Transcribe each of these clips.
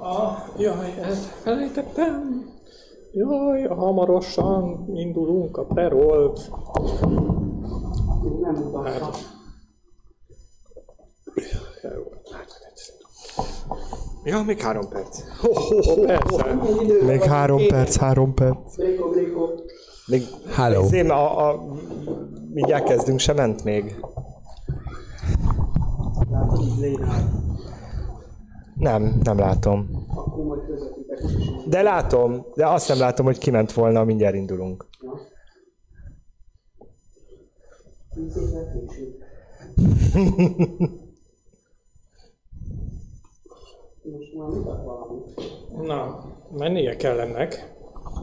Jaj, ezt felejtettem. Jaj, hamarosan indulunk a Perolt. Nem mutatta. Ja, még 3 perc. Persze. Még 3 perc. Bréko. Még Hello. Mindjárt kezdünk, se ment még. Látod, így lénál. Nem látom. Akkor majd közvetítek is. De látom, de azt nem látom, hogy kiment volna, mindjárt indulunk. Na. 10 évvel később. Most már mutat valamit. Na, mennie kell ennek.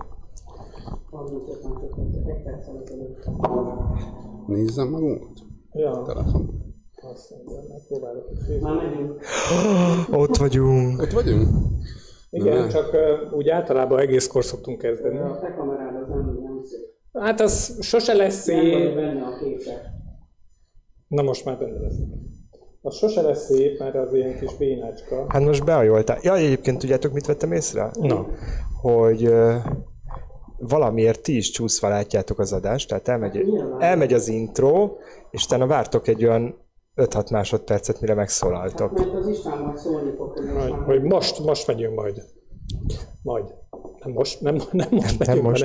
35 másodperc, 1 perccel ezelőtt. Nézzem magunkat? Ja, Telefon. azt mondja, megpróbálok egy fél. Már megyünk. Ott vagyunk. Ott vagyunk? Igen, Ne. csak úgy általában egészkor szoktunk kezdeni. De a te kamerád az nem szép. Hát az sose lesz Nem vagy szép. benne a képek. Na most már benne leszek. Az sose lesz szép, mert az ilyen kis bénácska. Hát most beajoltál. Ja, egyébként tudjátok, mit vettem észre? Na. Hogy valamiért ti is csúszva látjátok az adást, tehát elmegy az intro, és utána vártok egy olyan 5-6 másodpercet, mire megszólaltok. Mert az István majd szólni fog, hogy most már... Hogy most megyünk majd. Majd. Nem most megyünk, Nem most.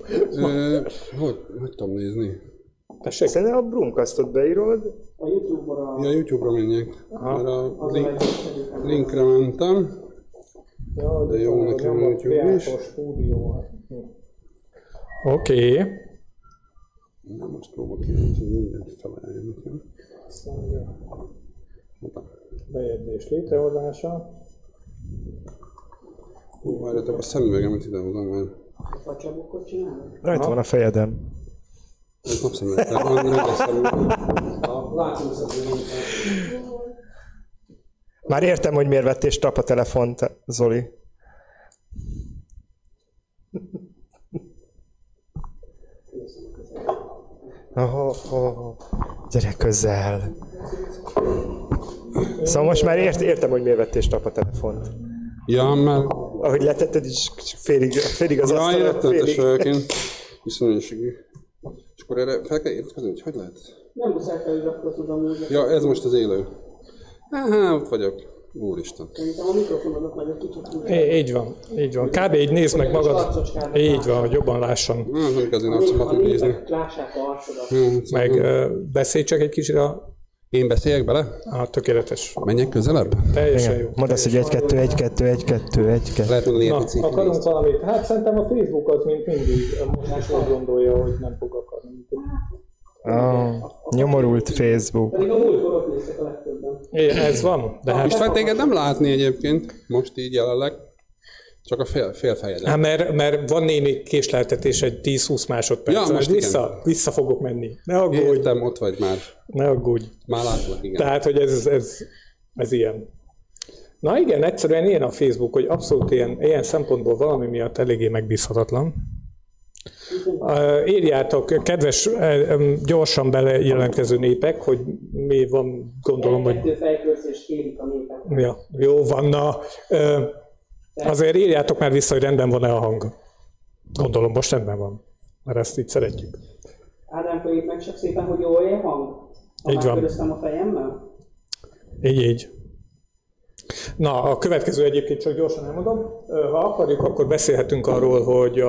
Hogy tudom nézni? Tessék? Szerintem a Brumcastot beírod. A YouTube-ra... Ja, YouTube-ra menjek. Mert a Az a legegyszerűbb. linkre mentem. Ja, De jó, nekem a YouTube is. Oké. Nem, most próbálok kérni, hogy mindent feleljen nekem. Bejegyzés létrehozása. Hú, várjatok, a szemüvegemet idehozom, mert A facsabokkot csinálod? Rajta van a fejedem. ez napszemüveg, tehát van rendes szemüveg. Látom az az Már értem, hogy miért vettél strap a telefont, Zoli. Gyere közel. Szóval most már értem, hogy miért vettél strap a telefont. Ja, mert... Ahogy letetted is félig az Ja, asztalon, rettenetes félig. vagyok én. Viszonyosságú. És akkor erre fel kell értkezni, hogy lehet? Nem muszáj feliratkoznod amúgy. Ja, ez most az élő. Ott vagyok. Úristen. Szerintem a mikrofonodat meg egy kicsit... Így van. Kb. Így nézd meg magad. Így van, hogy jobban lásson. Nem kell az én arcomat nézni. Lássák a arcodat. Meg beszélj csak egy kicsit Én beszéljek bele? tökéletes. Menjek közelebb? Teljesen jó. Mondd azt, hogy 1-2. Lehet mondani Na, egy picit. akarunk valamit? Hát szerintem a Facebook az mint mindig most is úgy gondolja, hogy nem fog akarni. Nyomorult Facebook. Pedig a múltkor ott néztek a legtöbben. Ez van, de hát... István téged nem látni egyébként, most így jelenleg. Csak a fél fejedet. Hát mert van némi késleltetés egy 10-20 másodperc. Ja, most vissza fogok menni. Ne aggódj, Értem, ott vagy már. ne aggódj. Már látlak, igen. Tehát, hogy ez ilyen. Na igen, egyszerűen ilyen a Facebook, hogy abszolút ilyen szempontból valami miatt eléggé megbízhatatlan. Írjátok, kedves, gyorsan belejelentkező népek, hogy mi van, gondolom, hogy... Kettő fejkőrzést kérik a népek. Ja, jó van, na. Azért írjátok már vissza, hogy rendben van-e a hang. Gondolom, most rendben van. Mert ezt így szeretjük. Ádám, köljük meg csak szépen, hogy jól ér hang? Ha Így már van. köröztem a fejemmel? Így. Na, a következő egyébként csak gyorsan elmondom. Ha akarjuk, akkor beszélhetünk arról, hogy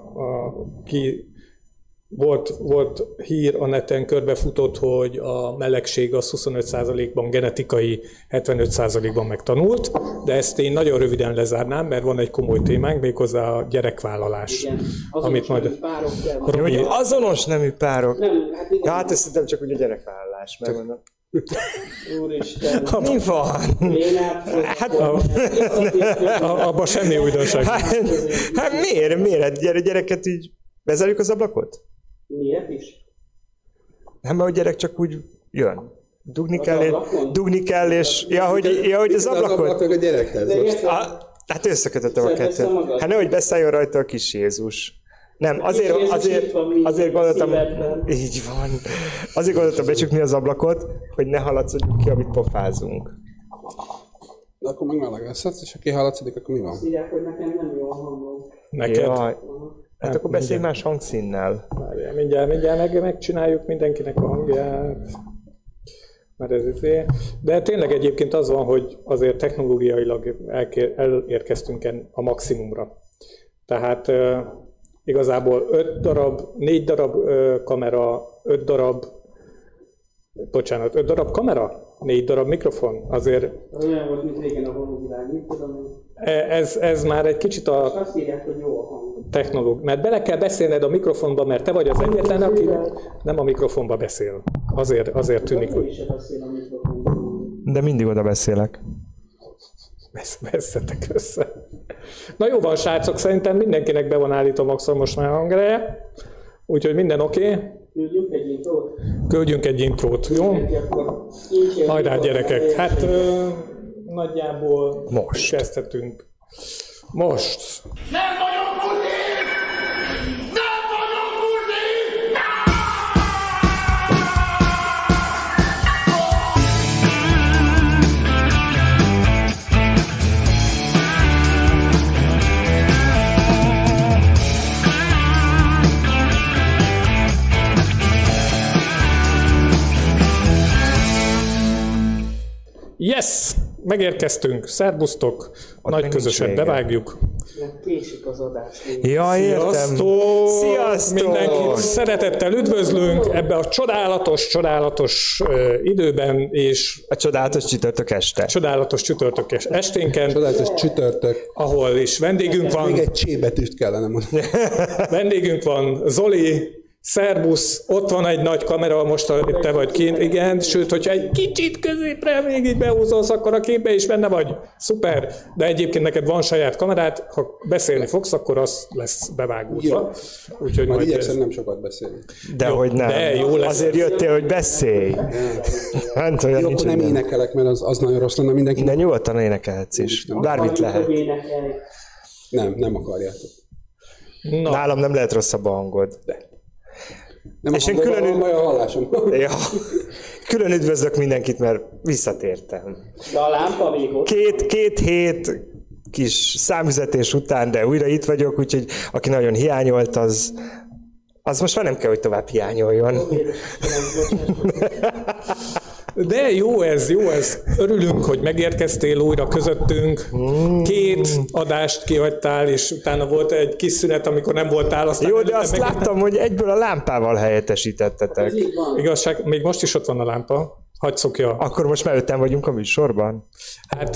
volt hír a neten, körbefutott, hogy a melegség az 25%-ban genetikai, 75%-ban megtanult, de ezt én nagyon röviden lezárnám, mert van egy komoly témánk, méghozzá a gyerekvállalás. Igen. Amit majd... nemű párok kell. Hogy azonos nemű párok. Nem, hát igen. Ja, hát ez szerintem csak ugye gyerekvállalás, megmondom. Úristen. Mi van? Én átfogom. Hát, Abban semmi újdonság. hát miért? Gyereket így bezárjuk az ablakot? Miért is? Nem, mert a gyerek csak úgy jön. Dugni ablakon? kell, és... Ja, hogy az ablakot... a gyerekhez De most. érted? Hát összekötöttem a Szervezd kettőt. magad. Hát nehogy beszálljon rajta a kis Jézus. Nem, Jézus itt van mindig azért a gondoltam, szívedben. így van. Azért gondoltam becsukni az ablakot, hogy ne haladszodjunk ki, amit pofázunk. De akkor meg meleg lesz, és ha kihallatszik, akkor mi van? Azt írják, hogy nekem nem jó a hangom. Neked? Jaj. Hát akkor beszélj más hangszínnel. Várjál, mindjárt megcsináljuk mindenkinek a hangját. Mert ez izé. De tényleg egyébként az van, hogy azért technológiailag elérkeztünk a maximumra. Tehát igazából 4 darab kamera, 5 darab kamera, 4 darab mikrofon, azért... Olyan volt, mint régen a honvilág, mit tudom én. Ez már egy kicsit a... Azt írják, hogy jó a hang. Technológia. Mert bele kell beszélned a mikrofonba, mert te vagy az egyetlen, aki nem a mikrofonba beszél. Azért tűnik, Ő hogy... is beszél a mikrofonban. De mindig oda beszélek. Veszetek össze. Na jó van, srácok, szerintem mindenkinek be van állítva maximum most már hangereje. Úgyhogy minden oké. Küldjünk egy intrót? Küldjünk egy intrót, jó? Hajrá, gyerekek! Hát nagyjából Most. kezdhetünk. Most. Nem vagyok buzi! Nem vagyok buzi! Yes! Megérkeztünk. Szerbusztok. Nagy még közösen nincs vége. bevágjuk. Késik az adás. Ja, értem. Sziasztok! Sziasztok! Mindenkit szeretettel üdvözlünk ebbe a csodálatos időben és A csodálatos csütörtök este. csodálatos csütörtökes esténken, Csodálatos csütörtök. ahol is vendégünk van. Még egy csébetűst kellene mondani. Vendégünk van Zoli, szerbusz, ott van egy nagy kamera, most te vagy kint, igen, sőt, hogyha egy kicsit középre még így behúzolsz, akkor a képbe is benne vagy. Szuper, de egyébként neked van saját kamerád, ha beszélni fogsz, akkor az lesz bevágódva. Úgyhogy Majd majd igyekszem nem sokat beszélni. De hogy nem. de jó lesz. Azért jöttél, hogy beszélj. Hát olyan Jó, nincs, akkor nem hogy énekelek, mert az nagyon rossz lenne mindenki. de nyugodtan énekelhetsz is. Bármit lehet. Nem akarjátok. Na, Nálam nem lehet rosszabb a hangod. Nem És én hangom, külön- van, a hallásom. Ja. Külön üdvözlök mindenkit, mert visszatértem. De a lámpa még ott. Két hét kis számüzetés után, de újra itt vagyok, úgyhogy aki nagyon hiányolt, az most már nem kell, hogy tovább hiányoljon. de jó ez. Örülünk, hogy megérkeztél újra közöttünk. 2 adást kihagytál, és utána volt egy kis szünet, amikor nem voltál. Aztán Jó, de előtte azt láttam, hogy egyből a lámpával helyettesítettetek. Ez így van. Igazság, még most is ott van a lámpa. Hadd szokja. Akkor most már 5-en vagyunk a műsorban? Hát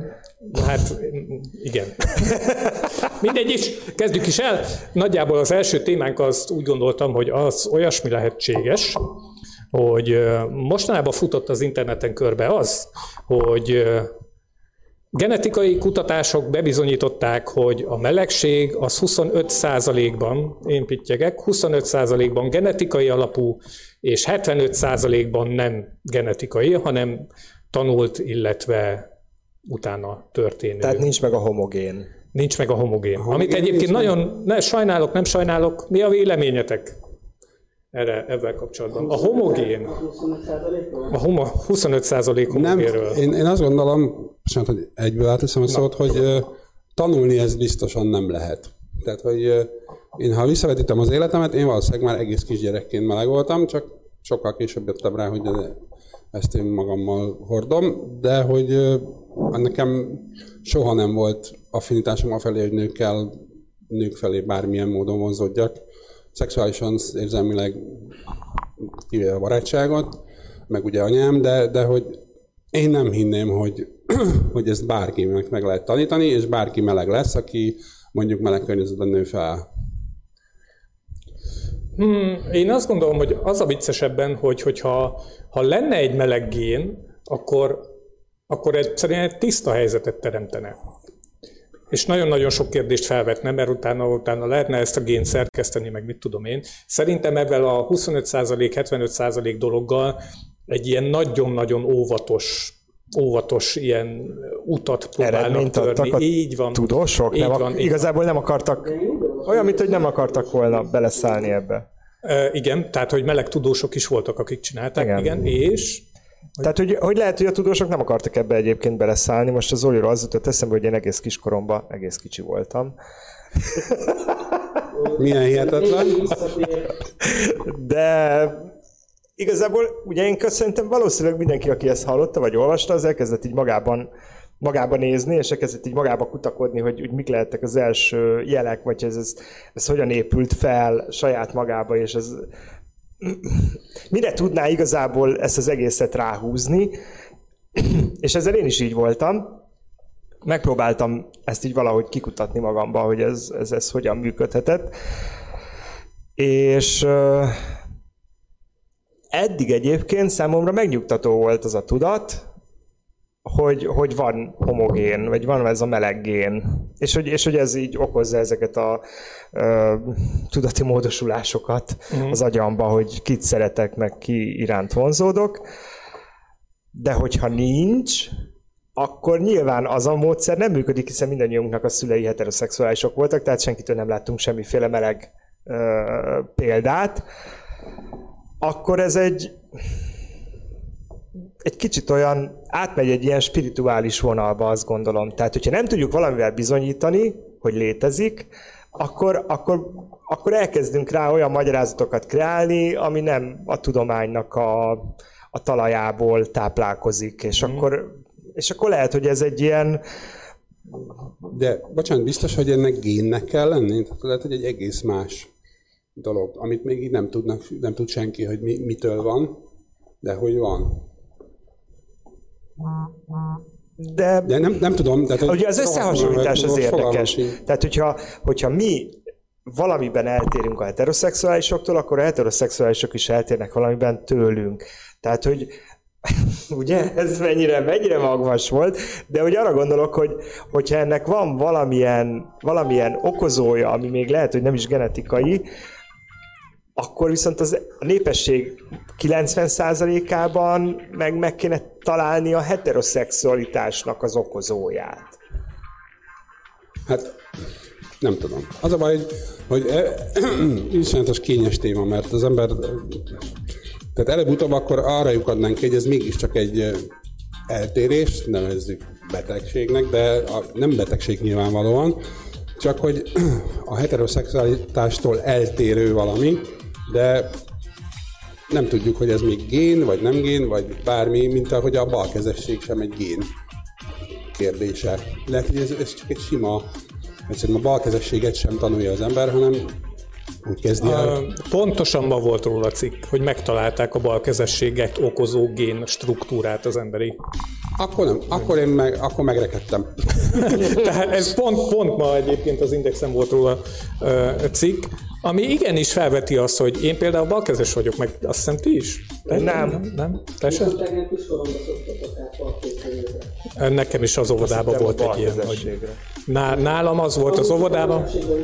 igen. Mindegy is, kezdjük is el. Nagyjából az első témánk azt úgy gondoltam, hogy az olyasmi lehetséges, hogy mostanában futott az interneten körbe az, hogy genetikai kutatások bebizonyították, hogy a melegség az 25%-ban, én pittyegek, 25%-ban genetikai alapú, és 75%-ban nem genetikai, hanem tanult, illetve utána történő. Tehát nincs meg a homogén. Nincs meg a homogén. Amit egyébként nagyon sajnálok, nem sajnálok. Mi a véleményetek ezzel kapcsolatban? A homogén, 25%-ról? a 25% Nem, homogénről. én azt gondolom, bocsánat, hogy egyből áteszem a szót, hogy tanulni ez biztosan nem lehet. Tehát, hogy én ha visszavetítem az életemet, én valószínűleg már egész kisgyerekként meleg voltam, csak sokkal később jöttem rá, hogy ezt én magammal hordom, de hogy nekem soha nem volt affinitásom afelé, hogy nők felé bármilyen módon vonzódjak. Szexuálisan, érzelmileg kivéve a barátságot, meg ugye anyám, de hogy én nem hinném, hogy ezt bárkinek meg lehet tanítani, és bárki meleg lesz, aki mondjuk meleg környezetben nő fel. Én azt gondolom, hogy az a viccesebben, hogyha lenne egy meleg gén, akkor egyszerűen egy tiszta helyzetet teremtene. És nagyon-nagyon sok kérdést felvetne, mert utána lehetne ezt a gént szerkeszteni, meg mit tudom én. Szerintem ebben a 25%-75% dologgal egy ilyen nagyon-nagyon óvatos ilyen utat próbálnak Eredményt adtak törni. a Így van. tudósok? Így van, így igazából nem akartak, olyan, mint hogy nem akartak volna beleszállni ebbe. Igen, tehát hogy meleg tudósok is voltak, akik csinálták, Igen. igen, és Tehát, hogy lehet, hogy a tudósok nem akartak ebbe egyébként beleszállni. Most az Zoliról az jutott eszembe, hogy én egész kiskoromban egész kicsi voltam. Milyen hihetetlen. De igazából, ugye én szerintem valószínűleg mindenki, aki ezt hallotta, vagy olvasta, az elkezdett így magában nézni, és elkezdett így magába kutakodni, hogy mik lehettek az első jelek, vagy ez hogyan épült fel saját magába, és ez mire tudná igazából ezt az egészet ráhúzni. És ezzel én is így voltam. Megpróbáltam ezt így valahogy kikutatni magamba, hogy ez hogyan működhetett. És eddig egyébként számomra megnyugtató volt az a tudat, hogy van homogén, vagy van ez a meleg gén, és hogy ez így okozza ezeket a tudati módosulásokat az agyamba, hogy kit szeretek, meg ki iránt vonzódok. De hogyha nincs, akkor nyilván az a módszer nem működik, hiszen mindannyiunknak a szülei heteroszexuálisok voltak, tehát senkitől nem láttunk semmiféle meleg példát. Akkor ez egy kicsit olyan, átmegy egy ilyen spirituális vonalba, azt gondolom. Tehát, hogyha nem tudjuk valamivel bizonyítani, hogy létezik, akkor elkezdünk rá olyan magyarázatokat kreálni, ami nem a tudománynak a talajából táplálkozik, és akkor lehet, hogy ez egy ilyen... De, bocsánat, biztos, hogy ennek génnek kell lenni? Tehát lehet, hogy egy egész más dolog, amit még így nem tud senki, hogy mitől van, de hogy van. De nem tudom. Tehát, ugye az összehasonlítás az érdekes. Tehát, hogyha mi valamiben eltérünk a heteroszexuálisoktól, akkor a heteroszexuálisok is eltérnek valamiben tőlünk. Tehát, hogy ugye ez mennyire magvas volt, de hogy arra gondolok, hogyha ennek van valamilyen okozója, ami még lehet, hogy nem is genetikai, akkor viszont a népesség 90%-ában meg kéne találni a heteroszexualitásnak az okozóját. Hát nem tudom. Az a baj, hogy iszonyatos kényes téma, mert az ember... Tehát előbb-utóbb akkor arra lyukadnánk, hogy ez mégiscsak egy eltérés, nevezzük betegségnek, de nem betegség nyilvánvalóan, csak hogy a heteroszexualitástól eltérő valami, de nem tudjuk, hogy ez még gén, vagy nem gén, vagy bármi, mint ahogy a balkezesség sem egy gén kérdése. Lehet, hogy ez csak egy sima, egyszerűen a balkezességet sem tanulja az ember, hanem úgy kezdi el. Pontosan ma volt róla cikk, hogy megtalálták a balkezességet okozó gén struktúrát az emberi. Akkor nem, akkor megrekedtem. Tehát ez pont ma egyébként az Indexen volt róla cikk, ami igenis felveti azt, hogy én például balkezes vagyok, meg azt hiszem ti is? Nem? Te sem? Nekem is az óvodában volt egy ilyen, hogy nálam az volt az óvodában.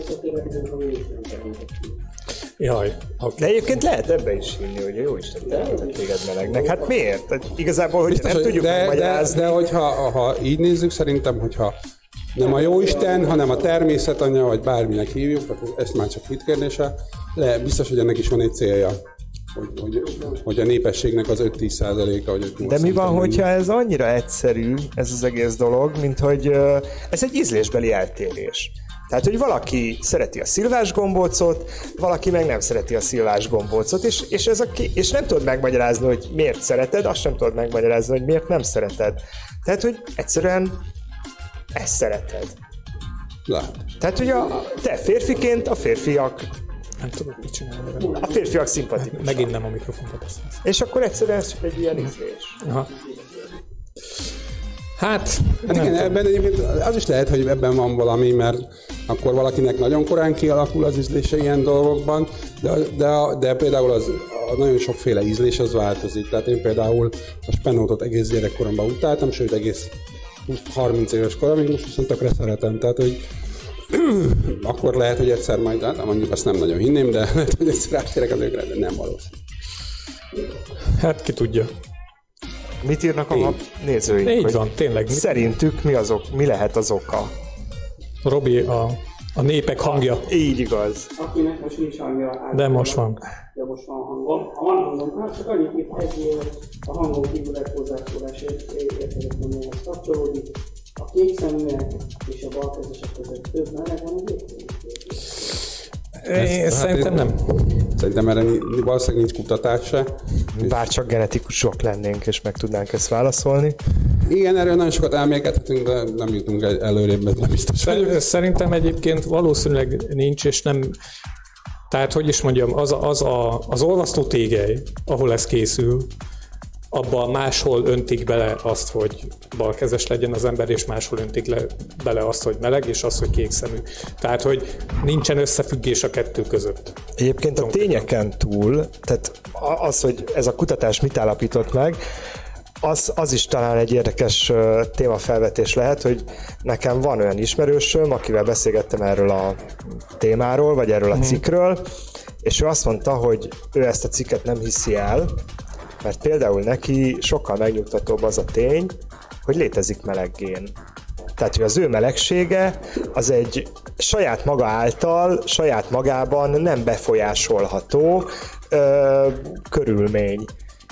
Jaj, okay. De egyébként lehet ebbe is hinni, hogy jó Isten, téged melegnek. Hát miért? Tehát igazából, hogy nem tudjuk megmagyarázni. De hogyha így nézzük, szerintem, hogyha nem a jóisten, hanem a természetanya, vagy bárminek hívjuk, ezt már csak hit kérdése, biztos, hogy ennek is van egy célja, hogy a népességnek az 5-10%-a, vagy 5-8%. De mi van, hogyha ez annyira egyszerű, ez az egész dolog, mint hogy ez egy ízlésbeli eltérés. Tehát, hogy valaki szereti a szilvás gombócot, valaki meg nem szereti a szilvás gombócot, és nem tudod megmagyarázni, hogy miért szereted, azt sem tudod megmagyarázni, hogy miért nem szereted. Tehát, hogy egyszerűen ezt szereted. Lehet. Tehát, hogy te férfiként a férfiak... Nem tudom, mit csinálni. A férfiak szimpatikusak. Megint nem a mikrofonba beszélsz. És akkor egyszerűen ez csak egy ilyen ízlés. Aha. Hát igen, ebben egyébként az is lehet, hogy ebben van valami, mert akkor valakinek nagyon korán kialakul az ízlése ilyen dolgokban, de például a nagyon sokféle ízlés az változik. Tehát én például a spenótot egész gyerekkoromban utáltam, sőt egész 30 éves koromig, most viszont tökre szeretem. Tehát, hogy akkor lehet, hogy egyszer majd, mondjuk azt nem nagyon hinném, de lehet, hogy egyszer rátérek az őkre, de nem valószínű. Hát ki tudja. Mit írnak a nézőink? Így van, tényleg. Szerintük mi lehet az oka? Robi, A népek hangja. Így igaz. Akinek most nincs hangja. De most van. De most van hangom. Ha van hangom, hát csak annyit itt a hangon kívül egy hozzászólás értelemben kapcsolódik. A kék szeműek és a balkezesek között több meleg van egyébként? Szerintem nem. Szerintem erre valószínűleg nincs kutatás se. Bár csak genetikusok lennénk, és meg tudnánk ezt válaszolni. Igen, erről nagyon sokat elmélkedhetünk, de nem jutunk előrébb, ez nem biztos vagyok. Szerintem egyébként valószínűleg nincs, és nem... Tehát, hogy is mondjam, az olvasztó tégely, ahol ez készül, abban máshol öntik bele azt, hogy balkezes legyen az ember, és máshol öntik bele azt, hogy meleg, és azt, hogy kékszemű. Tehát, hogy nincsen összefüggés a kettő között. Egyébként a tényeken túl, tehát az, hogy ez a kutatás mit állapított meg, az is talán egy érdekes témafelvetés lehet, hogy nekem van olyan ismerősöm, akivel beszélgettem erről a témáról, vagy erről a cikkről, és ő azt mondta, hogy ő ezt a cikket nem hiszi el, mert például neki sokkal megnyugtatóbb az a tény, hogy létezik meleggén. Tehát, hogy az ő melegsége az egy saját maga által, saját magában nem befolyásolható körülmény.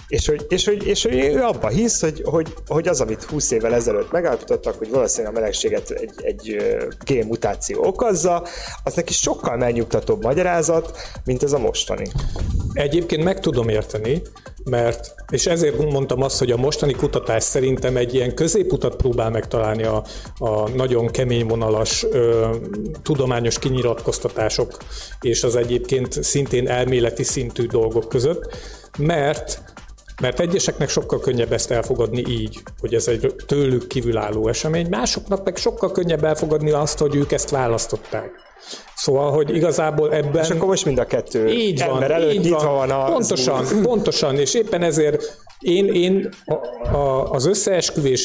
És hogy ő abba hisz, hogy az, amit 20 évvel ezelőtt megállapítottak, hogy valószínűleg a melegséget egy génmutáció okozza, az neki sokkal megnyugtatóbb magyarázat, mint ez a mostani. Egyébként meg tudom érteni, és ezért mondtam azt, hogy a mostani kutatás szerintem egy ilyen középutat próbál megtalálni a nagyon kemény vonalas tudományos kinyilatkoztatások és az egyébként szintén elméleti szintű dolgok között, mert egyeseknek sokkal könnyebb ezt elfogadni így, hogy ez egy tőlük kívülálló esemény, másoknak meg sokkal könnyebb elfogadni azt, hogy ők ezt választották. Szóval, hogy igazából ebben... És akkor most mind a kettő így ember van, előtt így nyitva van. van Pontosan, és éppen ezért én az összeesküvés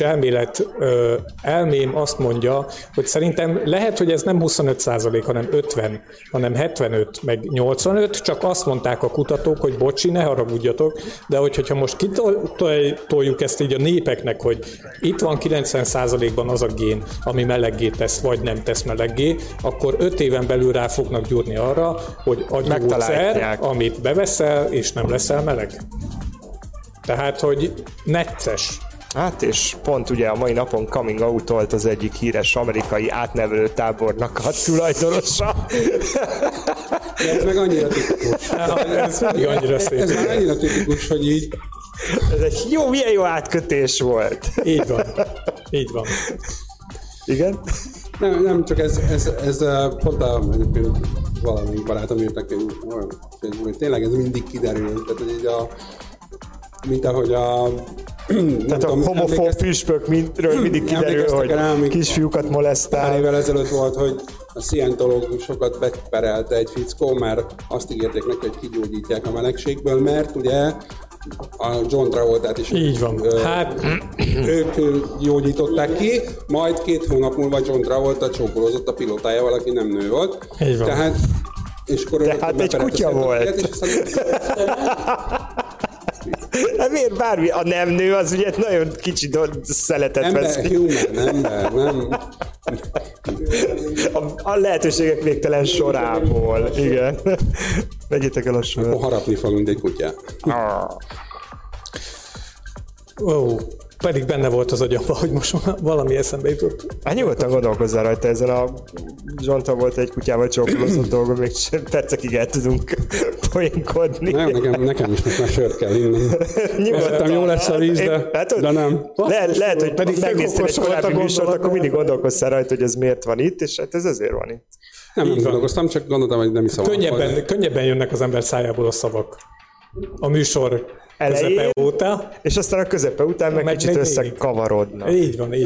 elmém azt mondja, hogy szerintem lehet, hogy ez nem 25%, hanem 50, hanem 75, meg 85, csak azt mondták a kutatók, hogy bocsi, ne haragudjatok, de hogyha most kitoljuk ezt így a népeknek, hogy itt van 90%-ban az a gén, ami meleggé tesz, vagy nem tesz meleggé, akkor 5 éven belül rá fognak gyúrni arra, hogy a gyógyszer, amit beveszel, és nem leszel meleg. Tehát, hogy necces. Hát és pont ugye a mai napon coming out volt az egyik híres amerikai átnevelő tábornak a tulajdonosa. Ez meg annyira tipikus. Ez annyira szép. Ez már annyira tipikus, hogy így... Ez egy milyen jó átkötés volt. Így van. Igen? Nem, csak ez pont egyébként valamelyik barátom írt neki, hogy tényleg ez mindig kiderül. Tehát, hogy így mint ahogy tehát a homofób püspökről mindig kiderül, hogy kisfiúkat molesztál. Pár évvel ezelőtt volt, hogy a szientológusokat beperelte egy fickó, mert azt ígérték neki, hogy kigyógyítják a melegségből, mert ugye a John Travoltát is így van. Ők gyógyították ki, majd 2 hónap múlva John Travolta csókolózott a pilótájával, aki nem nő volt. Így van. Tehát egy kutya volt. Hát miért bármi? A nem nő az ugye nagyon kicsi szeletet vesz. Ember, nem. A lehetőségek végtelen sorából, igen. Vegyétek el a sorat. Akkor harapni fog, mint egy kutya. Pedig benne volt az agyamba, hogy most valami eszembe jutott. Hát nyugodtan gondolkozzál rajta, ezen a John Travolta egy kutyával csókolózott dolgon, még percekig el tudunk poénkodni. Nem, nekem is most már sört kell inni. Nyugodtan jó lesz a víz, de nem. Lehet, hogy pedig megnéztél egy korábbi műsort, akkor mindig gondolkozzál rajta, hogy ez miért van itt, és hát ez azért van itt. Nem gondolkoztam, csak gondoltam, hogy nem is szabad. Könnyebben jönnek az ember szájából a szavak. A műsor közepe óta. És aztán a közepe után meg kicsit összekavarodnak. Így van.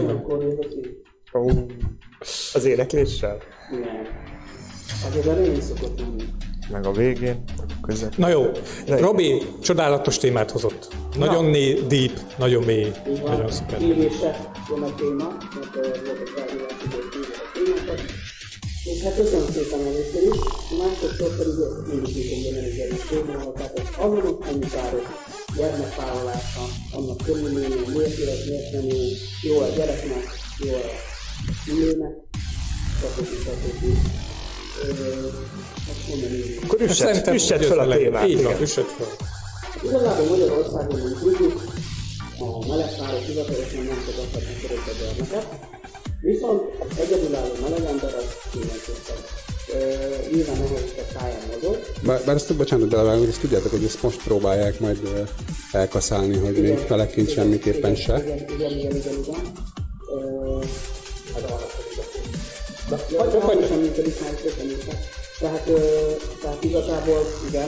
Az énekléssel? Nem. Azért a régi szokott lenni. Meg a végén, közep. Na jó, Robi csodálatos témát hozott. Nagyon deep, nagyon mély, nagyon szuper. Érése van a téma, mert volt a felhívás, hogy a témákat. És hát köszönöm szépen először is, másodszor pedig én is tudom jeleníteni a témával, tehát az azonok anyukárok gyermekvállalása, annak körülménye, miért élet, miért nem jó a gyereknek, jó a szülőnek, stb. Akkor üssed fel a témát. Így van, üssed fel. Igazából Magyarországon, mint tudjuk, a melegpárok hivatalosan nem fogadhatnak örökbe gyermeket, viszont egyedülálló melegember az mindenképpen. Nyilván nehézített pályán mozog. Bár ezt bocsánat belevágom, hogy ezt tudjátok, hogy ezt most próbálják majd elkaszálni, hogy igen, még melegként semmiképpen se. Igen. Hagyja sem működik már, tehát igazából igen.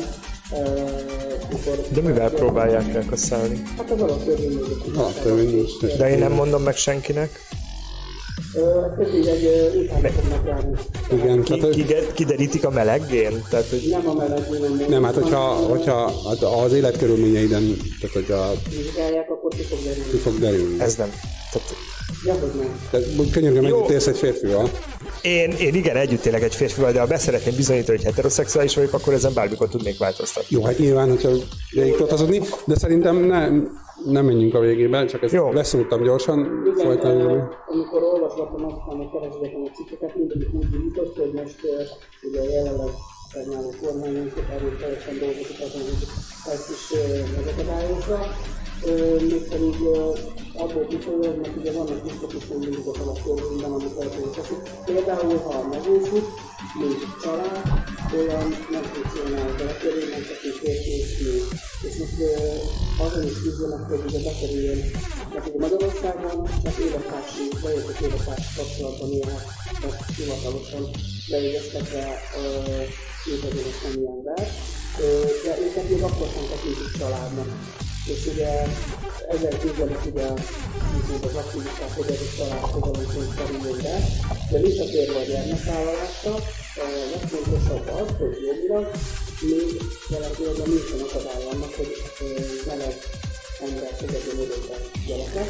De mivel próbálják elkaszálni? Hát az alaptörvény. De én nem mondom meg senkinek. Közül egy utána fognak járni. Igen. Kiderítik a meleggén? Tehát, hogy... Nem a meleggén. Nem, hát hogyha az életkörülményeiden, tehát hogy vizsgálják, akkor ki fog derülni. Ez nem. Ja, hogy nem. Tehát könyörgöm, együtt élsz egy férfival. Én igen, együtt élek egy férfival, de ha beszeretném bizonyítani, hogy heteroszexuális vagyok, akkor ezen bármikor tudnék változtatni. Jó, hát nyilván, hogyha végigklatazodni, de szerintem nem menjünk a végébe, csak ezt leszúrtam gyorsan. Igen, amikor olvasgattam aztán a keresgetem a cikkeket, mindegyik úgy jutott, hogy most ugye jelenleg fennálló kormányunk erről teljesen dolgozik azon, hogy ezt is megakadályozza. Mégpedig abból kifolyólag, mert ugye vannak biztosan mindig a alaptörvényben, amit eltöltetik. Például, ha megúszunk, mint család, olyan nem funkcionál a alaptörvény, nem csak egy férfi és nő. És most azon is küzdenek, hogy ugye bekerüljön, mert ugye Magyarországon csak élettársi, bejöttek élettársi kapcsolatban élhet, mert hivatalosan leégeztetve létezőnek semmi ember, de őket még akkor sem tekintik családnak. És ugye ezzel küzdenek ugye az aktivisták, hogy ez a család fogalomként kerüljön be, de visszatérve a gyermekvállalásra, a legfontosabb az, hogy jogilag még jelenleg nincsen akadály annak, hogy meleg ember fogadjon örökbe gyereket.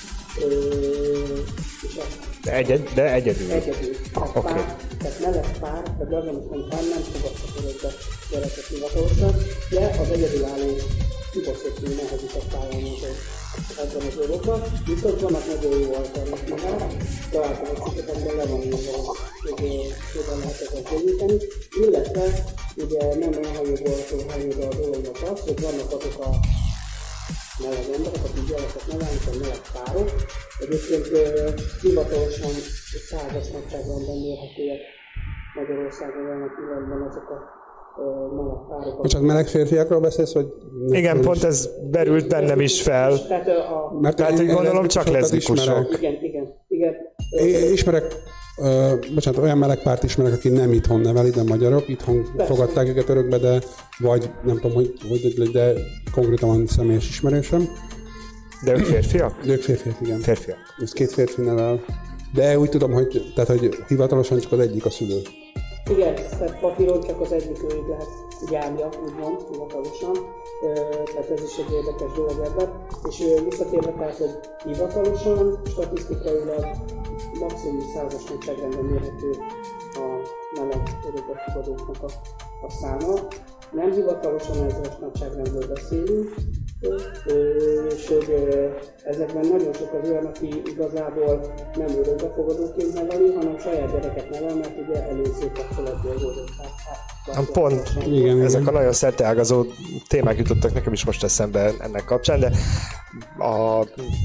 De egyedül. Okay. Tehát meleg pár, vagy az, amit pár nem fogadhat örökbe gyereket hivatalosan, de az egyedülálló kibaszott nehezített pályán ebben az örökben. Viszont vannak nagyon jó alternatívák, találtam egy cikket, amiben le van írva, hogy hogyan lehet ezzel könnyíteni, illetve ugye nem olyan hajóból a dolognak az, hogy vannak azok a meleg emberek, akik gyereket nevelnek, a meleg párok. Egyébként hivatalosan 100-as nagyságrendben mérhetőek Magyarországon olyan pillanatban azok a meleg párok. Csak meleg férfiakról beszélsz, vagy... Igen, pont ez berült bennem is fel. Tehát hogy gondolom csak leszbikusok. Igen. Ismerek, olyan meleg párt ismerek, aki nem itthon neveli, de magyarok, itthon fogadták őket örökbe, de vagy nem tudom, hogy de konkrétan van személyes ismerősöm. De ők férfiak? De ők férfiak, igen. Férfiak. Ez 2 férfi nevel. De úgy tudom, hogy hivatalosan csak az egyik a szülő. Igen, tehát papíron csak az egyik őig lehet gyámja, úgymond, hivatalosan. Tehát ez is egy érdekes dolog ebben. És visszatérve tehát, hogy hivatalosan, statisztikailag maximum 100-as nagyságrendben mérhető a meleg örökbefogadóknak a száma. Nem hivatalosan 1000-es nagyságrendről beszélünk, és hogy ezekben nagyon sok az olyan, aki igazából nem örökbefogadóként neveli, hanem saját gyereket nevel, mert ugye előző kapcsolatból volt. Pont, igen, ezek a nagyon szerteágazó témák jutottak nekem is most eszembe ennek kapcsán, de a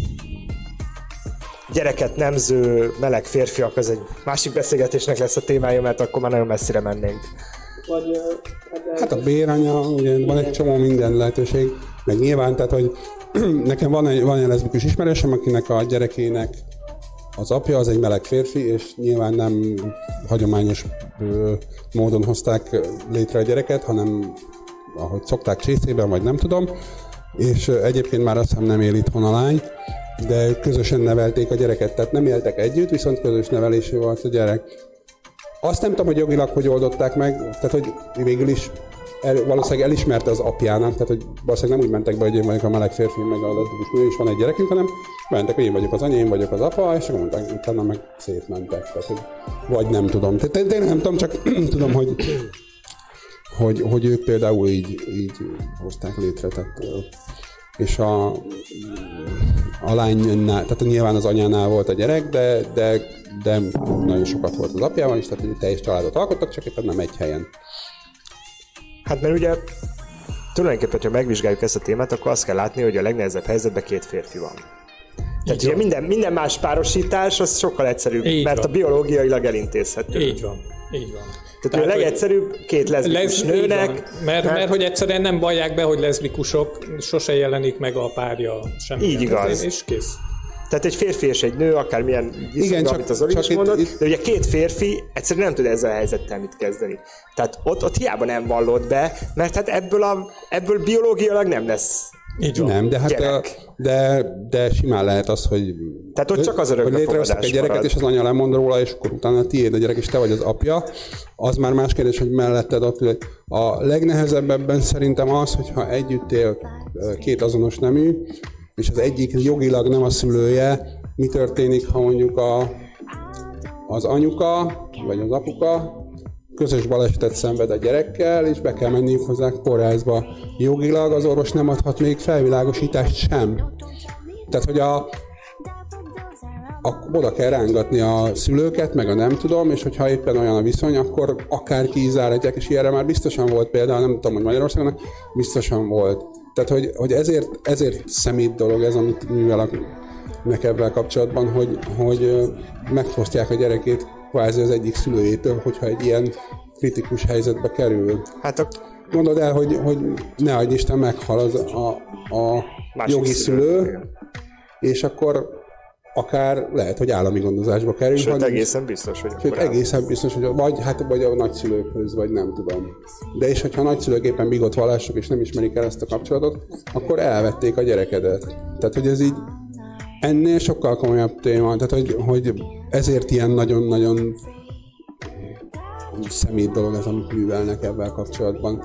gyereket nemző meleg férfiak az egy másik beszélgetésnek lesz a témája, mert akkor már nagyon messzire mennénk. Hát a béranya, ugye van egy csomó minden lehetőség, meg nyilván, tehát hogy nekem van egy leszbikus ismerősöm, akinek a gyerekének az apja az egy meleg férfi, és nyilván nem hagyományos módon hozták létre a gyereket, hanem ahogy szokták csészében, vagy nem tudom, és egyébként már azt hiszem nem él itthon a lány, de ők közösen nevelték a gyereket, tehát nem éltek együtt, viszont közös nevelésű volt a gyerek. Azt nem tudom, hogy jogilag hogy oldották meg, tehát hogy végül is valószínűleg elismerte az apjának, tehát hogy valószínűleg nem úgy mentek be, hogy én vagyok a meleg férfi, meg a leszbikus nő, és van egy gyerekünk, hanem mentek, hogy én vagyok az anya, én vagyok az apa, és akkor mondták, utána meg szétmentek. Tehát, hogy vagy nem tudom. Tényleg nem tudom, csak tudom, hogy ők például így hozták létre. Tehát, és a lánynál, tehát nyilván az anyánál volt a gyerek, de nagyon sokat volt az apjával is, tehát teljes családot alkottak, csak éppen nem egy helyen. Hát mert ugye tulajdonképpen, ha megvizsgáljuk ezt a témát, akkor azt kell látni, hogy a legnehezebb helyzetben 2 férfi van. Tehát ugye minden más párosítás az sokkal egyszerűbb, így mert van. a biológiailag elintézhető. Így van. Tehát a legegyszerűbb 2 leszbikus nőnek. Mert hogy egyszerűen nem vallják be, hogy leszbikusok, sose jelenik meg a párja semmi. Így igaz. És kész. Tehát egy férfi és egy nő, akármilyen viszonyban, amit az Zoli is mondott, de ugye 2 férfi egyszerűen nem tud ezzel a helyzettel mit kezdeni. Tehát ott hiába nem vallod be, mert hát ebből biológiailag nem lesz. Így van. Nem, de hát de simán lehet az, hogy tehát ott csak az örökbefogadás létrehoztak egy gyereket, marad. és az anya lemond róla, és akkor utána tiéd a gyerek, és te vagy az apja. Az már más kérdés, hogy melletted ott. A legnehezebb ebben szerintem az, hogyha együtt él 2 azonos nemű, és az egyik jogilag nem a szülője, mi történik, ha mondjuk az anyuka, vagy az apuka közös balesetet szenved a gyerekkel, és be kell menniük hozzá kórházba. Jogilag az orvos nem adhat még felvilágosítást sem. Tehát, hogy oda kell rángatni a szülőket, meg a nem tudom, és hogyha éppen olyan a viszony, akkor akárki záradják, és ilyenre már biztosan volt például, nem tudom, hogy Magyarországon, biztosan volt. Tehát, hogy ezért szemét dolog ez, amit művelek ebben kapcsolatban, hogy megfosztják a gyerekét kvázi az egyik szülőjétől, hogyha egy ilyen kritikus helyzetbe kerül. Hát Gondold el, hogy ne adj Isten, meghal az a jogi szülő, és akkor akár lehet, hogy állami gondozásba kerül. Sőt, egészen biztos, hogy egészen biztos, hogy vagy a nagyszülőkhöz, vagy nem tudom. De és hogyha a nagyszülők éppen bigott vallások, és nem ismerik el ezt a kapcsolatot, akkor elvették a gyerekedet. Tehát, hogy ez így ennél sokkal komolyabb téma. Tehát, hogy ezért ilyen nagyon-nagyon szemét dolog ez, amit művelnek ebben kapcsolatban.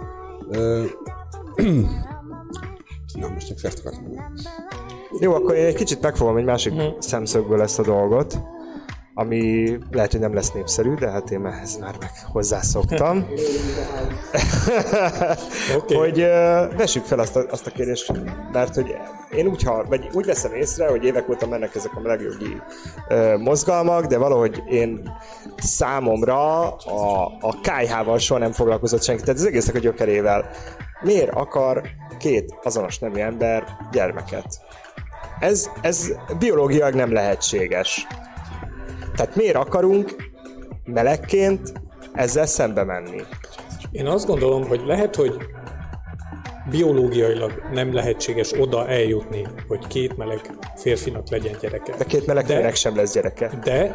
Na, most csak ezt akartam. Jó, akkor én egy kicsit megfogom egy másik szemszögből ezt a dolgot, ami lehet, hogy nem lesz népszerű, de hát én ehhez már meg hozzászoktam. Hogy vessük fel azt a kérdést, mert hogy én úgy veszem észre, hogy évek óta mennek ezek a melegjogi mozgalmak, de valahogy én számomra a KH-val soha nem foglalkozott senki, tehát az egésznek a gyökerével. Miért akar 2 azonos nemű ember gyermeket? Ez biológiailag nem lehetséges. Tehát miért akarunk melegként ezzel szembe menni? Én azt gondolom, hogy lehet, hogy biológiailag nem lehetséges oda eljutni, hogy 2 meleg férfinak legyen gyereke. De 2 meleg nőnek sem lesz gyereke. De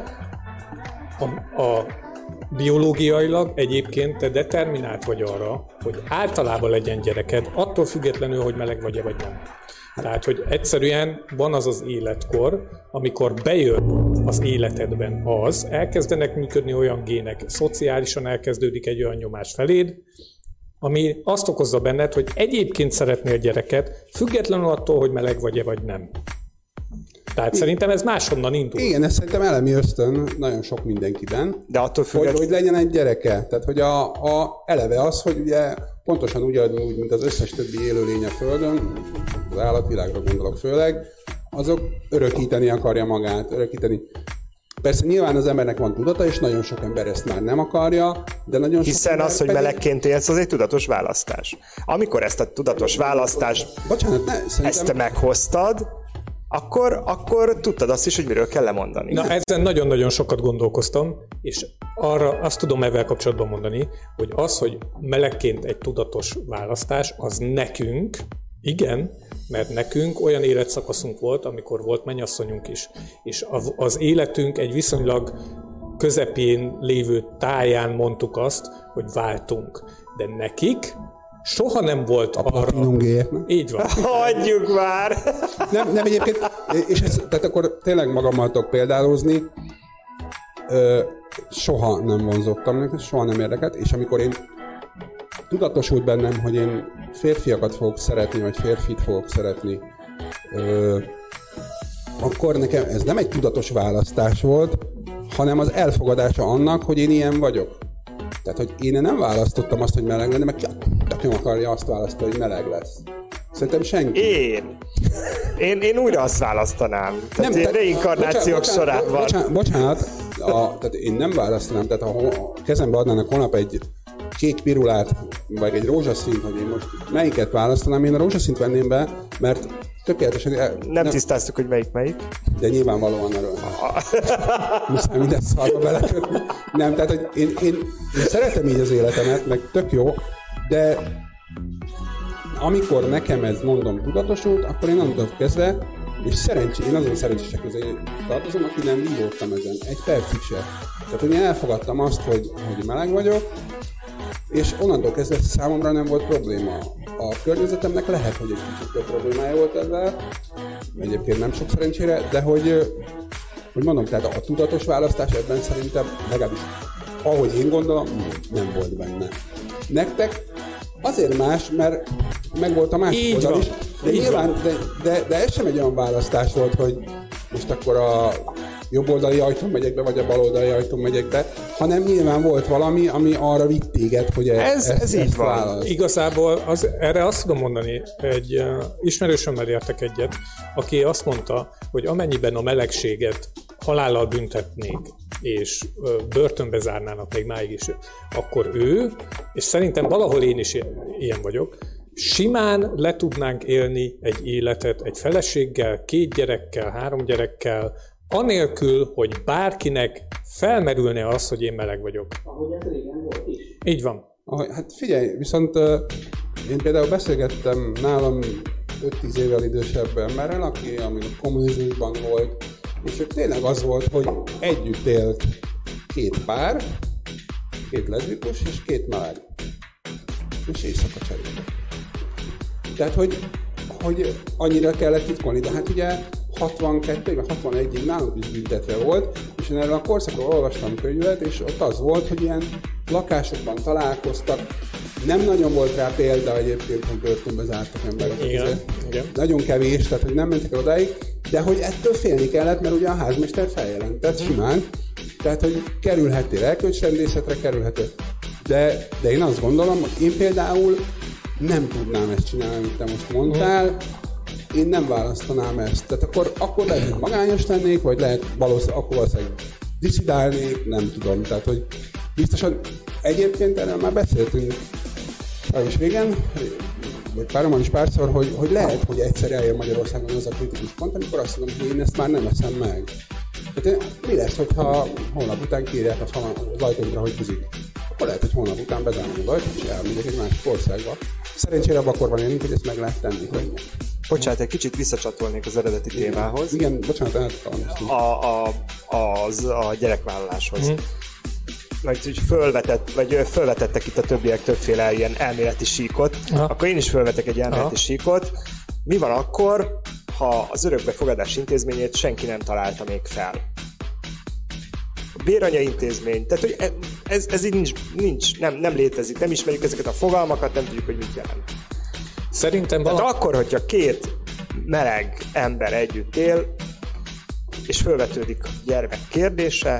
a biológiailag egyébként te determinált vagy arra, hogy általában legyen gyereked, attól függetlenül, hogy meleg vagy-e vagy nem. Tehát, hogy egyszerűen van az az életkor, amikor bejön az életedben elkezdenek működni olyan gének, szociálisan elkezdődik egy olyan nyomás feléd, ami azt okozza benned, hogy egyébként szeretnél gyereket, függetlenül attól, hogy meleg vagy-e vagy nem. Tehát szerintem ez máshonnan indul. Igen, ez szerintem elemi ösztön nagyon sok mindenkiben. De attól hogy legyen egy gyereke. Tehát, hogy eleve az, hogy ugye pontosan ugyanúgy, mint az összes többi élőlény a Földön, az állatvilágra gondolok főleg, azok örökíteni akarja magát, örökíteni. Persze nyilván az embernek van tudata, és nagyon sok ember ezt már nem akarja, de nagyon sok hiszen az, hogy melegként élsz, az egy tudatos választás. Amikor ezt a tudatos választást, ezt te meghoztad, akkor tudtad azt is, hogy miről kell lemondani. Na, ezen nagyon-nagyon sokat gondolkoztam, és arra azt tudom ezzel kapcsolatban mondani, hogy az, hogy melegként egy tudatos választás, az nekünk, igen, mert nekünk olyan életszakaszunk volt, amikor volt mennyasszonyunk is, és az életünk egy viszonylag közepén lévő táján mondtuk azt, hogy váltunk. De nekik soha nem volt arra... Így van. Hagyjuk már! Nem egyébként, és tehát akkor tényleg magammal tudok példálozni, soha nem vonzottam, soha nem érdekelt, és amikor én tudatosult bennem, hogy én férfiakat fogok szeretni, vagy férfit fogok szeretni, akkor nekem ez nem egy tudatos választás volt, hanem az elfogadása annak, hogy én ilyen vagyok. Tehát, hogy én nem választottam azt, hogy meleg lenni, mert tök nem akarja azt választani, hogy meleg lesz. Szerintem senki. Én újra azt választanám. Tehát nem, reinkarnációk során van. Bocsánat, tehát én nem választanám, tehát ha kezembe adnának holnap egy kék pirulát, vagy egy rózsaszínt, hogy én most melyiket választanám, én a rózsaszínt venném be, mert tökéletesen... Nem tisztáztuk, hogy melyik. De nyilvánvalóan arról. Muszáj minden szarba belekötni. Nem, tehát hogy én szeretem így az életemet, meg tök jó, de amikor nekem ez mondom tudatosult, akkor én onnantól kezdve, és én azon szerencsések közé tartozom, aki nem vívódtam ezen, egy percig se. Tehát én elfogadtam azt, hogy meleg vagyok, és onnantól kezdve számomra nem volt probléma. A környezetemnek lehet, hogy egy kicsit több problémája volt ezzel, egyébként nem sok szerencsére, de hogy mondom, tehát a tudatos választás ebben szerintem legalábbis, ahogy én gondolom, nem volt benne. Nektek azért más, mert megvolt a másik oldal is, de nyilván, de ez sem egy olyan választás volt, hogy most akkor a jobb oldali ajtón megyek be, vagy a bal oldali ajtón megyek be, hanem nyilván volt valami, ami arra vitt téged, hogy ez így van. Válasz. Igazából erre azt tudom mondani, egy ismerősömmel értek egyet, aki azt mondta, hogy amennyiben a melegséget halállal büntetnék, és börtönbe zárnának még máig is, akkor ő, és szerintem valahol én is ilyen vagyok, simán le tudnánk élni egy életet egy feleséggel, 2 gyerekkel, 3 gyerekkel, anélkül, hogy bárkinek felmerülne az, hogy én meleg vagyok. Ahogy ez régen volt is. Így van. Hát figyelj, viszont én például beszélgettem nálam 5-10 évvel idősebb emberrel, aki a kommunizmusban volt, és ők tényleg az volt, hogy együtt élt 2 pár, 2 leszbikus és 2 meleg. És éjszaka cserébe. Tehát, hogy annyira kellett titkolni, de hát ugye 62 vagy 61-ig nálunk is büntetve volt, és én erről a korszakról olvastam könyvet, és ott az volt, hogy ilyen lakásokban találkoztak. Nem nagyon volt rá példa egyébként, hogy börtönbe zártak embereket. Igen. Nagyon kevés, tehát hogy nem mentek el odáig, de hogy ettől félni kellett, mert ugye a házmester feljelentett simán, tehát hogy kerülhetél erkölcsrendészetre, kerülhetél. De én azt gondolom, hogy én például nem tudnám ezt csinálni, amit te most mondtál, én nem választanám ezt. Tehát akkor lehet, hogy magányos lennék, vagy lehet akkor valószínűleg diszidálnék, nem tudom. Tehát, hogy biztosan egyébként erről már beszéltünk is régen, vagy párommal is párszor, hogy lehet, hogy egyszer eljön Magyarországon az a kritikus pont, amikor azt mondom, hogy én ezt már nem eszem meg. Tehát mi lesz, hogyha holnap után kérják az ajtónkra, hogy buzik? Akkor lehet, hogy holnap után bezárnom az ajtót, és elmegyek egy másik országba. Szerencsére abban akkor van élünk, hogy ezt meg lehet tenni. Bocsánat, egy kicsit visszacsatolnék az eredeti témához. Igen, bocsánat, eltalálkoztam. A gyerekvállaláshoz. Vagy fölvetettek itt a többiek többféle ilyen elméleti síkot, akkor én is fölvetek egy elméleti síkot. Mi van akkor, ha az örökbefogadás intézményét senki nem találta még fel? A béranya intézmény, tehát hogy ez így nincs, nem létezik, nem ismerjük ezeket a fogalmakat, nem tudjuk, hogy mit jelent. Szerintem tehát akkor, hogyha 2 meleg ember együtt él, és fölvetődik a gyermek kérdése,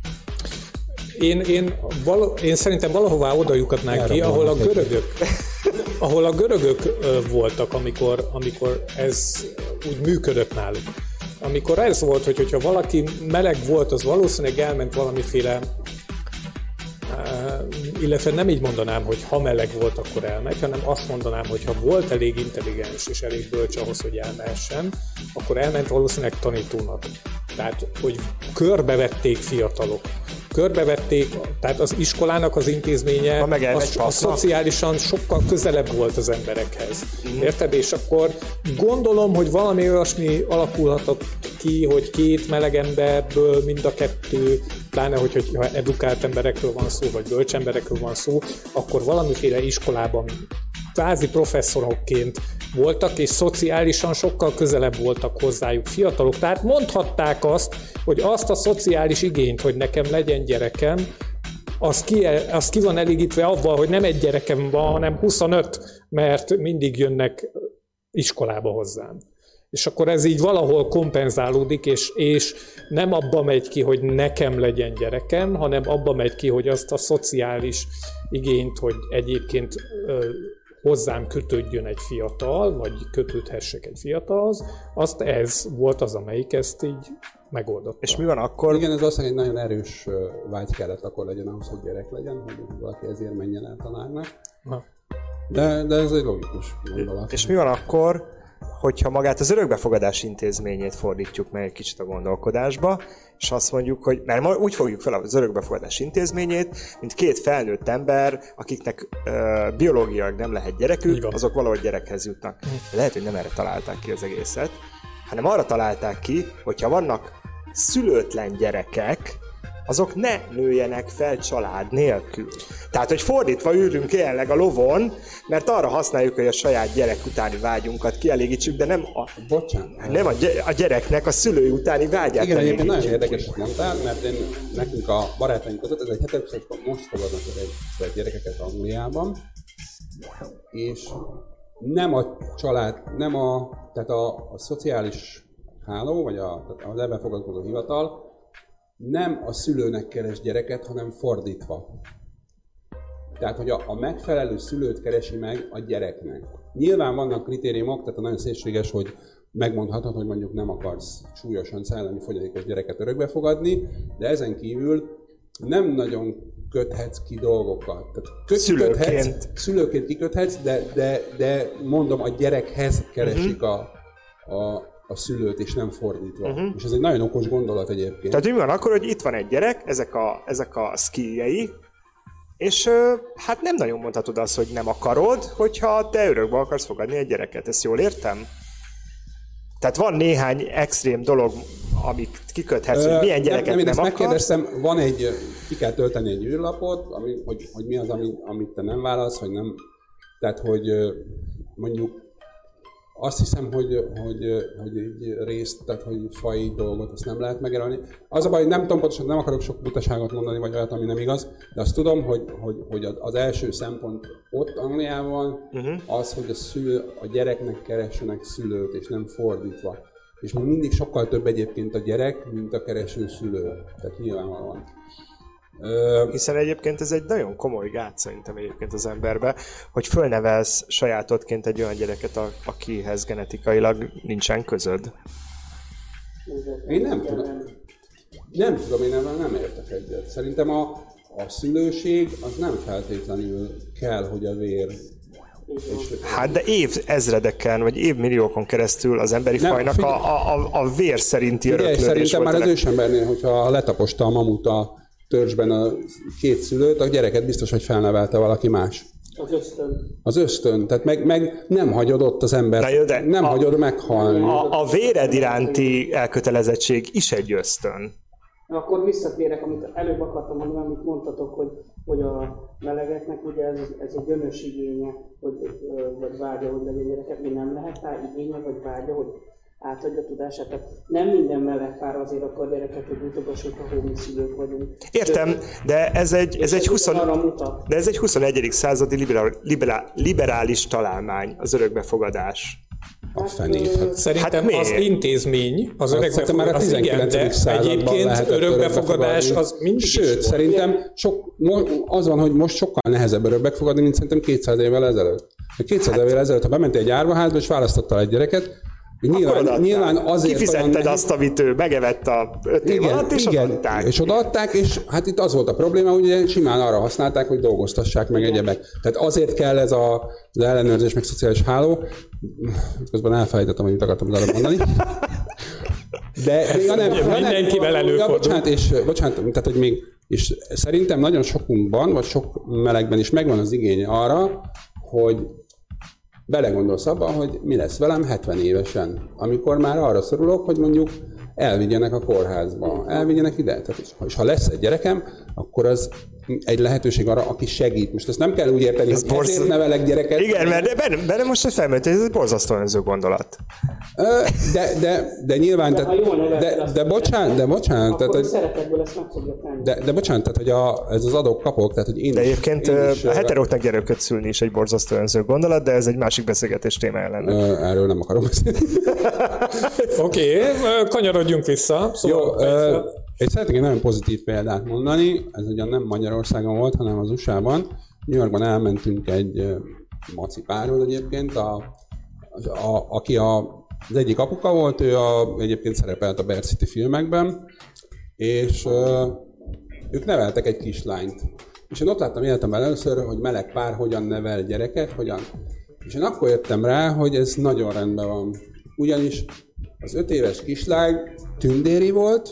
Én szerintem valahová oda lyukadnánk ki, ahol a görögök voltak, amikor ez úgy működött náluk. Amikor ez volt, hogyha valaki meleg volt, az valószínűleg elment valamiféle, illetve nem így mondanám, hogy ha meleg volt, akkor elmegy, hanem azt mondanám, hogy ha volt elég intelligens és elég bölcs ahhoz, hogy elmehessen, akkor elment valószínűleg tanítónak. Tehát, hogy körbevették fiatalok. Tehát az iskolának az intézménye a szociálisan sokkal közelebb volt az emberekhez. Érted? És akkor gondolom, hogy valami olyasmi alakulhatott ki, hogy 2 meleg emberből mind a 2, pláne, hogyha edukált emberekről van szó, vagy bölcs emberekről van szó, akkor valamiféle iskolában kvázi professzorokként voltak, és szociálisan sokkal közelebb voltak hozzájuk fiatalok. Tehát mondhatták azt, hogy azt a szociális igényt, hogy nekem legyen gyerekem, az ki van elégítve avval, hogy nem egy gyerekem van, hanem 25, mert mindig jönnek iskolába hozzám. És akkor ez így valahol kompenzálódik, és nem abba megy ki, hogy nekem legyen gyerekem, hanem abba megy ki, hogy azt a szociális igényt, hogy egyébként hozzám kötődjön egy fiatal, vagy kötődhessek egy fiatalhoz, azt ez volt az, amelyik ezt így megoldotta. És mi van akkor? Igen, ez azt egy nagyon erős vágy kellett akkor legyen ahhoz, hogy gyerek legyen, hogy valaki ezért menjen el tanárnak. De ez egy logikus gondolat. És mi van akkor, hogyha magát az örökbefogadás intézményét fordítjuk meg egy kicsit a gondolkodásba, és azt mondjuk, hogy mert úgy fogjuk fel az örökbefogadás intézményét, mint két felnőtt ember, akiknek biológiailag nem lehet gyerekük, azok valahogy gyerekhez jutnak. Lehet, hogy nem erre találták ki az egészet, hanem arra találták ki, hogyha vannak szülőtlen gyerekek, azok ne nőjenek fel család nélkül. Tehát, hogy fordítva ülünk jelenleg a lovon, mert arra használjuk, hogy a saját gyerek utáni vágyunkat kielégítsük, de nem a gyereknek a szülői utáni vágyát. Igen, egyébként nagyon érdekes, hogy mondtál, mert nekünk a barátaink között ez egy heteroszexuális, most fogadnak egy gyerekeket Angliában, és nem a család, tehát a szociális háló, vagy az ebben foglalkozó hivatal nem a szülőnek keres gyereket, hanem fordítva. Tehát, hogy a megfelelő szülőt keresi meg a gyereknek. Nyilván vannak kritériumok, tehát nagyon szélsséges, hogy megmondhatod, hogy mondjuk nem akarsz súlyosan szellemi fogyatékos gyereket örökbe fogadni, de ezen kívül nem nagyon köthetsz ki dolgokat. Tehát szülőként kiköthetsz, de mondom, a gyerekhez keresik a szülőt, és nem fordítva. És ez egy nagyon okos gondolat egyébként. Tehát mi van akkor, hogy itt van egy gyerek, ezek a skilljei, és hát nem nagyon mondhatod azt, hogy nem akarod, hogyha te örökbe akarsz fogadni egy gyereket. Ezt jól értem? Tehát van néhány extrém dolog, amit kiköthetsz, hogy milyen gyereket nem akarsz. Megkérdeztem, van ki kell tölteni egy űrlapot, hogy mi az, amit te nem válasz, hogy nem. Tehát, hogy mondjuk azt hiszem, hogy egy részt, tehát hogy fai dolgot, azt nem lehet megjelölni. Az a baj, hogy nem tudom pontosan, nem akarok sok butaságot mondani, vagy olyat, ami nem igaz, de azt tudom, hogy az első szempont ott Angliában az, hogy a gyereknek keressenek szülőt, és nem fordítva. És még mindig sokkal több egyébként a gyerek, mint a kereső szülő. Tehát nyilvánvalóan. Hiszen egyébként ez egy nagyon komoly gát szerintem egyébként az emberbe, hogy fölnevelsz sajátodként egy olyan gyereket, akihez genetikailag nincsen közöd. Én nem tudom. Én nem értek egyet. Szerintem a szülőség az nem feltétlenül kell, hogy a vér. Hát de évezredeken, vagy évmilliókon keresztül az emberi fajnak a vér szerinti öröklődés volt. Szerintem már az ősembernél, hogyha letaposta a mamut a törzsben a két szülőt, a gyereket biztos, hogy felnevelte valaki más. Az ösztön. Tehát meg nem hagyod ott az ember, nem hagyod meghalni. A véred iránti elkötelezettség is egy ösztön. Akkor visszatérek, amit előbb akartam mondani, amit mondtatok, hogy a melegeknek ugye ez egy önös igénye, vagy vágya, hogy legyen gyereket, mi nem lehet rá igénye, vagy vágya, hogy átadja tudását. Tehát nem minden meleg pár azért akar gyereket, hogy mutogassuk, a homiszülők vagyunk. Értem, de ez egy 21. századi liberális találmány, az örökbefogadás. A fenét. Szerintem az intézmény, az örökbefogadás, igen, de egyébként örökbefogadás az mindig is volt. Szerintem az van, hogy most sokkal nehezebb örökbefogadni, mint szerintem 200 évvel ezelőtt. 200 évvel ezelőtt, ha bementél egy árvaházba és választottál egy gyereket, nyilván azért kifizetted azt, amit ő megevett a 5 év alatt, és odaadták. És odaadták, és hát itt az volt a probléma, hogy simán arra használták, hogy dolgoztassák meg egyebek. Tehát azért kell ez az ellenőrzés, meg szociális háló. Közben elfelejtettem, hogy mit akartam az előbb mondani. De mindenkivel előfordul. Bocsánat, tehát hogy még, és szerintem nagyon sokunkban, vagy sok melegben is megvan az igénye arra, hogy belegondolsz abban, hogy mi lesz velem 70 évesen, amikor már arra szorulok, hogy mondjuk elvigyenek a kórházba, elvigyenek ide. Tehát, és ha lesz egy gyerekem, akkor az egy lehetőség arra, aki segít. Most ezt nem kell úgy érteni, hogy ezért nevelek gyereket. Igen, mert benne most felmerült, hogy ez egy borzasztó önző gondolat. De nyilván, de bocsánat. Akkor szeretetből ezt meg fogja tenni. De bocsánat, tehát, hogy ez az adok-kapok, tehát, hogy én de egyébként a heteróknak gyereket szülni is egy borzasztó önző gondolat, de ez egy másik beszélgetés témája lenne. Erről nem akarok beszélni. Oké, kanyarodjunk vissza. Szóval, én szeretnék egy nagyon pozitív példát mondani, ez ugyan nem Magyarországon volt, hanem az USA-ban. New Yorkban elmentünk egy maci párod egyébként, aki az egyik apuka volt, ő egyébként szerepelt a Bear City filmekben, és ők neveltek egy kislányt. És én ott láttam életemben először, hogy meleg pár hogyan nevel gyereket, és én akkor jöttem rá, hogy ez nagyon rendben van. Ugyanis az 5 éves kislány tündéri volt,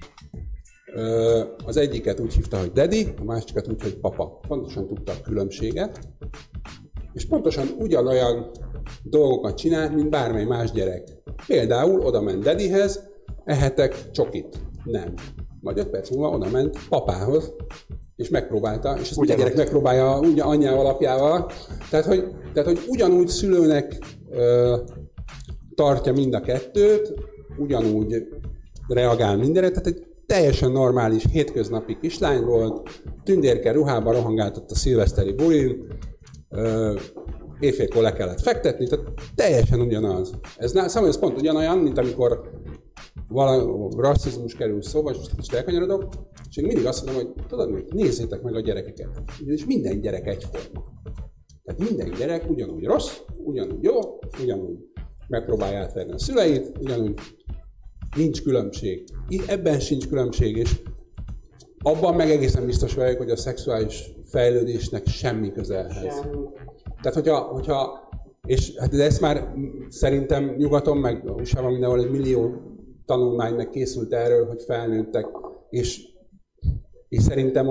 az egyiket úgy hívta, hogy daddy, a másikat úgy, hogy papa. Pontosan tudta a különbséget, és pontosan ugyanolyan dolgokat csinált, mint bármely más gyerek. Például oda ment daddyhez, ehetek csokit. Nem. Majd 5 perc múlva oda ment papához, és megpróbálta, és ezt minden gyerek megpróbálja anyjával, apjával. Tehát, hogy ugyanúgy szülőnek tartja mind a kettőt, ugyanúgy reagál mindenre, tehát egy teljesen normális, hétköznapi kislány volt, tündérke ruhában rohangáltott a szilveszteri bulin, éjfélkor le kellett fektetni, tehát teljesen ugyanaz. Számomra ez pont ugyanolyan, mint amikor rasszizmus kerül szóba, és most elkanyarodok, és én mindig azt mondom, hogy tudod mit, nézzétek meg a gyerekeket. És minden gyerek egyforma. Tehát minden gyerek ugyanúgy rossz, ugyanúgy jó, ugyanúgy megpróbálja átverni a szüleit, ugyanúgy nincs különbség. Ebben sincs különbség, és abban meg egészen biztos vagyok, hogy a szexuális fejlődésnek semmi közelhez. Tehát, hogyha és hát ezt már szerintem nyugaton, meg USA-ban mindenhol egy millió tanulmány meg készült erről, hogy felnőttek, és szerintem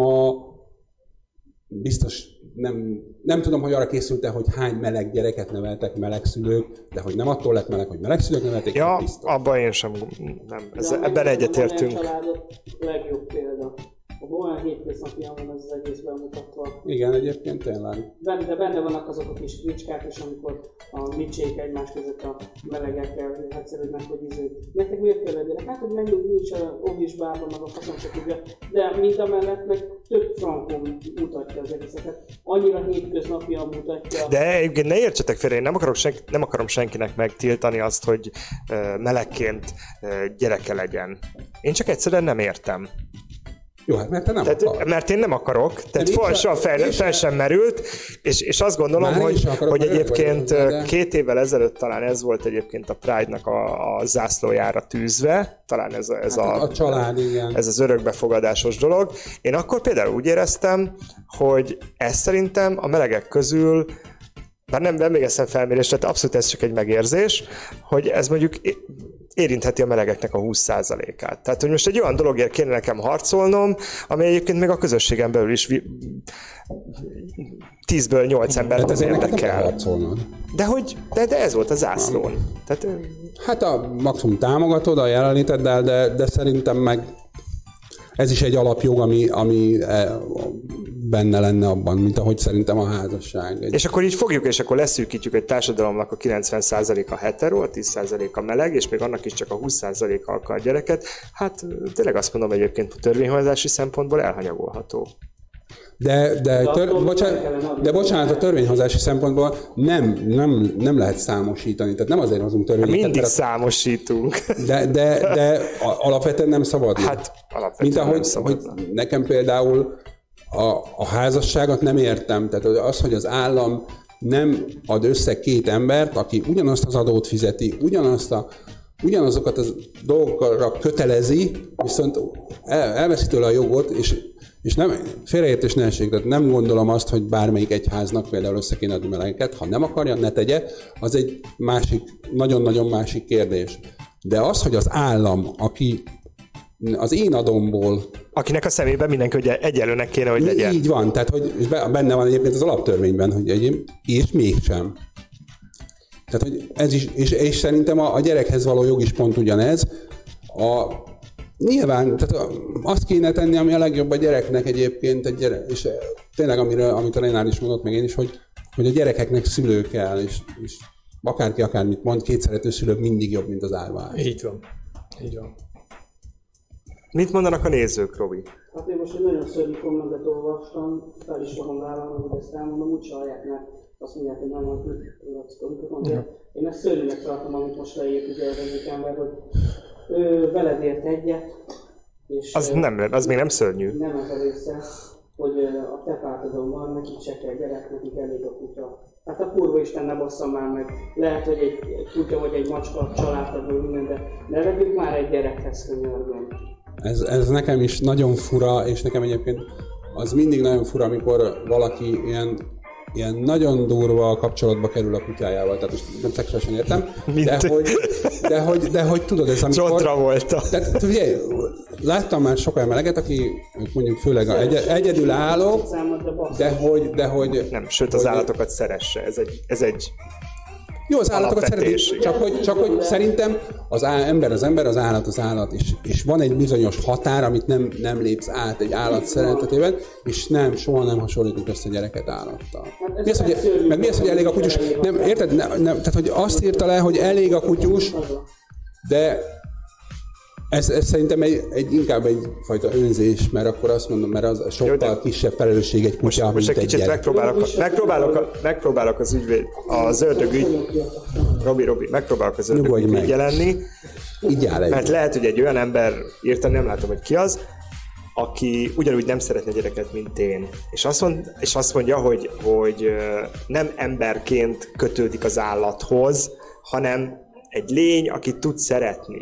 biztos nem tudom, hogy arra készült-e, hogy hány meleg gyereket neveltek meleg szülők, de hogy nem attól lett meleg, hogy meleg szülők nevelték. Ja, abban én sem, nem. Ebben egyetértünk. A legjobb példa. Olyan hétköznapian van az egész bemutatva. Igen, egyébként tényleg. De benne vannak azok a kis fricskák, és amikor a micsék egymás között a melegekkel egyszerűnek, hogy nektek miért kell legyenek? Hát, hogy menjünk nincs a óvisbárban, meg a faszom se tudja, de mind a mellett meg több frankon mutatja az egészet. Annyira hétköznapian mutatja. De egyébként ne értsetek félre, én nem akarom senkinek megtiltani azt, hogy melegként gyereke legyen. Én csak egyszerűen nem értem. Jó, hát mert te nem akarsz. Mert én nem akarok, tehát soha fel sem merült, és azt gondolom, hogy egyébként 2 évvel ezelőtt talán ez volt egyébként a Pride-nak a zászlójára tűzve, talán ez a család, igen. Ez az örökbefogadásos dolog. Én akkor például úgy éreztem, hogy ez szerintem a melegek közül, bár nem végeztem felmérést, tehát abszolút ez csak egy megérzés, hogy ez mondjuk érintheti a melegeknek a 20%-át. Tehát, hogy most egy olyan dologért kéne nekem harcolnom, ami egyébként még a közösségen belül is 10-ből 8 embert az érdekel. De ez volt a zászlón. Tehát, hát a maximum támogatod a jelenléteddel, de szerintem meg ez is egy alapjog, ami benne lenne abban, mint ahogy szerintem a házasság. És akkor így fogjuk, és akkor leszűkítjük egy társadalomnak a 90%-a hetero, a 10%-a meleg, és még annak is csak a 20%-a akar gyereket. Hát tényleg azt mondom egyébként, a törvényhozási szempontból elhanyagolható. De bocsánat, a törvényhozási szempontból nem lehet számosítani, tehát nem azért hozunk törvényeket. Mindig számosítunk. De alapvetően nem szabad. Hát alapvetően mint ahogy, nem szabad. Hogy nekem például a házasságot nem értem, tehát az, hogy az állam nem ad össze 2 embert, aki ugyanazt az adót fizeti, ugyanazokat a dolgokra kötelezi, viszont elveszi tőle a jogot, és nem, félreértés ne essék, tehát nem gondolom azt, hogy bármelyik egyháznak például össze kéne adni melegeket, ha nem akarja, ne tegye, az egy másik, nagyon-nagyon másik kérdés. De az, hogy az állam, aki az én adomból... Akinek a szemében mindenki egyenlőnek kéne, hogy legyen. Így van, tehát hogy benne van egyébként az alaptörvényben, hogy és mégsem. Tehát, hogy ez is, és szerintem a gyerekhez való jog is pont ugyanez. Nyilván, tehát azt kéne tenni, ami a legjobb a gyereknek egyébként, és tényleg amit a Lénár is mondott, meg én is, hogy a gyerekeknek szülő kell, és akárki akármit mond, 2 szerető szülő mindig jobb, mint az árvány. Így van. Mit mondanak a nézők, Robi? Hát én most egy nagyon szörnyű kommentet olvastam, fel is fogom vállalni, hogy ezt elmondom, úgy hallják meg, azt mondják, hogy nem volt mikrofon. Én ezt szörnyűnek tartom, amit most leírt ugye az egyik ember, hogy veled ért egyet, és... Az még nem szörnyű. Nem ez a része, hogy a te pártodon van, nekik se kell gyerek, nekik elég a kutya. Hát a kurva Isten ne basszam már meg. Lehet, hogy egy kutya vagy egy macska családtagból minden, de ne vegyük már egy gyerekhez, könyörgöm. Ez nekem is nagyon fura, és nekem egyébként az mindig nagyon fura, amikor valaki ilyen nagyon durva kapcsolatba kerül a kutyájával, tehát most nem szexuálisan értem, de hogy tudod, ez amikor... Zsotra volta. Tehát ugye, láttam már sok olyan meleget, aki mondjuk főleg egyedül álló, de hogy... Nem, sőt az állatokat szeresse, ez egy jó, az állatokat szeretik, csak hogy szerintem az ember, az állat, és van egy bizonyos határ, amit nem lépsz át egy állat szeretetében, és soha nem hasonlítjuk össze a gyereket állattal. Mi az, hogy elég a kutyus? Nem, érted? Tehát, hogy azt írta le, hogy elég a kutyus, de ez szerintem inkább egyfajta önzés, mert akkor azt mondom, mert az sokkal kisebb felelősség egy kutya, mint egy gyerek. Megpróbálok az ördögügy, Robi, megpróbálok az ördögügy jelenni, mert lehet, hogy egy olyan ember írta, nem látom, hogy ki az, aki ugyanúgy nem szeretne gyereket, mint én. És azt mondja, hogy nem emberként kötődik az állathoz, hanem egy lény, akit tud szeretni.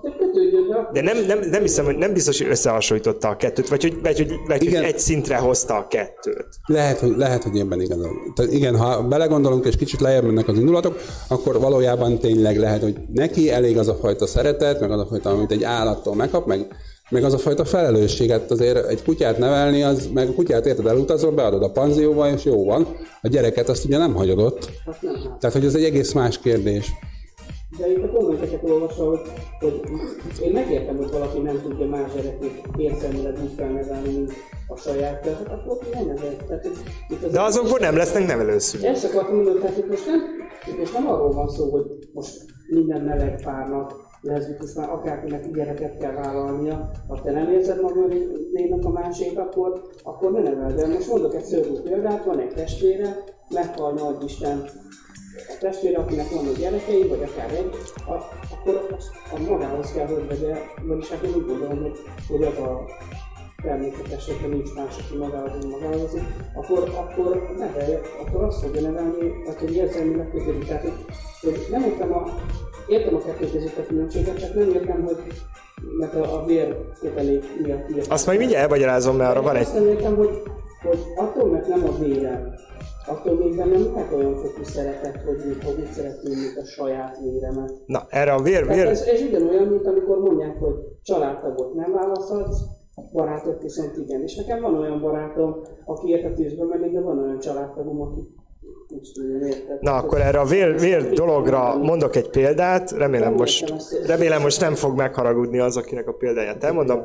De nem hiszem, hogy nem biztos, hogy összehasonlította a kettőt, vagy hogy egy szintre hozta a kettőt. Lehet, hogy ebben igazad. Tehát igen, ha belegondolunk és kicsit lejjebb mennek az indulatok, akkor valójában tényleg lehet, hogy neki elég az a fajta szeretet, meg az a fajta, amit egy állattól megkap, meg az a fajta felelősséget azért egy kutyát nevelni, meg a kutyát érted elutazol, beadod a panzióba, és jó van. A gyereket azt ugye nem hagyod ott. Tehát, hogy ez egy egész más kérdés. De itt a kommenteket olvasva, hogy én megértem, hogy valaki nem tudja más gyerekét érzelmileg úgy felnevelni, mint a saját, tehát akkor ne nevelj. De azokból nem lesznek nevelőszülők. Ezt akartam mondani, tehát itt most nem arról van szó, hogy most minden meleg párnak, leszbikus már akárkinek gyereket kell vállalnia, ha te nem érzed magadnénak a másét, akkor ne neveld. De most mondok egy szörnyű példát, van egy testvére, meghal nagy Isten, a testvére, akinek vannak gyerekei, vagy akár egy, akkor a magához kell, hogy vegye, vagyis hát én úgy gondolom, hogy az a természetes, hogyha nincs más, aki magához, akkor nevelje, akkor azt fogja nevelni, hogy érzelmileg kötődik. Tehát, hogy nem értem a kettő között a különbséget, csak nem értem, hogy mert a vérkötelék miatt írtam. Azt majd mindjárt elmagyarázom, mert arra van egy... Azt nem értem, hogy attól, mert nem a vérem, attól még bennem lehet olyan fokú szeretet, hogy úgy szeretném, mint a saját véremet. Na, erre a vér... Ez ugyanolyan, mint amikor mondják, hogy családtagot nem választhatsz, barátot viszont igen. És nekem van olyan barátom, aki értetésben mennék, de van olyan családtagom, aki nincs nagyon érted. Na, akkor erre a vér dologra mondok egy példát, remélem most nem fog megharagudni az, akinek a példáját elmondom.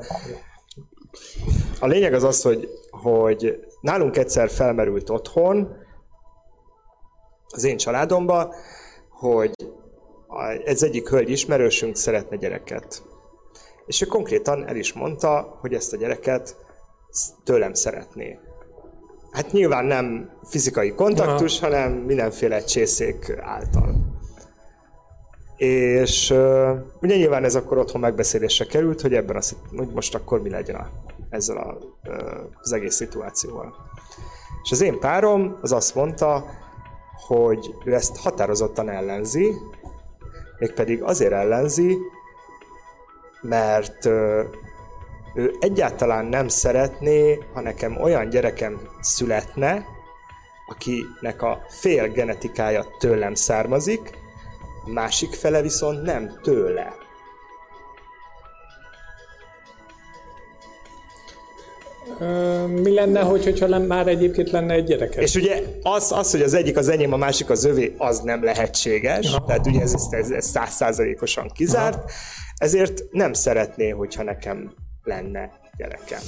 A lényeg az, hogy nálunk egyszer felmerült otthon, az én családomban, hogy ez egyik hölgy ismerősünk szeretne gyereket. És ő konkrétan el is mondta, hogy ezt a gyereket tőlem szeretné. Hát nyilván nem fizikai kontaktus, hanem mindenféle csészék által. És ugye nyilván ez akkor otthon megbeszélésre került, hogy ebben hogy most akkor mi legyen ezzel az egész szituációval. És az én párom az azt mondta, hogy ő ezt határozottan ellenzi, mégpedig azért ellenzi, mert ő egyáltalán nem szeretné, ha nekem olyan gyerekem születne, akinek a fél genetikája tőlem származik, a másik fele viszont nem tőle. Mi lenne, hogyha már egyébként lenne egy gyereke? És ugye az, hogy az egyik az enyém, a másik az övé, az nem lehetséges. Aha. Tehát ugye ez 100%-osan kizárt. Aha. Ezért nem szeretné, hogyha nekem lenne gyerekem.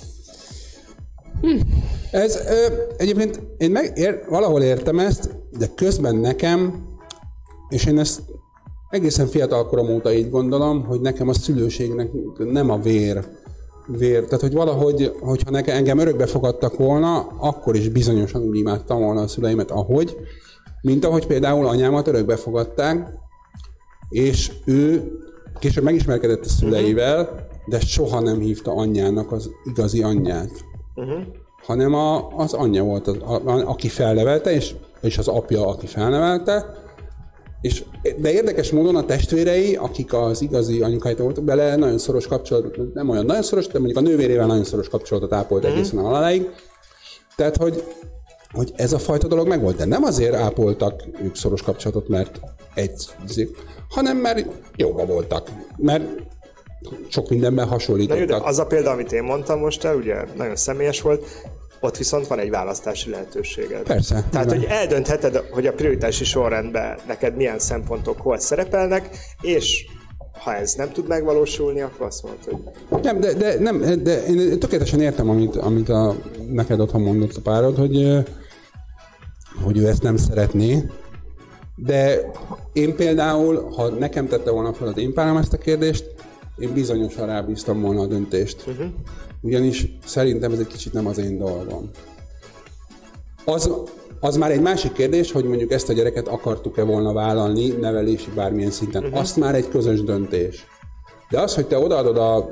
Ez egyébként én valahol értem ezt, de közben nekem, és én ezt egészen fiatalkorom óta így gondolom, hogy nekem a szülőségnek nem a vér. Tehát, hogy valahogy, hogyha engem örökbe fogadtak volna, akkor is bizonyosan úgy imádtam volna a szüleimet, mint ahogy például anyámat örökbe fogadták, és ő később megismerkedett a szüleivel, de soha nem hívta anyjának az igazi anyját. hanem az anyja volt, aki felnevelte, és az apja, aki felnevelte. De érdekes módon a testvérei, akik az igazi anyukáit voltak bele, nagyon szoros kapcsolatot, nem olyan nagyon szoros, de mondjuk a nővérével nagyon szoros kapcsolatot ápolt egészen a haláláig. Tehát, hogy ez a fajta dolog megvolt, de nem azért ápoltak ők szoros kapcsolatot, mert hanem mert jóba voltak, mert sok mindenben hasonlítottak. Na jó, de az a példa, amit én mondtam most el, ugye nagyon személyes volt, ott viszont van egy választási lehetőséged. Persze. Tehát, hogy eldöntheted, hogy a prioritási sorrendben neked milyen szempontok hol szerepelnek, és ha ez nem tud megvalósulni, akkor azt mondod, hogy... De én tökéletesen értem, amit neked otthon mondott a párod, hogy ő ezt nem szeretné, de én például, ha nekem tette volna fel az én párom ezt a kérdést, én bizonyosan rábíztam volna a döntést. Ugyanis szerintem ez egy kicsit nem az én dolgom. Az már egy másik kérdés, hogy mondjuk ezt a gyereket akartuk-e volna vállalni nevelési bármilyen szinten. Azt már egy közös döntés. De az, hogy te odaadod a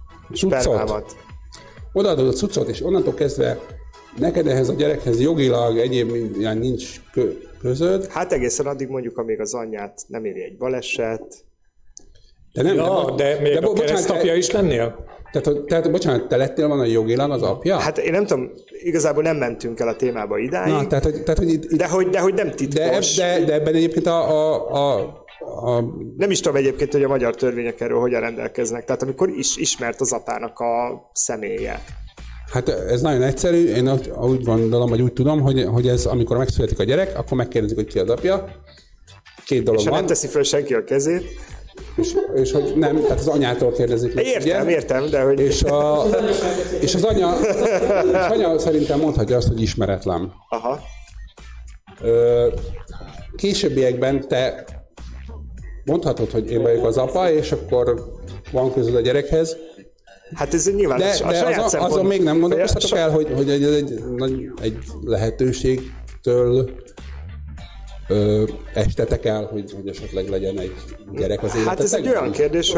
cuccot, és onnantól kezdve neked ehhez a gyerekhez jogilag egyéb nincs közöd. Hát egészen addig mondjuk, amíg az anyját nem éri egy baleset. De még a keresztapja is lennél? Tehát, bocsánat, te lettél volna jogilag az apja? Hát én nem tudom, igazából nem mentünk el a témába idáig. Na, tehát hogy itt, de hogy nem titkos. De ebben egyébként Nem is tudom egyébként, hogy a magyar törvények erről hogyan rendelkeznek. Tehát amikor ismert az apának a személye. Hát ez nagyon egyszerű. Én úgy gondolom, vagy úgy tudom, hogy ez amikor megszületik a gyerek, akkor megkérdezik, hogy ki az apja. Két dolog van. És nem teszi föl senki a kezét. És hogy nem, tehát az anyától kérdezik. Értem, de hogy... És az anya szerintem mondhatja azt, hogy ismeretlen. Aha. Későbbiekben te mondhatod, hogy én vagyok az apa, és akkor van közöd a gyerekhez. Hát ez nyilván de azon még nem gondolkoztatok el, hogy egy lehetőségtől estetek el, hogy esetleg legyen egy gyerek az életetekben? Hát ez egy olyan kérdés,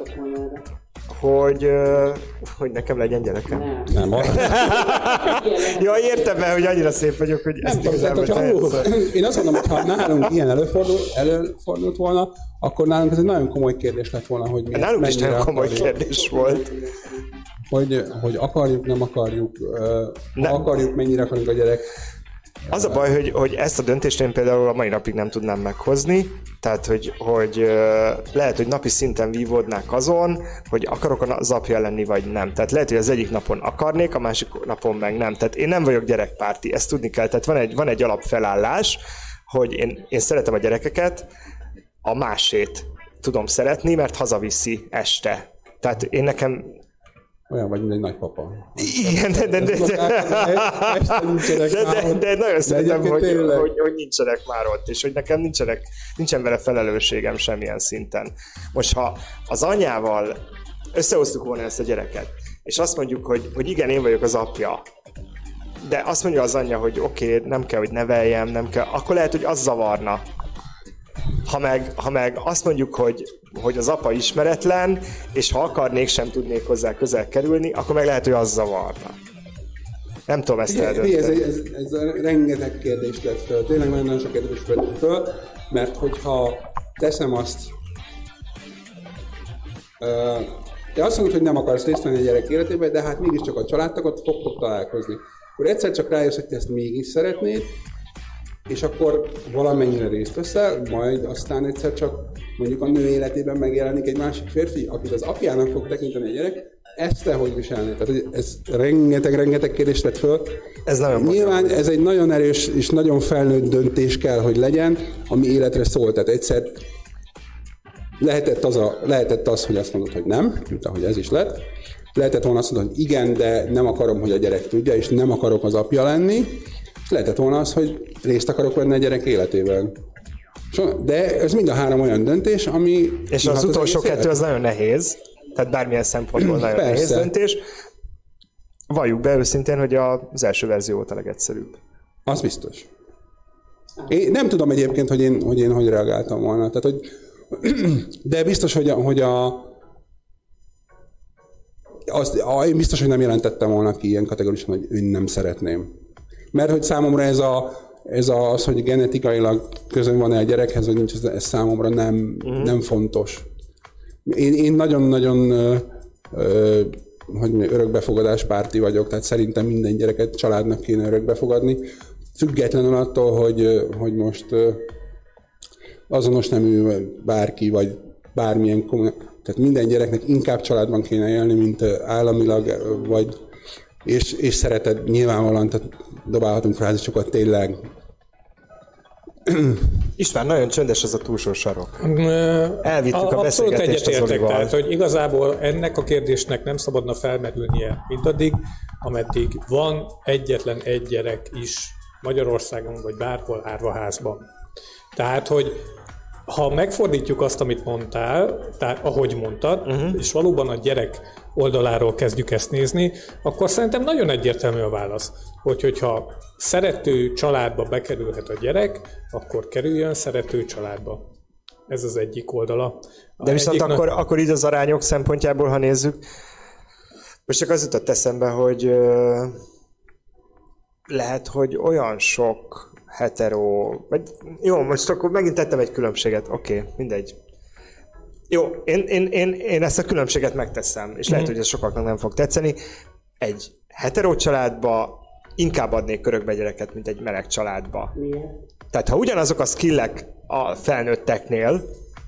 hogy nekem legyen gyerekem. Nem. Ja, értem el, hogy annyira szép vagyok, hogy ezt igazából én azt mondom, hogy ha nálunk ilyen előfordult volna, akkor nálunk ez egy nagyon komoly kérdés lett volna, hogy nálunk is nagyon komoly kérdés volt. Hogy akarjuk, nem akarjuk, ha akarjuk, mennyire akarunk a gyerek. Az a baj, hogy ezt a döntést én például a mai napig nem tudnám meghozni, tehát hogy lehet, hogy napi szinten vívódnák azon, hogy akarok az apja lenni, vagy nem. Tehát lehet, hogy az egyik napon akarnék, a másik napon meg nem. Tehát én nem vagyok gyerekpárti, ezt tudni kell. Tehát van egy alapfelállás, hogy én szeretem a gyerekeket, a másét tudom szeretni, mert hazaviszi este. Tehát én nekem... Olyan vagy, mint egy nagypapa. Igen, de nagyon szeretem, hogy nincsenek már ott, és hogy nekem nincsen vele felelősségem semmilyen szinten. Most ha az anyával összehoztuk volna ezt a gyereket, és azt mondjuk, hogy igen, én vagyok az apja, de azt mondja az anyja, hogy oké, nem kell, hogy neveljem, nem kell, akkor lehet, hogy az zavarna. Ha meg azt mondjuk, hogy az apa ismeretlen, és ha akarnék, sem tudnék hozzá közel kerülni, akkor meg lehet, hogy az zavarna. Nem tudom ezt eldönteni. Ez rengeteg kérdést lett föl. Tényleg nagyon sok kérdést lett föl, mert hogyha teszem azt, te azt mondod, hogy nem akarsz részt venni a gyerek életében, de hát mégiscsak a családtagot fogtok találkozni. Akkor egyszer csak rájössz, hogy te ezt mégis szeretnéd, és akkor valamennyire részt veszel, majd aztán egyszer csak mondjuk a nő életében megjelenik egy másik férfi, akit az apjának fog tekinteni a gyerek, ezt te hogy viselnéd? Tehát ez rengeteg kérdést vett föl. Ez nagyon nyilván ez egy nagyon erős és nagyon felnőtt döntés kell, hogy legyen, ami életre szól. Tehát egyszer lehetett az, hogy azt mondod, hogy nem, mint ahogy ez is lett. Lehetett volna azt mondani, hogy igen, de nem akarom, hogy a gyerek tudja, és nem akarok az apja lenni. És lehetett volna az, hogy részt akarok venni a gyerek életében. De ez mind a három olyan döntés, ami... És az utolsó kettő az nagyon nehéz, tehát bármilyen szempontból nagyon nehéz döntés. Valljuk be őszintén, hogy az első verzió volt a legegyszerűbb. Az biztos. Én nem tudom egyébként, hogy én hogy reagáltam volna. Tehát, de biztos, hogy én biztos, hogy nem jelentettem volna ki ilyen kategorikusan, hogy én nem szeretném. Mert hogy számomra az, hogy genetikailag közön van-e a gyerekhez, vagy nincs, ez számomra nem fontos. Én nagyon-nagyon örökbefogadás párti vagyok, tehát szerintem minden gyereket családnak kéne örökbefogadni, függetlenül attól, hogy most azonos nemű bárki, vagy bármilyen tehát minden gyereknek inkább családban kéne élni, mint államilag, vagy és szereted nyilvánvalóan, tehát dobálhatunk frázisokat tényleg. István, nagyon csöndes ez a túlsó sarok. Elvittük a beszélgetést az Olival. Tehát, hogy igazából ennek a kérdésnek nem szabadna felmerülnie mindaddig, ameddig van egyetlen egy gyerek is Magyarországon, vagy bárhol árvaházban. Tehát, hogy ha megfordítjuk azt, amit mondtál, tehát ahogy mondtad, és valóban a gyerek oldaláról kezdjük ezt nézni, akkor szerintem nagyon egyértelmű a válasz, hogyha szerető családba bekerülhet a gyerek, akkor kerüljön szerető családba. Ez az egyik oldala. De viszont akkor így az arányok szempontjából, ha nézzük, most csak az jutott eszembe, hogy lehet, hogy olyan sok hetero, vagy jó, most akkor megint tettem egy különbséget, oké, mindegy. Jó, én ezt a különbséget megteszem, és lehet, hogy ez sokaknak nem fog tetszeni. Egy hetero családba inkább adnék örökbe gyereket, mint egy meleg családba. Miért? Tehát ha ugyanazok a skillek a felnőtteknél,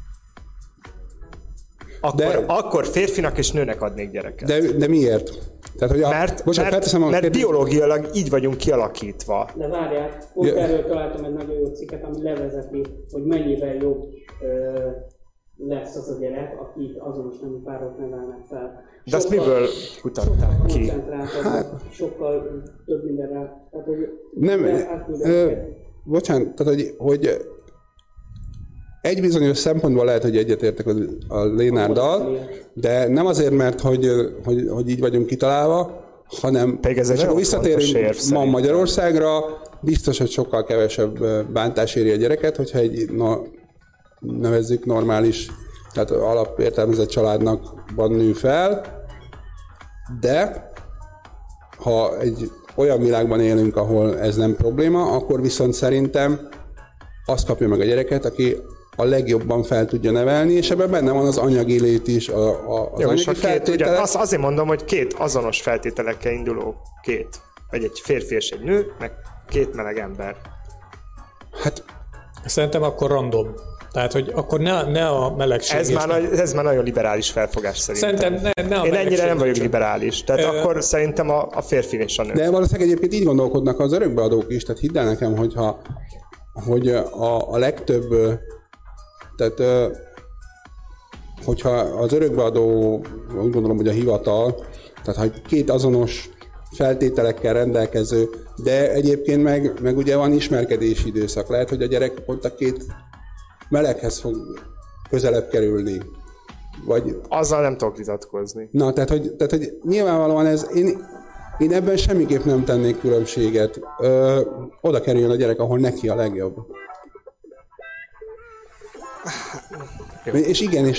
akkor férfinak és nőnek adnék gyereket. De miért? Tehát, hogy mert biológiailag így vagyunk kialakítva. De várjál, pont erről találtam egy nagyon jó cikket, ami levezeti, hogy mennyivel jobb lesz az a gyerek, akit azonos nemű párok nevelnek fel. De azt miből kutatták ki? Sokkal több mindenre. Tehát, hogy bocsánat, tehát hogy egy bizonyos szempontból lehet, hogy egyetértek a Lénárdal, de nem azért, mert hogy így vagyunk kitalálva, hanem és akkor visszatérünk ma Magyarországra, biztos, hogy sokkal kevesebb bántás éri a gyereket, hogyha egy nevezzük normális, tehát alapértelmezett családnak nő fel, de ha egy olyan világban élünk, ahol ez nem probléma, akkor viszont szerintem azt kapja meg a gyereket, aki a legjobban fel tudja nevelni, és ebben benne van az anyagi lét is, az anyagi feltételek. Azért mondom, hogy két azonos feltételekkel induló vagy egy férfi és egy nő, meg két meleg ember. Hát szerintem akkor random. Tehát, hogy akkor ne a melegség. Ez már nagyon liberális felfogás szerintem. Szerintem én ennyire nem vagyok liberális. Tehát akkor szerintem a férfi és a nő. De valószínűleg egyébként így gondolkodnak az örökbeadók is. Tehát hidd el nekem, hogy a legtöbb, tehát hogyha az örökbeadó, úgy gondolom, hogy a hivatal, tehát ha két azonos feltételekkel rendelkező, de egyébként meg ugye van ismerkedési időszak. Lehet, hogy a gyerek pont a két meleghez fog közelebb kerülni. Vagy... Azzal nem tudok vitatkozni. Na, tehát hogy nyilvánvalóan én ebben semmiképp nem tennék különbséget. Oda kerüljön a gyerek, ahol neki a legjobb. És igen.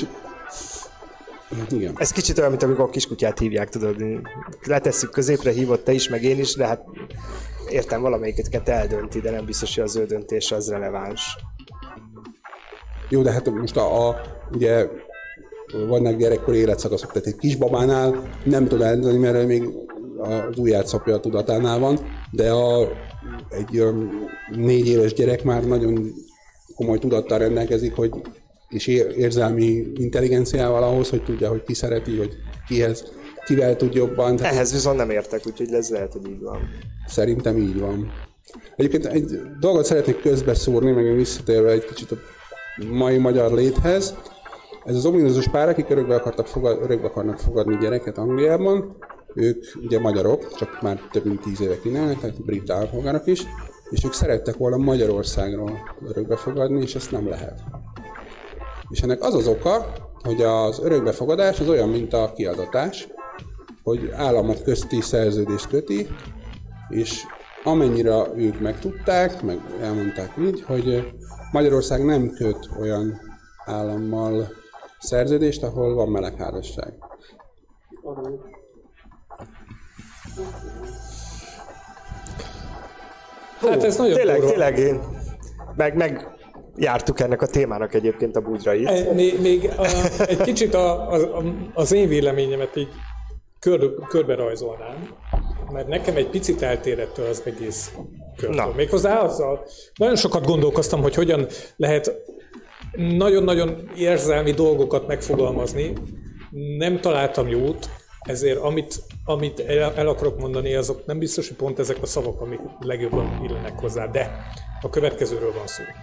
Ez kicsit olyan, mint amikor a kiskutyát hívják, tudod. Letesszük középre, hívott te is, meg én is, de hát értem, valamelyiket eldönti, de nem biztos, hogy az ő döntése az releváns. Jó, de hát most ugye vannak gyerekkori életszakaszok, tehát egy kisbabánál nem tud eldönteni, mert még az ujját szopja a tudatánál van, de egy 4 éves gyerek már nagyon komoly tudattal rendelkezik, és érzelmi intelligenciával ahhoz, hogy tudja, hogy ki szereti, hogy kivel tud jobban. Ehhez viszont nem értek, úgyhogy ez lehet, hogy így van. Szerintem így van. Egyébként egy dolgot szeretnék közbeszúrni, meg visszatérve egy kicsit a mai magyar léthez. Ez az ominózus pár, akik örökbe akarnak fogadni gyereket Angliában, ők ugye magyarok, csak már több mint 10 éve kínálnak, tehát brit állampolgárok is, és ők szerettek volna Magyarországról örökbefogadni, és ezt nem lehet. És ennek az az oka, hogy az örökbefogadás az olyan, mint a kiadatás, hogy államok közti szerződést köti, és amennyire ők megtudták, meg elmondták így, hogy Magyarország nem köt olyan állammal szerződést, ahol van melegházasság. Hát ez nagyon tényleg én meg jártuk ennek a témának egyébként a búgyrait. Még egy kicsit az én véleményemet így körbe rajzolnám, mert nekem egy picit eltér ettől az egész körtől. Méghozzá azzal nagyon sokat gondolkoztam, hogy hogyan lehet nagyon-nagyon érzelmi dolgokat megfogalmazni. Nem találtam jót, ezért amit el akarok mondani, azok nem biztos, hogy pont ezek a szavak, amik legjobban illenek hozzá, de a következőről van szó.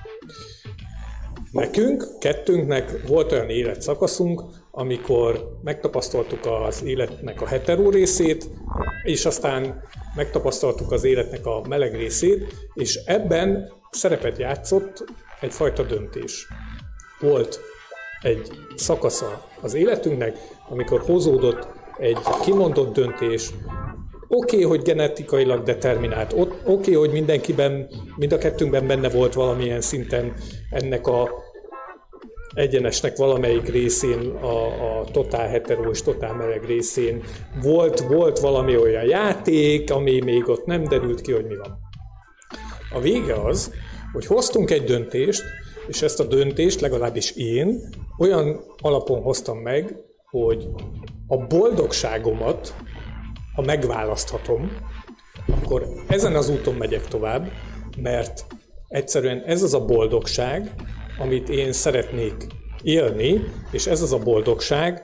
Kettőnknek volt olyan életszakaszunk, amikor megtapasztaltuk az életnek a hetero részét, és aztán megtapasztaltuk az életnek a meleg részét, és ebben szerepet játszott egyfajta döntés. Volt egy szakasza az életünknek, amikor hozódott egy kimondott döntés. Oké, hogy genetikailag determinált, oké, hogy mindenkiben, mind a kettőnkben benne volt valamilyen szinten ennek a egyenesnek valamelyik részén, a totál hetero és totál meleg részén volt valami olyan játék, ami még ott nem derült ki, hogy mi van. A vége az, hogy hoztunk egy döntést, és ezt a döntést legalábbis én olyan alapon hoztam meg, hogy a boldogságomat, ha megválaszthatom, akkor ezen az úton megyek tovább, mert egyszerűen ez az a boldogság, amit én szeretnék élni, és ez az a boldogság,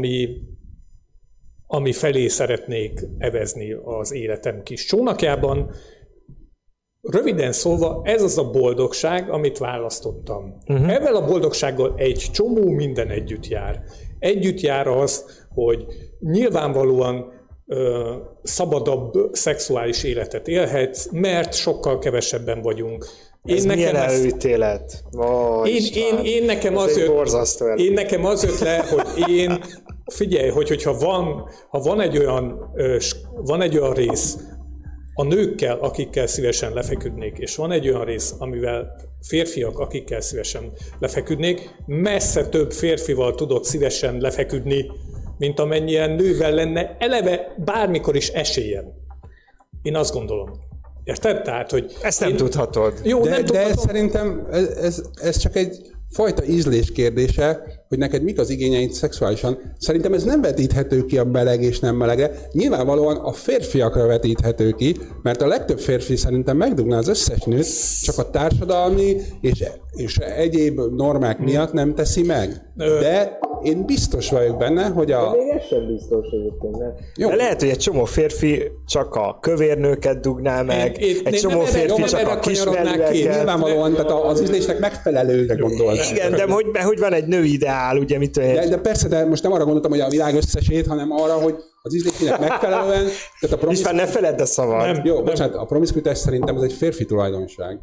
ami felé szeretnék evezni az életem kis csónakjában. Röviden szólva, ez az a boldogság, amit választottam. Ezzel a boldogsággal egy csomó minden együtt jár. Együtt jár az, hogy nyilvánvalóan szabadabb szexuális életet élhetsz, mert sokkal kevesebben vagyunk. Ez milyen előítélet? Én nekem az jött le, hogy figyelj, hogyha van egy olyan rész a nőkkel, akikkel szívesen lefeküdnék, és van egy olyan rész, amivel férfiak, akikkel szívesen lefeküdnék, messze több férfival tudok szívesen lefeküdni, mint amennyien nővel lenne eleve bármikor is esélyem. Én azt gondolom. Érted? Tehát, hogy ezt nem tudhatod. Jó, nem tudhatom. De szerintem ez csak egy fajta ízlés kérdése, hogy neked mik az igényeid szexuálisan. Szerintem ez nem vetíthető ki a meleg és nem melegre. Nyilvánvalóan a férfiakra vetíthető ki, mert a legtöbb férfi szerintem megdugná az összes nőt, csak a társadalmi és egyéb normák miatt nem teszi meg. De én biztos vagyok benne, hogy De még ez sem biztos egyébként, nem? Jó. De lehet, hogy egy csomó férfi csak a kövérnőket dugná meg, egy csomó férfi csak a kismerőeket. Nyilvánvalóan, tehát az ízlésnek megfelelőre gondolsz. Igen, de hogy van egy nő ideál, ugye mit olyan? De persze, de most nem arra gondoltam, hogy a világ összesét, hanem arra, hogy az ízlésnek megfelelően... És már ne feledd a szavad. Jó, bocsánat, a promiszkvitás szerintem ez egy férfi tulajdonság.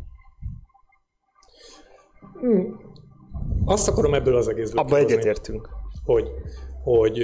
Azt akarom ebből az egészből abba egyetértünk. Hogy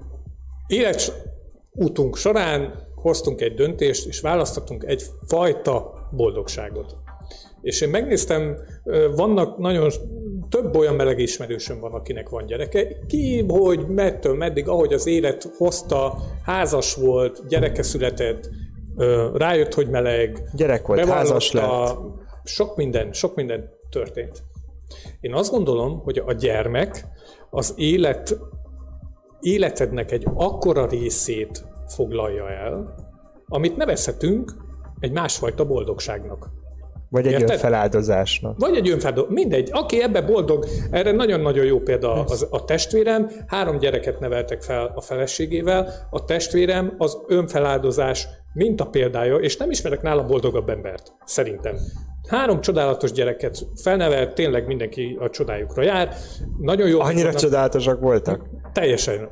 életútunk során hoztunk egy döntést, és választottunk egyfajta boldogságot. És én megnéztem, vannak több olyan meleg ismerősöm van, akinek van gyereke. Ki, hogy mettől meddig, ahogy az élet hozta, házas volt, gyereke született, rájött, hogy meleg. Gyerek volt, házas lett. Sok minden történt. Én azt gondolom, hogy a gyermek az életednek egy akkora részét foglalja el, amit nevezhetünk egy másfajta boldogságnak. Vagy egy önfeláldozásnak. Vagy egy önfeláldozásnak. Mindegy. Aki ebbe boldog, erre nagyon-nagyon jó példa a testvérem. 3 gyereket neveltek fel a feleségével. A testvérem az önfeláldozás mintapéldája, és nem ismerek nála boldogabb embert, szerintem. 3 csodálatos gyereket felnevelt, tényleg mindenki a csodájukra jár. Nagyon jó. Annyira csodálatosak voltak? Teljesen.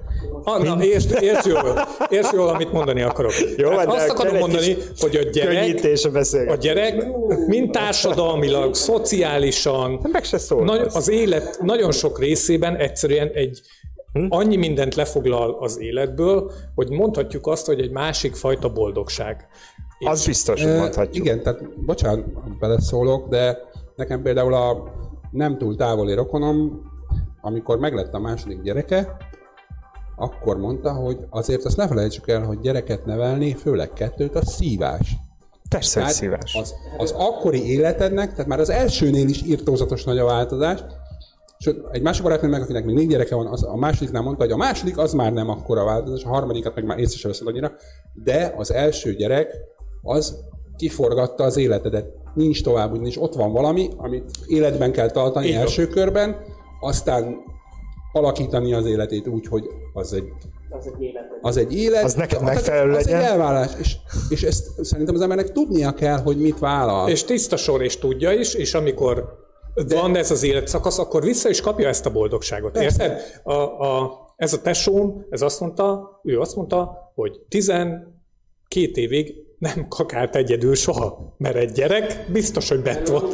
Értsd jól, amit mondani akarok. Jó, hát azt akarom mondani, hogy a gyerek mind társadalmilag, szociálisan, meg se az élet nagyon sok részében egyszerűen annyi mindent lefoglal az életből, hogy mondhatjuk azt, hogy egy másik fajta boldogság. Az biztos, hogy mondhatjuk. Igen, tehát bocsánat, beleszólok, de nekem például a nem túl távoli rokonom, amikor meglett a második gyereke, akkor mondta, hogy azért azt ne felejtsük el, hogy gyereket nevelni, főleg 2, a szívás. Persze, hogy szíves. Az akkori életednek, tehát már az elsőnél is irtózatos nagy a változás. És egy másik barátnőm meg, akinek még 4 gyereke van, a másodiknál mondta, hogy a második az már nem akkora változás, a harmadikat meg már észre sem veszed annyira, de az első gyerek az kiforgatta az életedet. Nincs tovább, ugyanis ott van valami, amit életben kell tartani első körben, aztán alakítani az életét úgy, hogy az egy élet. Az neked megfelelő legyen. Az egy elválás. És ezt szerintem az embernek tudnia kell, hogy mit vállal. És tiszta sor, és tudja is, és amikor van ez az életszakasz, akkor vissza is kapja ezt a boldogságot. Érted? Ez a tesóm, ő azt mondta, hogy 12 évig nem kakált egyedül soha, mert egy gyerek biztos, hogy bent volt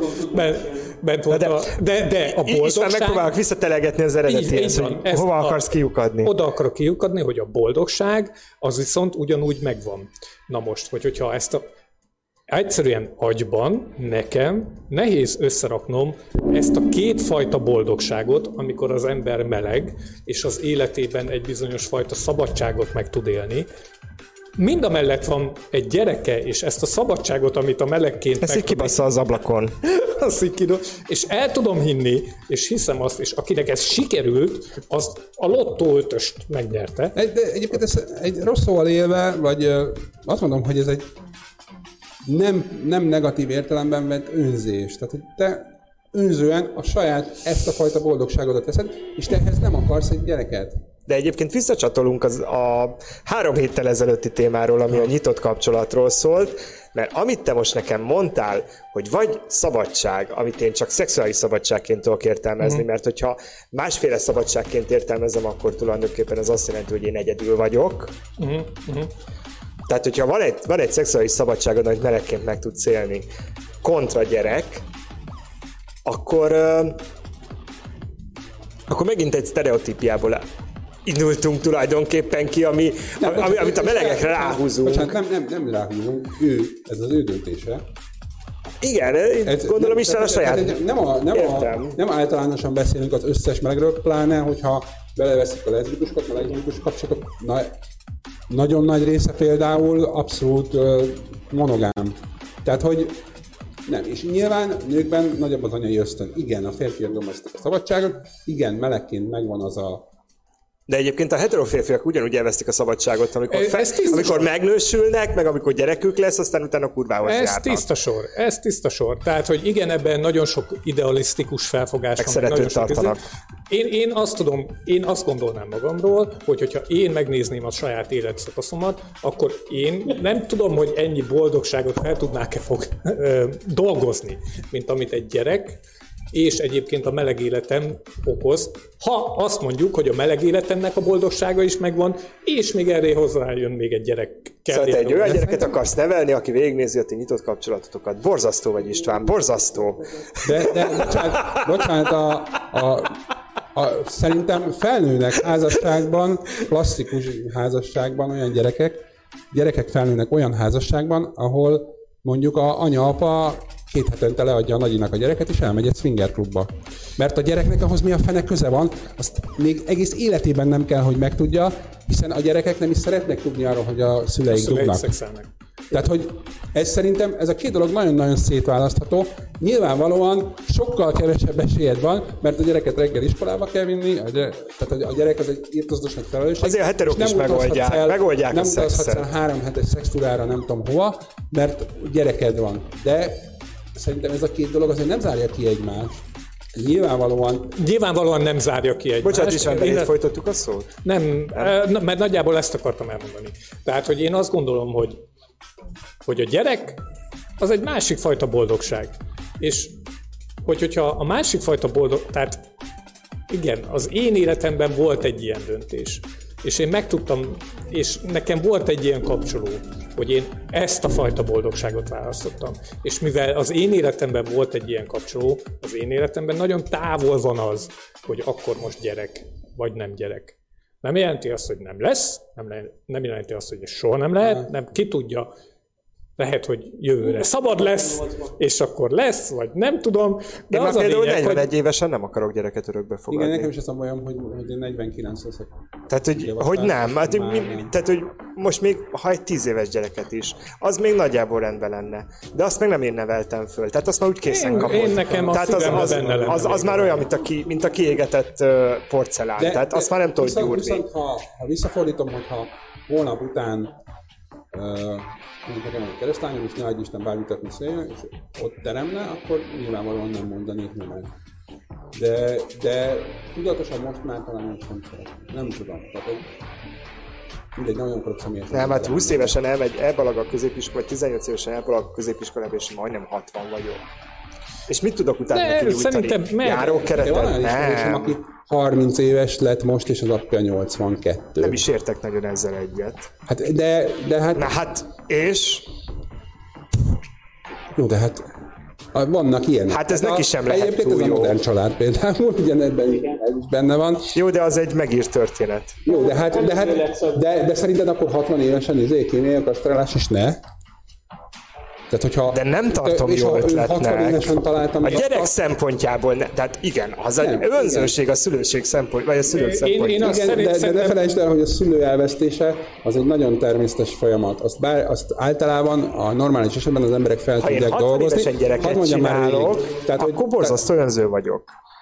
de a boldogság... Isten megpróbálok visszatelegetni az eredetihez, hogy hova akarsz kiukadni. Oda akarok kiukadni, hogy a boldogság az viszont ugyanúgy megvan. Na most, hogyha ezt egyszerűen agyban nekem nehéz összeraknom ezt a kétfajta boldogságot, amikor az ember meleg, és az életében egy bizonyos fajta szabadságot meg tud élni. Mind a mellett van egy gyereke, és ezt a szabadságot, amit a melegként... Ezt így kibassza az ablakon. És el tudom hinni, és hiszem azt, és akinek ez sikerült, az a lottó 5-öst megnyerte. De egyébként ez egy rossz szóval élve, vagy azt mondom, hogy ez egy nem negatív értelemben vett önzés. Tehát, hogy te önzően a saját ezt a fajta boldogságodat veszed, és te ehhez nem akarsz egy gyereket. De egyébként visszacsatolunk a 3 héttel ezelőtti témáról, ami a nyitott kapcsolatról szólt, mert amit te most nekem mondtál, hogy vagy szabadság, amit én csak szexuális szabadságként tudok értelmezni, mert hogyha másféle szabadságként értelmezem, akkor tulajdonképpen ez azt jelenti, hogy én egyedül vagyok. Tehát, hogyha van egy szexuális szabadságod, amit melegként meg tudsz élni, kontra gyerek, akkor megint egy sztereotípiából indultunk tulajdonképpen ki, amit a melegekre ráhúzunk. Bocsánat, nem ráhúzunk, ez az ő döntése. Igen, gondolom Isten a saját. Nem általánosan beszélünk az összes melegről, pláne, hogyha beleveszik a leszbikusokat, melegbikus kapcsolatok, nagyon nagy része például abszolút monogám. Tehát, hogy nem, és nyilván nőkben nagyobb az anyai ösztön. Igen, a férfiak domasztak a szabadságot, igen, melegként megvan az a... De egyébként a heteroférfiak ugyanúgy elvesztik a szabadságot, amikor megnősülnek, meg amikor gyerekük lesz, aztán utána kurvához járnak. Ez tiszta sor. Tehát, hogy igen, ebben nagyon sok idealisztikus felfogás van. Szeretőt tartanak. Én azt gondolnám magamról, hogy hogyha én megnézném a saját életszakaszomat, akkor én nem tudom, hogy ennyi boldogságot fel tudnák-e dolgozni, mint amit egy gyerek, és egyébként a meleg életem okoz. Ha azt mondjuk, hogy a meleg életemnek a boldogsága is megvan, és még erre hozzájön még egy gyerek. Szóval te egy olyan gyereket akarsz nevelni, aki végignézi a ti nyitott kapcsolatotokat. Borzasztó vagy, István, borzasztó. De bocsánat, szerintem felnőnek házasságban, klasszikus házasságban olyan gyerekek felnőnek olyan házasságban, ahol mondjuk a anya-apa 2 hetente leadja a nagyinak a gyereket, és elmegy egy swinger klubba. Mert a gyereknek ahhoz mi a fene köze van, azt még egész életében nem kell, hogy megtudja, hiszen a gyerekek nem is szeretnek tudni arról, hogy a szüleik dugnak. Tehát, hogy ez a 2 dolog nagyon-nagyon szétválasztható. Nyilvánvalóan sokkal kevesebb esélyed van, mert a gyereket reggel iskolába kell vinni, tehát a gyerek az egy írtozdos nagy felelősség. Azért a heterok is megoldják nem a szexet. Nem 3 hetes szextúrára nem tudom hova, mert gyereked van. De szerintem ez a 2 dolog azért nem zárja ki egymást. Nyilvánvalóan nem zárja ki egymást. Bocsánat, István, folytattuk a szót? Nem, mert nagyjából ezt akartam elmondani. Tehát, hogy én azt gondolom, hogy a gyerek az egy másik fajta boldogság. És hogyha a másik fajta tehát igen, az én életemben volt egy ilyen döntés. És én megtudtam, és nekem volt egy ilyen kapcsoló, hogy én ezt a fajta boldogságot választottam. És mivel az én életemben volt egy ilyen kapcsoló, az én életemben nagyon távol van az, hogy akkor most gyerek, vagy nem gyerek. Nem jelenti azt, hogy nem lesz, nem jelenti azt, hogy soha nem lehet, nem, ki tudja. Lehet, hogy jövőre szabad lesz, és akkor lesz, vagy nem tudom. De Én az már a például lényeg, 41 évesen nem akarok gyereket örökbe fogadni. Igen, nekem is az a bajom, hogy én 49 leszek. Tehát, hogy nem. Hát, tehát, hogy most még, ha egy 10 éves gyereket is, az még nagyjából rendben lenne. De azt meg nem én neveltem föl. Tehát azt már úgy készen kapott. Én nekem a tehát benne lenne. az már olyan, mint a kiégetett porcelán. Tehát azt már nem tudod gyúrni. Viszont ha visszafordítom, hogyha holnap után nekem egy keresztányom, és ne adj Isten bármitatni széljen, és ott teremne, akkor nyilvánvalóan nem mondanék nemet. De tudatosan most már talán most nem szeretném. Nem tudom. Tehát, mindegy, nagyon akarok személyesen. Nem, hát 20 évesen elmegy elbalag a középiskola, vagy 18 évesen elbalag a középiskolába, és majdnem 60 vagyok. És mit tudok utána neki nyújtani? Járókeretet? Nem. Aki 30 éves lett most, és az apja 82. Nem is értek nagyon ezzel egyet. Hát, de hát... Na hát, és? Jó, de hát vannak ilyenek. Hát ez neki sem lehet egyébként túl ez jó. a Modern Család például, ugyanebben is benne van. Jó, de az egy megírt történet. Jó, de szerinted akkor 60 évesen kémiai kasztrálás is ne? Tehát, hogyha, de nem tartom és jó ötletnek. A gyerek szempontjából, tehát igen, az egy önzőség a szülőség szempontjából, vagy a szülők szempontjából. De ne felejtsd el, hogy a szülő elvesztése az egy nagyon természetes folyamat. Azt általában a normális esetben az emberek fel tudják dolgozni. Ha én 60 évesen gyereket csinálok, akkor borzasztó önző vagyok.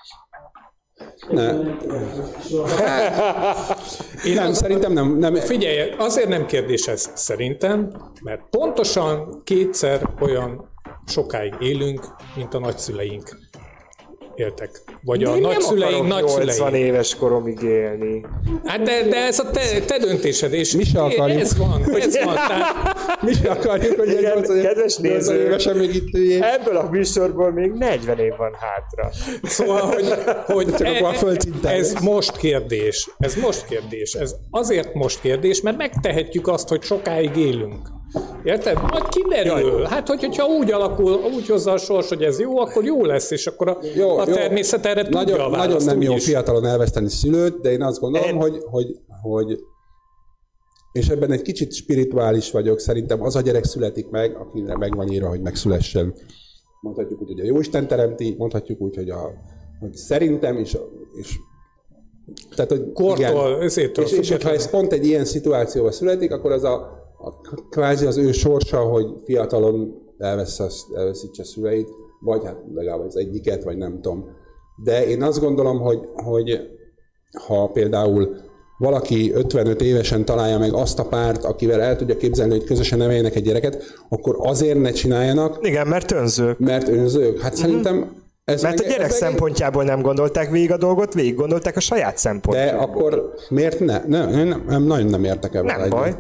Szerintem nem. Figyelj, azért nem kérdés ez szerintem, mert pontosan kétszer olyan sokáig élünk, mint a nagyszüleink éltek. Vagy a nagyszüleink nagyszüleink. 80 éves koromig élni. Hát de ez a te döntésed, és mi se akarjuk. Ez van. Mi se akarjuk, hogy igen, egy 80 évesen még itt üljék. Ebből a műsorból még 40 év van hátra. Szóval, hogy ez most kérdés. Ez azért most kérdés, mert megtehetjük azt, hogy sokáig élünk. Érted? Majd kiderül. Hát, hogyha úgy alakul, úgy hozza a sors, hogy ez jó, akkor jó lesz, és akkor a természet erre tudja a választ. Nagyon nem jó fiatalon elveszteni szülőt, de én azt gondolom, hogy és ebben egy kicsit spirituális vagyok, szerintem az a gyerek születik meg, akire meg van írva, hogy megszülessen. Mondhatjuk úgy, hogy a Jóisten teremti, mondhatjuk úgy, hogy szerintem, és tehát, hogy kortól, és hogyha ez pont egy ilyen szituációban születik, akkor az kvázi az ő sorsa, hogy fiatalon elveszítse szüleit, vagy hát legalább az egyiket, vagy nem tudom. De én azt gondolom, hogy ha például valaki 55 évesen találja meg azt a párt, akivel el tudja képzelni, hogy közösen neveljenek egy gyereket, akkor azért ne csináljanak. Igen, mert önzők. Mert önzők. Hát szerintem mert a gyerek szempontjából nem gondolták végig a dolgot, végig gondolták a saját szempontjából. De akkor miért ne? Nem, nagyon nem értek ebben. Nem baj.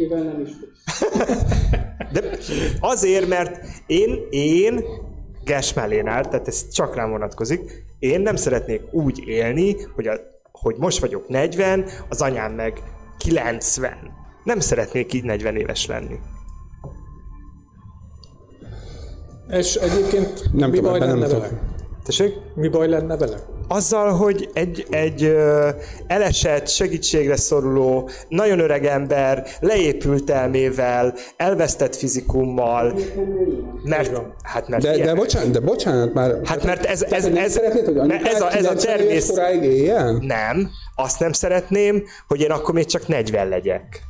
De azért, mert én Gesmellénál, tehát ez csak rám vonatkozik, én nem szeretnék úgy élni, hogy most vagyok 40, az anyám meg 90. Nem szeretnék így 40 éves lenni. És egyébként nem mi baj lenne vele? Tessék? Mi baj lenne vele? Azzal, hogy egy elesett, segítségre szoruló, nagyon öreg ember, leépült elmével, elvesztett fizikummal, mert de bocsánat már. Hát mert ez szeretnéd, hogy ez a természet. Nem, azt nem szeretném, hogy én akkor még csak 40 legyek.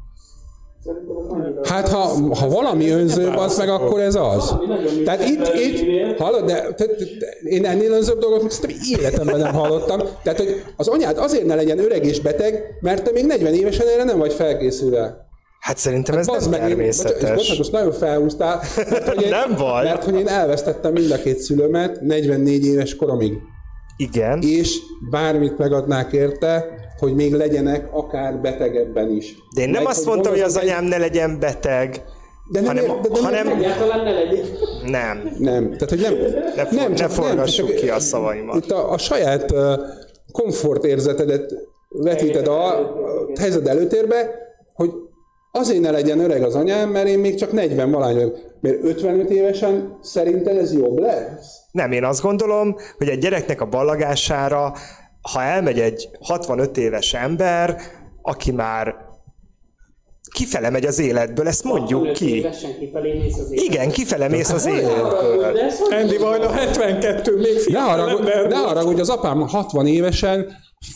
Hát ha valami önzőbb, az meg akkor ez az. Tehát itt hallod, de én ennél önzőbb dolgot szerintem életemben nem hallottam. Tehát, hogy az anyád azért ne legyen öreg és beteg, mert te még 40 évesen erre nem vagy felkészülve. Hát szerintem ez nem természetes. Bocsánat, most nagyon felhúztál, nem baj. Mert hogy én elvesztettem mind a két szülőmet 44 éves koromig. Igen. És bármit megadnák érte, hogy még legyenek akár betegebben is. De én nem azt mondtam, hogy az anyám ne legyen beteg, hanem egyáltalán ne legyen. Nem. Tehát, hogy ne forgassuk ki a szavaimat. Itt a saját komfortérzetedet vetíted a helyzet előtérbe, hogy azért ne legyen öreg az anyám, mert én még csak 40 valány vagyok. Mert 55 évesen szerinted ez jobb lesz? Nem, én azt gondolom, hogy egy gyereknek a ballagására, ha elmegy egy 65 éves ember, aki már kifele megy az életből, ezt mondjuk ki. Évesen kifelé mész az életből. Igen, kifele mész az életből. Andy Vajna 72, még fiatal ember Ne haragudj, az apám 60 évesen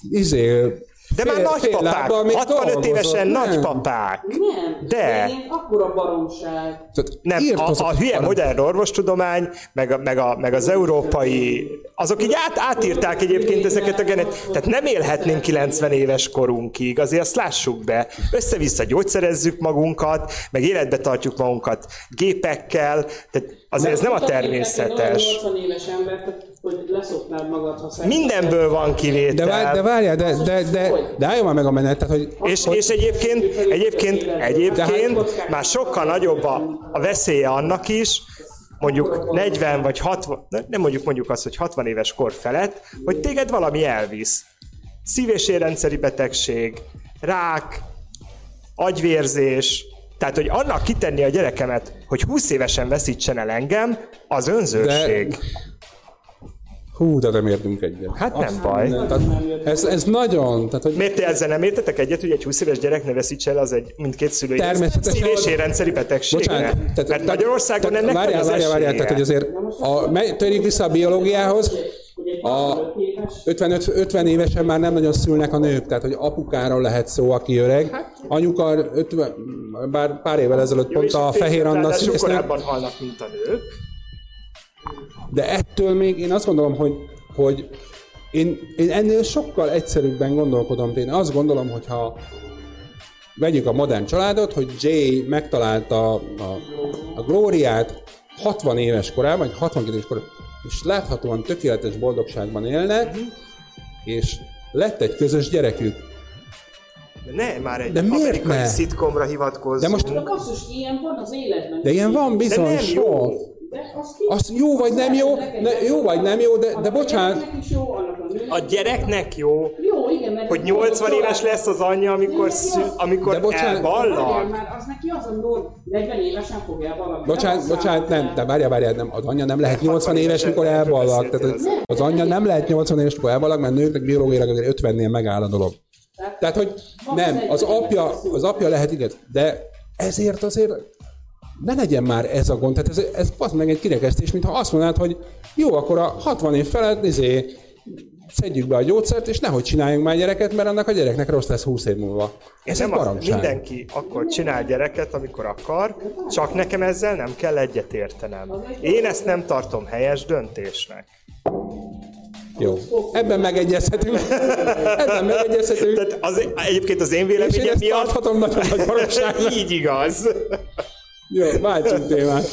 De már nagypapák, 65 évesen nagypapák. Nem, De. akkora baromság. Nem, a hülye modern orvostudomány, meg az európai, azok így átírták egyébként ezeket a tehát nem élhetnénk 90 éves korunkig, azért azt lássuk be. Össze-vissza gyógyszerezzük magunkat, meg életbe tartjuk magunkat gépekkel, tehát azért ez nem a természetes. 80 éves ember, hogy leszoknád magad, ha szeretnél. Mindenből van kivétel. De várjál, de álljon már meg a menet. Tehát, És egyébként már sokkal nagyobb a veszélye annak is, mondjuk 40 vagy 60, nem mondjuk azt, hogy 60 éves kor felett, hogy téged valami elvisz. Szív- és érrendszeri betegség, rák, agyvérzés, tehát, hogy annak kitenni a gyerekemet, hogy 20 évesen veszítsen el engem, az önzőség. De nem értünk egyet. Hát nem baj. Ez nagyon... Tehát, hogy Miért te ezzel nem értetek egyet, hogy egy 20 éves gyerek ne veszítse el az egy mindkét szülői szív- és érrendszeri betegségre? Mert Magyarországon ennek van az esélye. Várjál, tehát hogy azért törjük vissza a biológiához, a 50 évesen már nem nagyon szülnek a nők, tehát hogy apukáról lehet szó, aki öreg. Anyuka bár pár évvel ezelőtt pont a Fehér Anna... Korábban halnak, mint a nők. De ettől még én azt gondolom, hogy én ennél sokkal egyszerűbben gondolkodom. Én azt gondolom, hogy ha vegyük a modern családot, hogy Jay megtalálta a Glóriát 60 éves korában, vagy 62 éves korában, és láthatóan tökéletes boldogságban élne, és lett egy közös gyerekük. De ne már egy amerikai szitkomra hivatkozzunk. De most... Basszus, ilyen van az életben. De ilyen van bizony sok. Az jó vagy nem jó, jó vagy nem jó, de bocsánat. A gyereknek jó, Jó, igen, mert hogy 80 éves lesz az anyja, amikor elballak. Már az neki az a norm, 40 évesen fog elballagni. Bocsánat, nem, de várjál, nem, az anyja nem lehet 80 éves, mikor elballag. Tehát az anyja nem lehet 80 éves, mikor elballag, mert nőknek biológiailag azért 50-nél megáll a dolog. Tehát, hogy nem, az apja lehet, igen, de ezért azért ne legyen már ez a gond. Tehát ez meg egy kirekesztés, mintha azt mondanád, hogy jó, akkor a 60 év felett szedjük be a gyógyszert, és nehogy csináljunk már gyereket, mert annak a gyereknek rossz lesz 20 év múlva. Ez egy baromság. Mindenki akkor csinál gyereket, amikor akar, csak nekem ezzel nem kell egyetértenem. Én ezt nem tartom helyes döntésnek. Jó. Ebben megegyezhetünk. Tehát egyébként az én véleményem miatt... tarthatom nagyon nagy baromságnak. Így igaz. Jó, váltsunk témát.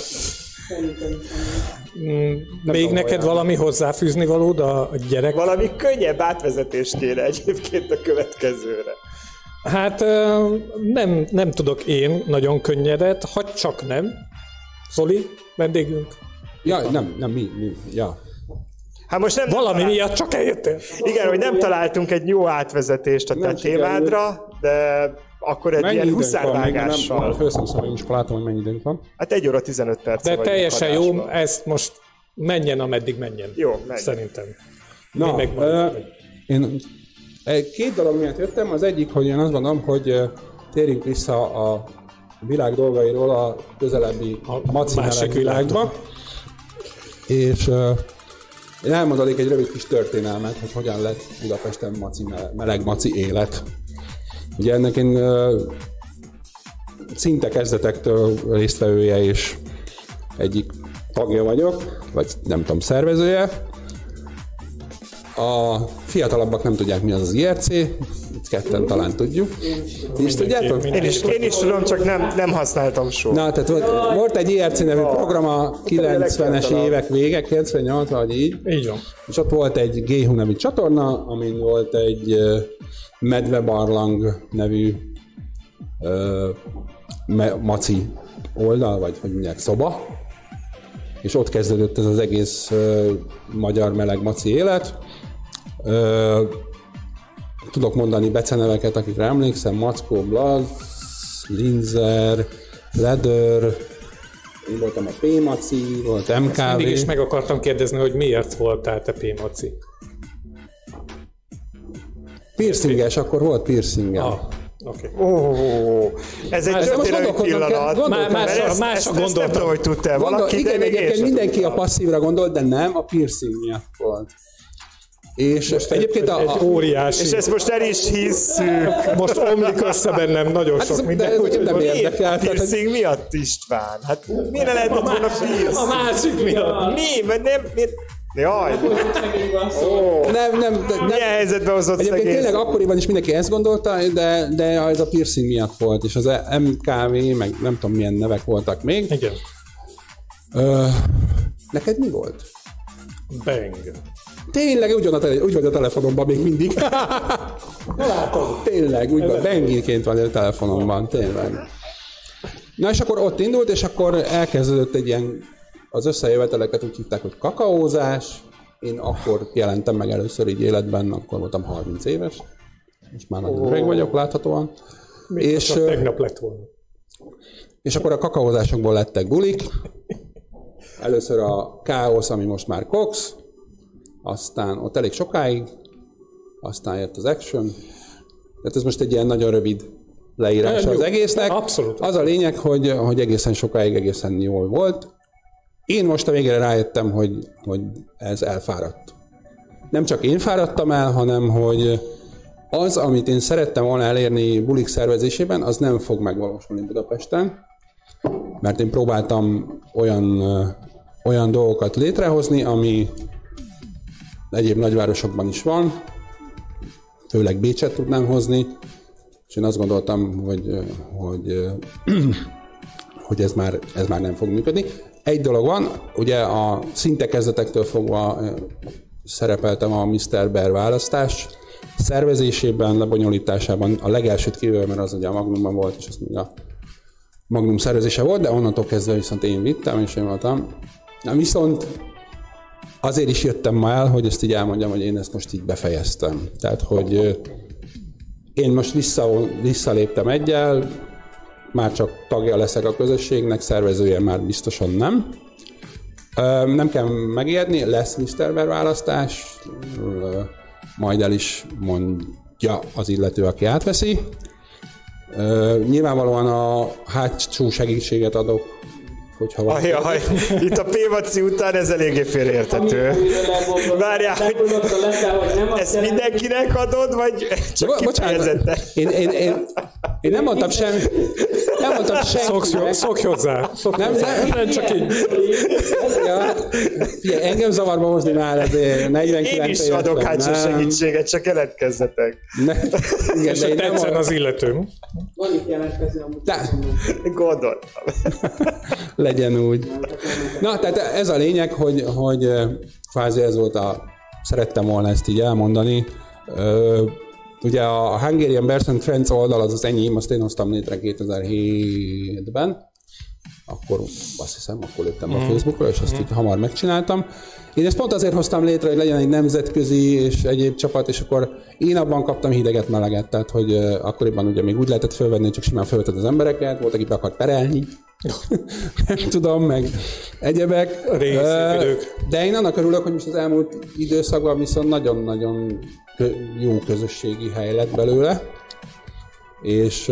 Még neked valami hozzáfűzni valód a gyerek? Valami könnyebb átvezetés kéne egyébként a következőre. Hát nem tudok én nagyon könnyedet, ha csak nem. Zoli, vendégünk? Ja, nem, mi, ja. Hát most nem valami miatt csak eljöttél. Igen, hogy nem találtunk egy jó átvezetést a te témádra, de akkor egy ilyen huszárvágással. Főszemszom, én is látom, hogy mennyi időnk van. Hát 1 óra 15 perc. De teljesen jó, ezt most menjen, ameddig menjen. Jó, menjen. Szerintem. Na, én két dolog miatt jöttem. Az egyik, hogy én azt gondolom, hogy térjünk vissza a világ dolgairól a közelebbi maci meleg világba. És én elmondanék egy rövid kis történelmet, hogy hogyan lett Budapesten meleg maci élet. Ugye ennek én szinte kezdetektől résztvevője és egyik tagja vagyok, vagy nem tudom, szervezője. A fiatalabbak nem tudják, mi az az IRC, itt ketten talán tudjuk. Ti is tudjátok? Én is tudom, csak nem használtam soha. Na, tehát volt egy IRC nevű program a 90-es évek vége, 98 vagy így. Így van. És ott volt egy Géhu nevű csatorna, amin volt egy Medvebarlang nevű maci oldal, vagy hogy mondják, szoba. És ott kezdődött ez az egész magyar meleg maci élet. Tudok mondani beceneveket, akikre emlékszem, Mackó, Blaz, Linzer, Leder, én voltam a P-maci, volt MKV. Ezt mindig is meg akartam kérdezni, hogy miért voltál te P-maci? Piercinges, akkor volt piercingem. Ez egy történelmi pillanat. Másra gondoltam. Nem tudom, hogy tudtál valaki, igen, de egyébként mindenki a passzívra gondolt, de nem, a piercing miatt volt. És egyébként egy óriási... És ezt most el is hisszük. Most omlik össze bennem nagyon sok minden. Nem érdekel. A piercing miatt, István? Hát miért lehetett volna piercing? A másik miatt. Mi? Mert nem... Jaj! Nem. Milyen helyzetbe hozott egyébként szegény? tényleg akkoriban is mindenki ezt gondolta, de ez a piercing miatt volt, és az MKV, meg nem tudom milyen nevek voltak még. Igen. Neked mi volt? Bang. Tényleg, úgy vagy a telefonomban még mindig. Látod? Tényleg, úgy van, Bangirként van a telefonomban, tényleg. Na és akkor ott indult, és akkor elkezdődött egy ilyen, az összejöveteleket úgy hívták, hogy kakaózás. Én akkor jelentem meg először így életben, akkor voltam 30 éves. Most már nagyon öreg vagyok, láthatóan. És tegnap lett volna. És akkor a kakaózásokból lettek bulik. Először a Káosz, ami most már Cox, aztán ott elég sokáig, aztán jött az Action. Tehát ez most egy ilyen nagyon rövid leírása az egésznek. Abszolút. Az a lényeg, hogy egészen sokáig egészen jól volt. Én most a végére rájöttem, hogy ez elfáradt. Nem csak én fáradtam el, hanem hogy az, amit én szerettem volna elérni bulik szervezésében, az nem fog megvalósulni Budapesten. Mert én próbáltam olyan dolgokat létrehozni, ami egyéb nagyvárosokban is van, főleg Bécset tudnám hozni, és én azt gondoltam, hogy ez már nem fog működni. Egy dolog van, ugye a szinte kezdetektől fogva szerepeltem a Mr. Bear választás szervezésében, lebonyolításában, a legelsőt kívül, mert az ugye a Magnumban volt, és az még a Magnum szervezése volt, de onnantól kezdve viszont én vittem, és én voltam. Na viszont azért is jöttem ma el, hogy ezt így elmondjam, hogy én ezt most így befejeztem. Tehát, hogy én most visszaléptem egyel, már csak tagja leszek a közösségnek, szervezője már biztosan nem. Nem kell megijedni, lesz Mr. Bear választás, majd el is mondja az illető, aki átveszi. Nyilvánvalóan a hátsó segítséget adok, hogyha van. Ajaj, itt a P-Maci után ez eléggé félreérthető. Várjál, ezt mindenkinek adod, vagy csak kifejezetten? Én nem mondtam semmit. Nem mondtam senkinek. Szokj hozzá. Nem csak így. Ja, figyelj, engem zavarba hozni már, ez 49. Én is adok hátsó segítséget, csak jelentkezzetek. Igen, de én nem tetszen az illető. Van itt jelentkező amúgy. Gondoltam. Legyen úgy. Na, tehát ez a lényeg, hogy kvázi ez volt szerettem volna ezt így elmondani. Ugye a Hungarian Bears and Friends oldal az enyém, azt én hoztam létre 2007-ben. Akkor azt hiszem, akkor léptem a Facebookra, és azt így hamar megcsináltam. Én ezt pont azért hoztam létre, hogy legyen egy nemzetközi és egyéb csapat, és akkor én abban kaptam hideget, meleget, tehát hogy akkoriban ugye még úgy lehetett fölvenni, hogy csak simán fölvetted az embereket, volt, aki be akart perelni, nem tudom, meg egyebek. De én annak örülök, hogy most az elmúlt időszakban viszont nagyon-nagyon jó közösségi hely lett belőle, és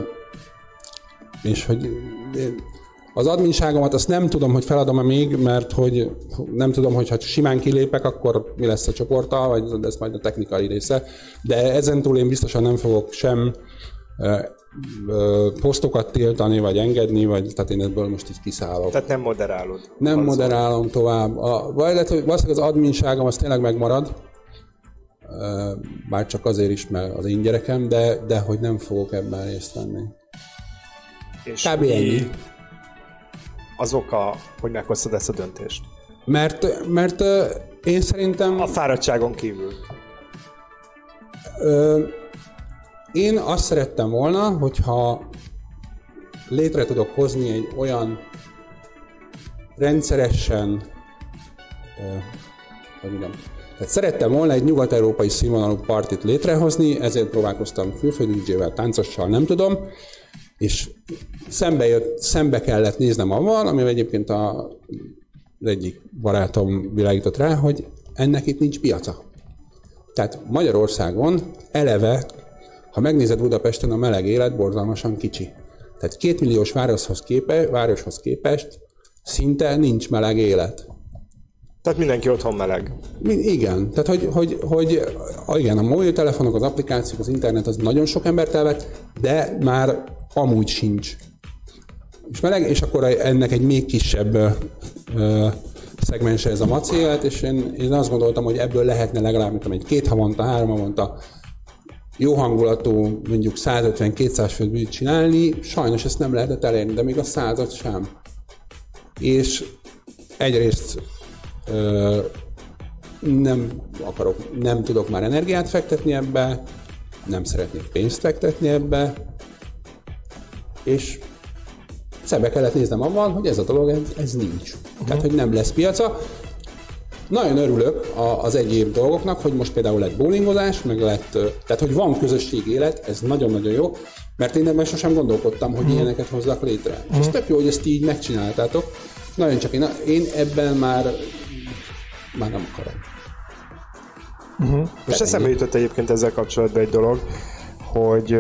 hogy az adminságomat azt nem tudom, hogy feladom-e még, mert hogy nem tudom, hogy ha simán kilépek, akkor mi lesz a csoporttal, vagy ez majd a technikai része. De ezentúl én biztosan nem fogok sem posztokat tiltani, vagy engedni, tehát én ebből most így kiszállok. Tehát nem moderálod? Nem moderálom tovább. Valószínűleg az adminságom az tényleg megmarad, bár csak azért is, mert az én gyerekem, de hogy nem fogok ebben részt venni. És kb. Ennyi. Az oka, hogy meghoztad ezt a döntést? Mert én szerintem... A fáradtságon kívül. Én azt szerettem volna, hogyha létre tudok hozni egy olyan rendszeresen... Tehát szerettem volna egy nyugat-európai színvonalú partit létrehozni, ezért próbálkoztam külföldi DJ-vel, táncossal, nem tudom, és szembe kellett néznem avval, amivel egyébként az egyik barátom világított rá, hogy ennek itt nincs piaca. Tehát Magyarországon eleve ha megnézed Budapesten, a meleg élet borzalmasan kicsi. Tehát 2 milliós városhoz képest szinte nincs meleg élet. Tehát mindenki otthon meleg. Igen, tehát igen, a mobiltelefonok, az applikációk, az internet az nagyon sok embert elvett, de már amúgy sincs. És meleg, és akkor ennek egy még kisebb szegmense ez a maci élet, és én azt gondoltam, hogy ebből lehetne legalább egy 2 havonta, 3 havonta jó hangulatú, mondjuk 150-200 főt bűt csinálni, sajnos ezt nem lehetett elérni, de még a 100-at sem. És egyrészt nem tudok már energiát fektetni ebbe, nem szeretnék pénzt fektetni ebbe, és szembe kellett néznem avval, hogy ez a dolog, ez nincs. Tehát, hogy nem lesz piaca. Nagyon örülök az egyéb dolgoknak, hogy most például lett bowlingozás, meg lett, tehát, hogy van közösségi élet, ez nagyon-nagyon jó, mert én ebben sosem gondolkodtam, hogy ilyeneket hozzak létre. És tök jó, hogy ezt így megcsináltátok. Nagyon csak én ebben már nem akarom. Most eszembe jutott egyébként ezzel kapcsolatban egy dolog, hogy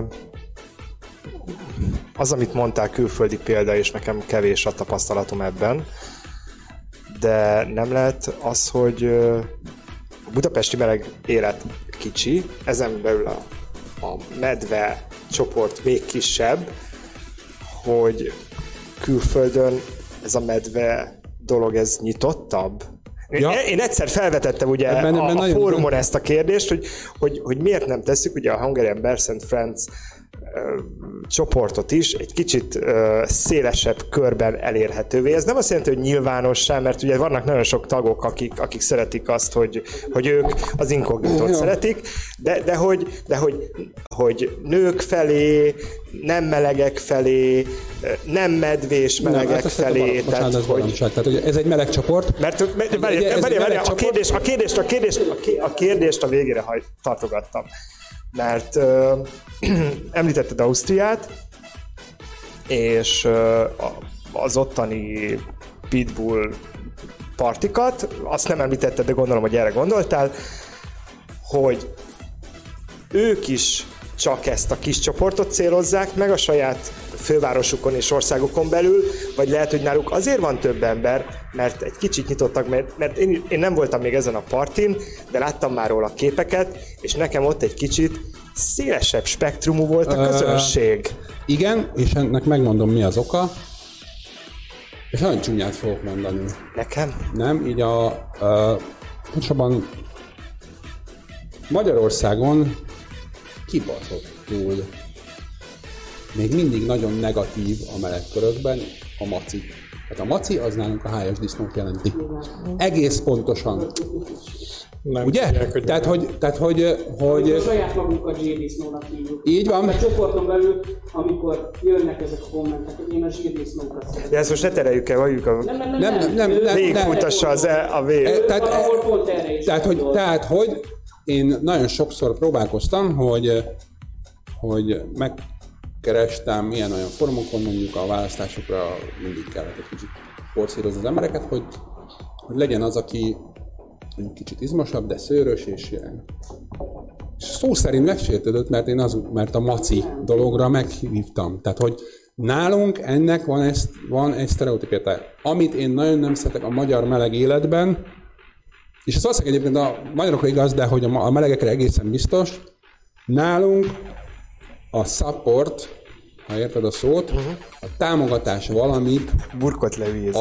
az, amit mondtál, külföldi példa, és nekem kevés a tapasztalatom ebben, de nem lehet az, hogy a budapesti meleg élet kicsi, ezen belül a medve csoport még kisebb, hogy külföldön ez a medve dolog, ez nyitottabb? Ja. Én egyszer felvetettem ugye a fórumon ezt a kérdést, hogy miért nem tesszük ugye a Hungarian Bears and Friends csoportot is egy kicsit szélesebb körben elérhetővé. Ez nem azt jelenti, hogy nyilvánossá, mert ugye vannak nagyon sok tagok, akik szeretik azt, hogy ők az inkognitót szeretik, de hogy nők felé, nem melegek felé, nem medvés melegek felé. Tehát, hogy ez egy meleg csoport. Mert a kérdést a végére tartogattam. Mert említetted Ausztriát, és az ottani pitbull partikat, azt nem említetted, de gondolom, hogy erre gondoltál, hogy ők is csak ezt a kis csoportot célozzák meg a saját fővárosukon és országokon belül, vagy lehet, hogy náluk azért van több ember, mert egy kicsit nyitottak, mert én nem voltam még ezen a partin, de láttam már róla képeket, és nekem ott egy kicsit szélesebb spektrumú volt a közönség. Igen, és ennek megmondom, mi az oka, és nagyon csúnyát fogok mondani. Nekem? Nem, így pontosabban Magyarországon kibaszottul még mindig nagyon negatív a melegkörökben a maci. Tehát a maci az nálunk a hájas disznót jelenti. Egész pontosan. Nem ugye? Tudják, tehát, hogy a saját magunkat zsírdisznónak hívjuk. Így van. A csoporton belül, amikor jönnek ezek a kommentek, hogy én a zsírdisznókat szeretem. De ezt most ne tereljük el, vagyjuk nem. végigfutassa a vég. Tehát, hogy én nagyon sokszor próbálkoztam, hogy megkerestem ilyen-olyan fórumokon, mondjuk a választásokra mindig kellett egy kicsit forszírozni az embereket, hogy legyen az, aki kicsit izmosabb, de szőrös és ilyen. És szó szerint megsértődött, mert a maci dologra meghívtam. Tehát, hogy nálunk ennek van egy sztereotípia. Amit én nagyon nem szeretek a magyar meleg életben, és ez valószínűleg egyébként a magyarokra igaz, de hogy a melegekre egészen biztos, nálunk a support, ha érted a szót, a támogatás valamit, burkot levíz.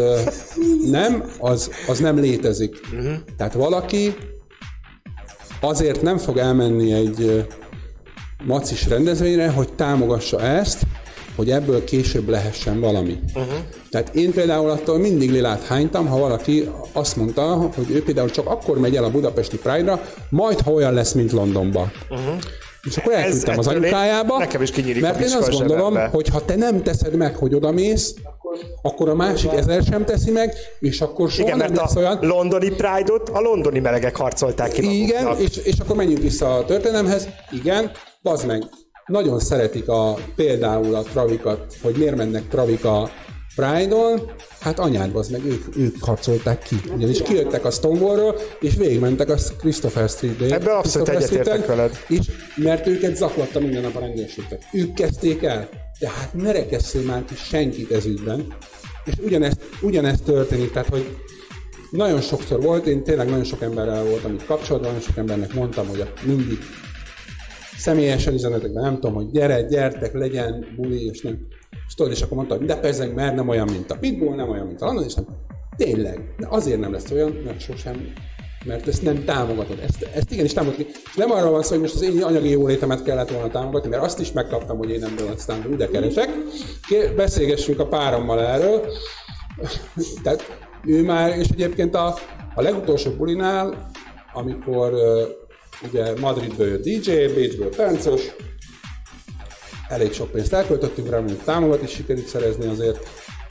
Az nem létezik. Tehát valaki azért nem fog elmenni egy macis rendezvényre, hogy támogassa ezt, hogy ebből később lehessen valami. Tehát én például attól mindig lilát hánytam, ha valaki azt mondta, hogy ő például csak akkor megy el a budapesti Pride-ra, majd ha olyan lesz, mint Londonba. És akkor elküldtem az anyukájába, mert én azt gondolom, hogy ha te nem teszed meg, hogy odamész, akkor a másik 1000 sem teszi meg, és akkor soha igen, nem lesz olyan... londoni Pride-ot a londoni melegek harcolták ki maguknak. Igen, és akkor menjünk vissza a történelemhez. Igen, bazd meg, nagyon szeretik például a travikat, hogy miért mennek travik a Pride-on, hát anyád, az meg ők harcolták ki. Ugyanis kijöttek a Stonewall-ról, és végigmentek a Christopher Street-be. Ebben abszolút egyetértek veled. És mert őket zaklatta minden nap a rendőrségnek. Ők kezdték el. De hát ne rekesszél már ki senkit ez ügyben. És ugyanezt történik, tehát hogy nagyon sokszor volt, én tényleg nagyon sok emberrel voltam itt kapcsolatban, nagyon sok embernek mondtam, hogy mindig személyesen üzenetekben, nem tudom, hogy gyertek, legyen buli, és nem. És akkor mondta, hogy de persze, mert nem olyan, mint a Pitbull, nem olyan, mint a London, és nem. Tényleg, de azért nem lesz olyan, mert sosem, mert ezt nem támogatod. Ezt igenis támogatod. És nem arra van szó, hogy most az én anyagi jólétemet kellett volna támogatni, mert azt is megkaptam, hogy én nem Donald Stanley, de keresek. Beszélgessünk a párommal erről. Tehát ő már, és egyébként a legutolsó bulinál, amikor ugye Madridből jött DJ, Bécsből táncos, elég sok pénzt elköltöttünk rá, mondjuk támogatást is sikerült szerezni azért.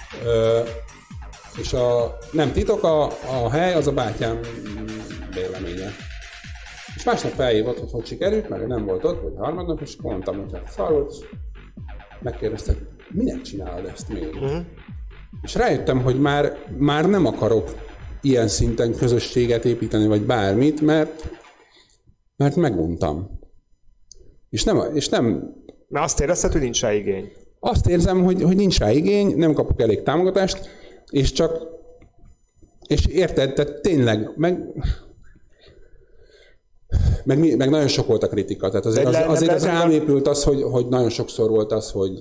És nem titok, a hely az a bátyám véleménye. És másnap felhívott, hogy sikerült, mert ő nem volt ott, vagy harmadnap, és mondtam, hogy hát szar volt, megkérdeztek, minek csinálod ezt még? És rájöttem, hogy már nem akarok ilyen szinten közösséget építeni, vagy bármit, mert meguntam. És nem Mert azt érezted, hogy nincs rá igény. Azt érzem, hogy nincs rá igény, nem kapok elég támogatást, és érted, tehát tényleg, meg nagyon sok volt a kritika. Tehát azért rám épült az, hogy nagyon sokszor volt az, hogy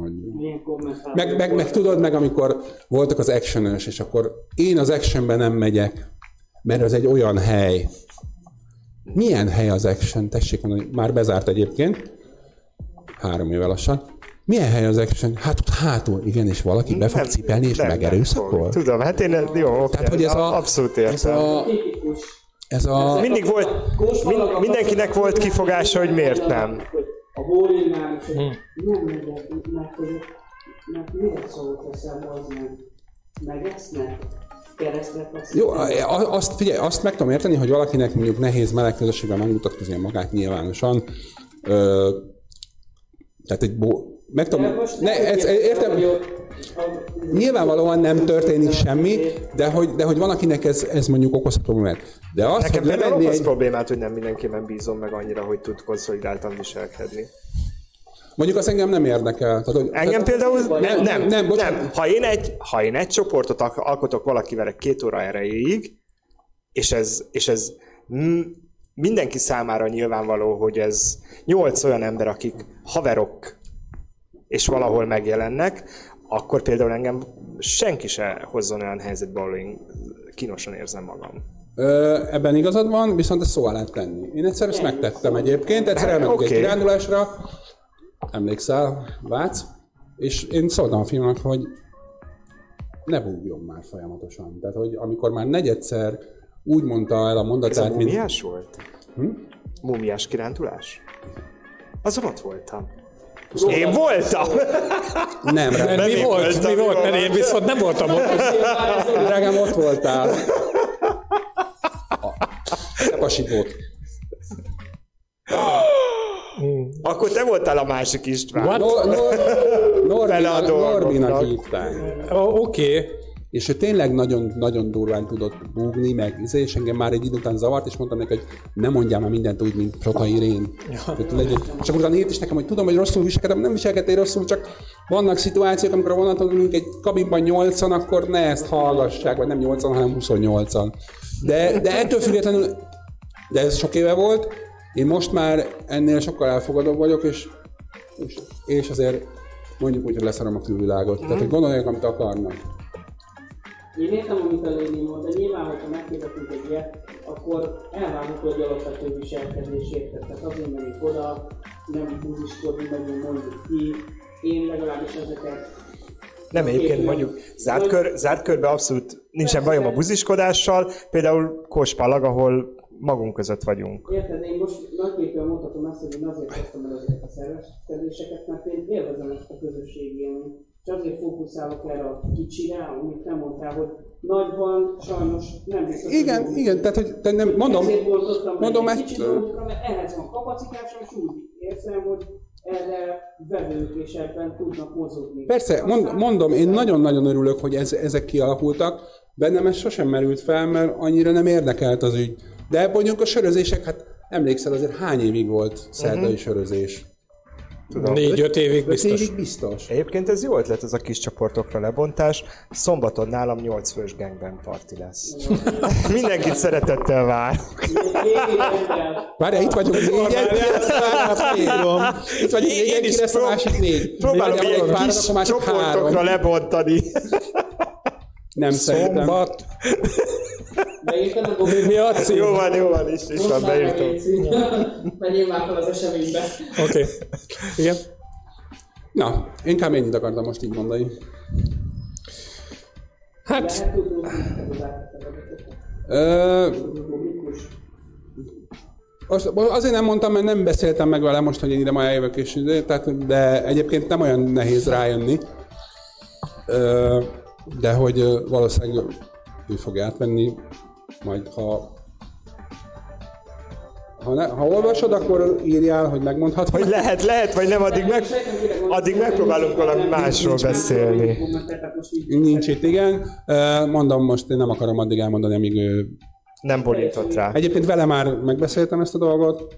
meg tudod, meg amikor voltak az actionös, és akkor én az actionben nem megyek, mert az egy olyan hely. Milyen hely az action? Tessék mondani, már bezárt egyébként. 3 éve lassan. Milyen hely az action? Hát ott hátul, igen, és valaki be fog cipelni, és megerőszakol? Tudom, hát én jó, oké. Tehát, hogy abszolút értem. Mindig volt, mindenkinek volt kifogása, hogy miért nem. A bólinál is, nem megyek, mert miért szólt eszembe az megesznek? Jó, azt meg tudom érteni, hogy valakinek mondjuk nehéz meleg közösségben megmutatkozni magát nyilvánosan. Tehát meg tudom, értem, nyilvánvalóan nem történik semmi, de hogy van, akinek ez mondjuk okoz problémát. De az, nekem például okoz problémát, hogy nem mindenkiben bízom meg annyira, hogy tud konszolidáltan viselkedni. Mondjuk az engem nem érdekel. Tehát, engem például nem. Ha én egy csoportot alkotok valakivel 2 óra erejéig, és ez mindenki számára nyilvánvaló, hogy ez 8 olyan ember, akik haverok, és valahol megjelennek, akkor például engem senki se hozzon olyan helyzetbe, ahol én kínosan érzem magam. Ebben igazad van, viszont ezt szóval lehet tenni. Én egyszer ezt megtettem egyébként, egyszer elmentünk egy kirándulásra, emlékszel, Vác, és én szóltam a filmnek, hogy ne búgjon már folyamatosan. Tehát, hogy amikor már negyedszer úgy mondta el a mondatát, mint... Ez a mumiás volt? Mumiás kirándulás? Azon ott voltam. Én voltam! Nem, mi volt? Mert én viszont nem voltam ott. Drágám, ott voltál. Te pasítót. Akkor te voltál a másik István. Norbinak hívták. Oké. És ő tényleg nagyon, nagyon durván tudott búgni, és engem már egy idő után zavart, és mondtam neki, hogy ne mondjál már mindent úgy, mint Prota Irén. És akkor utána írt is nekem, hogy tudom, hogy rosszul viselkedem, nem viselkedtél rosszul, csak vannak szituációk, amikor a vonaton ülünk egy kabinban 8-an, akkor ne ezt hallgassák, vagy nem 8-an, hanem 28-an. De ettől függetlenül, de ez sok éve volt, én most már ennél sokkal elfogadóbb vagyok, és azért mondjuk úgy, hogy leszarom a külvilágot. Tehát, hogy gondolják, amit akarnak. Én értem, amit a Léni mond, de nyilván, hogyha megkérdezünk egy ilyet, akkor elvárható egy alapvető viselkedésért. Tehát azért menjünk oda, nem búziskodni, megyünk mondjuk ki. Én legalábbis ezeket... Nem, egyébként mondjuk zárt körben abszolút nincsen bajom a buziskodással, például Kóspalag, ahol magunk között vagyunk. Érted, én most nagyképpen mondhatom ezt, hogy én azért hoztam el ezeket a szervezkedéseket, mert én élvezem ezt a közösségi élményt. És azért fókuszálok erre a kicsire, amit nem mondtál, hogy nagyban sajnos nem biztos. Igen, tehát hogy te nem, mondom, ezért mondom egy kicsit dolgokra, mert ehhez van kapacitásom, és úgy érzem, hogy erre vevők és ebben tudnak mozogni. Persze, mondom, én nagyon-nagyon örülök, hogy ezek kialakultak. Bennem ez sosem merült fel, mert annyira nem érdekelt az ügy. De mondjuk a sörözések, hát emlékszel azért hány évig volt szerdai sörözés? 4-5 évig biztos. 5 évig biztos. Egyébként ez jó ötlet, ez a kis csoportokra lebontás. Szombaton nálam 8 fős gangbang party lesz. Mindenkit szeretettel vár. Várjál, itt vagyunk négyen, itt vagyunk négyen, ki lesz a másik 4. Próbálom egy kis csoportokra lebontani. Nem szerintem. Szombat. Beírtam a Mi a cím? Jó van, is van, beírtam. Menjél már fel az eseménybe. Oké. Igen. Na, inkább ennyit akartam most így mondani. Hát, Lehet tudni, hogy azért nem mondtam, mert nem beszéltem meg vele most, hogy én ide ma eljövök, és de egyébként nem olyan nehéz rájönni. De hogy valószínűleg ő fog átvenni, majd ha olvasod, akkor írjál, hogy megmondhatod. Hogy lehet, vagy nem, addig megpróbálunk valami másról beszélni. Nincs itt, igen. Mondom, most én nem akarom addig elmondani, amíg ő... Nem borított rá. Egyébként vele már megbeszéltem ezt a dolgot.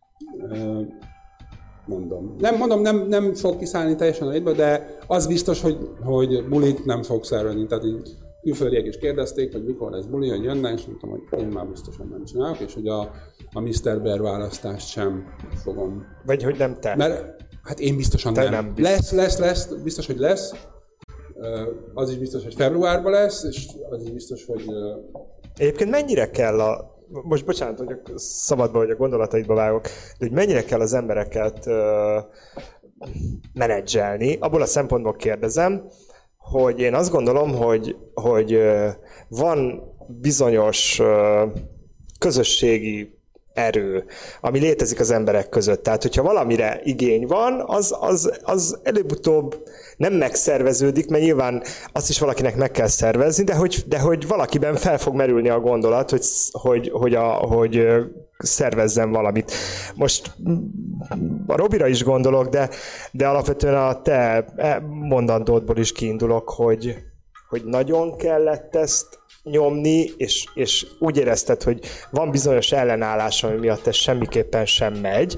Nem fog kiszállni teljesen a létből, de az biztos, hogy bulit nem fog szervezni. Tehát így külföldiek is kérdezték, hogy mikor lesz buli, hogy jönne, és mondtam, hogy én már biztosan nem csinálok, és hogy a Mr. Bear választást sem fogom. Vagy hogy nem te. Mert hát én biztosan nem. Lesz, biztos, hogy lesz. Az is biztos, hogy februárban lesz, és az is biztos, hogy... Egyébként mennyire kell most bocsánat, hogy szabadba vagy a gondolataidba vágok, de hogy mennyire kell az embereket menedzselni, abból a szempontból kérdezem, hogy én azt gondolom, hogy van bizonyos közösségi erő, ami létezik az emberek között. Tehát, hogyha valamire igény van, az előbb-utóbb nem megszerveződik, mert nyilván azt is valakinek meg kell szervezni, de hogy valakiben fel fog merülni a gondolat, hogy szervezzen valamit. Most a Robira is gondolok, de alapvetően a te mondandódból is kiindulok, hogy nagyon kellett ezt nyomni, és úgy érezted, hogy van bizonyos ellenállás, ami miatt ez semmiképpen sem megy,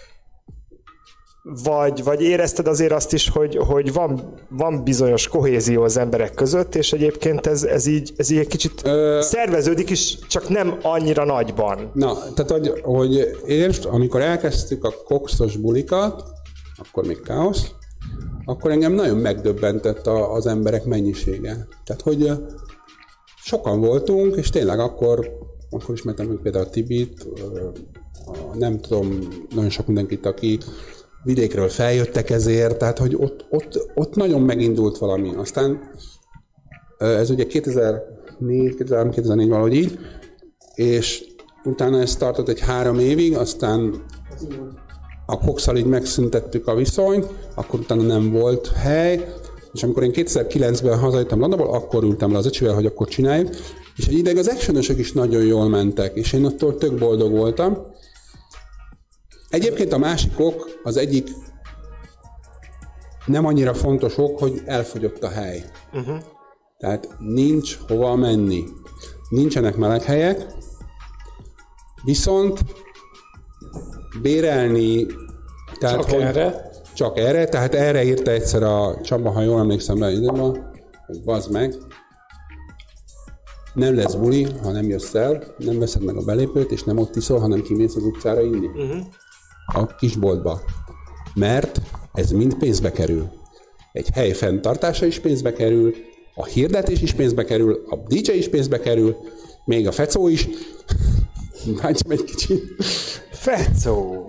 vagy érezted azért azt is, hogy van bizonyos kohézió az emberek között, és egyébként ez így egy kicsit szerveződik is, csak nem annyira nagyban. Na, tehát hogy értsd, amikor elkezdtük a kokszos bulikat, akkor még káosz, akkor engem nagyon megdöbbentett az emberek mennyisége. Tehát, hogy sokan voltunk, és tényleg akkor ismertem hogy például a Tibit, nem tudom, nagyon sok mindenkit, aki vidékről feljöttek ezért, tehát hogy ott nagyon megindult valami. Aztán ez ugye 2004 valahogy így, és utána ez tartott egy 3 évig, aztán a Kokszal így megszüntettük a viszonyt, akkor utána nem volt hely, és amikor én 2009-ben hazajöttem Londonból, akkor ültem le az öcsivel, hogy akkor csináljuk, és egy ideig az actionösök is nagyon jól mentek, és én attól tök boldog voltam. Egyébként a másik ok, az egyik nem annyira fontos ok, hogy elfogyott a hely. Tehát nincs hova menni. Nincsenek meleghelyek, viszont bérelni... Tehát, csak erre, tehát erre írta egyszer a Csaba, ha jól emlékszem rá, hogy bazd meg, nem lesz buli, ha nem jössz el, nem veszed meg a belépőt, és nem ott iszol, hanem kimész az utcára inni. A kisboltba. Mert ez mind pénzbe kerül. Egy hely fenntartása is pénzbe kerül, a hirdetés is pénzbe kerül, a DJ is pénzbe kerül, még a fecó is. Báncsam egy kicsit. Fecó!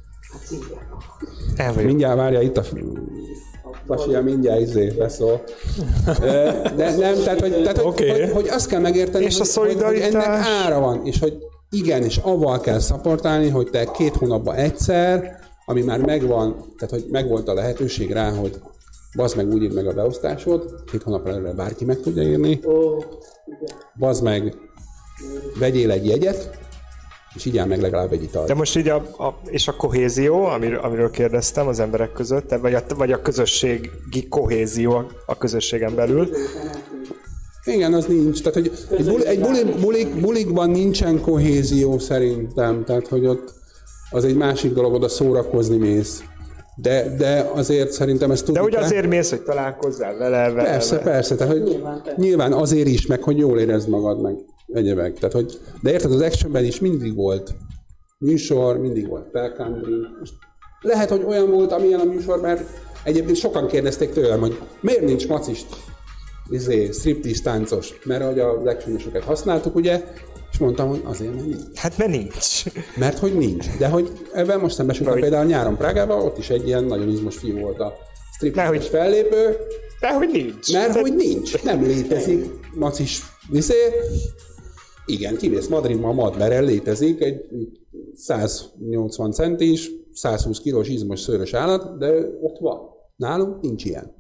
Mindjárt várja itt a Pasia, mindjárt beszól. De nem, tehát hogy azt kell megérteni, és hogy ennek ára van, és hogy igen, és avval kell szaportálni, hogy te 2 hónapban egyszer, ami már megvan, tehát hogy megvolt a lehetőség rá, hogy bazd meg, úgy írd meg a beosztásod, 2 hónapra előre bárki meg tudja írni, bazd meg, vegyél egy jegyet, és így áll meg legalább egy italt. De most így és a kohézió, amiről kérdeztem az emberek között, vagy a közösségi kohézió a közösségen belül. Igen, az nincs. Tehát, hogy egy bulikban nincsen kohézió szerintem. Tehát, hogy ott az egy másik dolog, oda szórakozni mész. De azért szerintem ezt tudni. De úgy azért mész, hogy találkozzál vele. Persze. Tehát, hogy nyilván azért is, meg hogy jól érezd magad, meg egyebek. Tehát, hogy, de érted, az actionben is mindig volt műsor, mindig volt felcountry. Lehet, hogy olyan volt, amilyen a műsor, mert egyébként sokan kérdezték tőlem, hogy miért nincs macist striptease táncos, mert hogy a actionosokat használtuk, ugye, és mondtam, hogy azért, mert nincs. Hát mert nincs. Mert hogy nincs. De hogy ebben most szembesültem például nyáron Prágában, ott is egy ilyen nagyon izmos fiú volt a striptease fellépő. Mert hogy nincs. Mert hogy nincs. Nem létezik macis Igen, kimész Madridba, a Madberrel létezik egy 180 centis, 120 kilós izmos szőrös állat, de ott van. Nálunk nincs ilyen.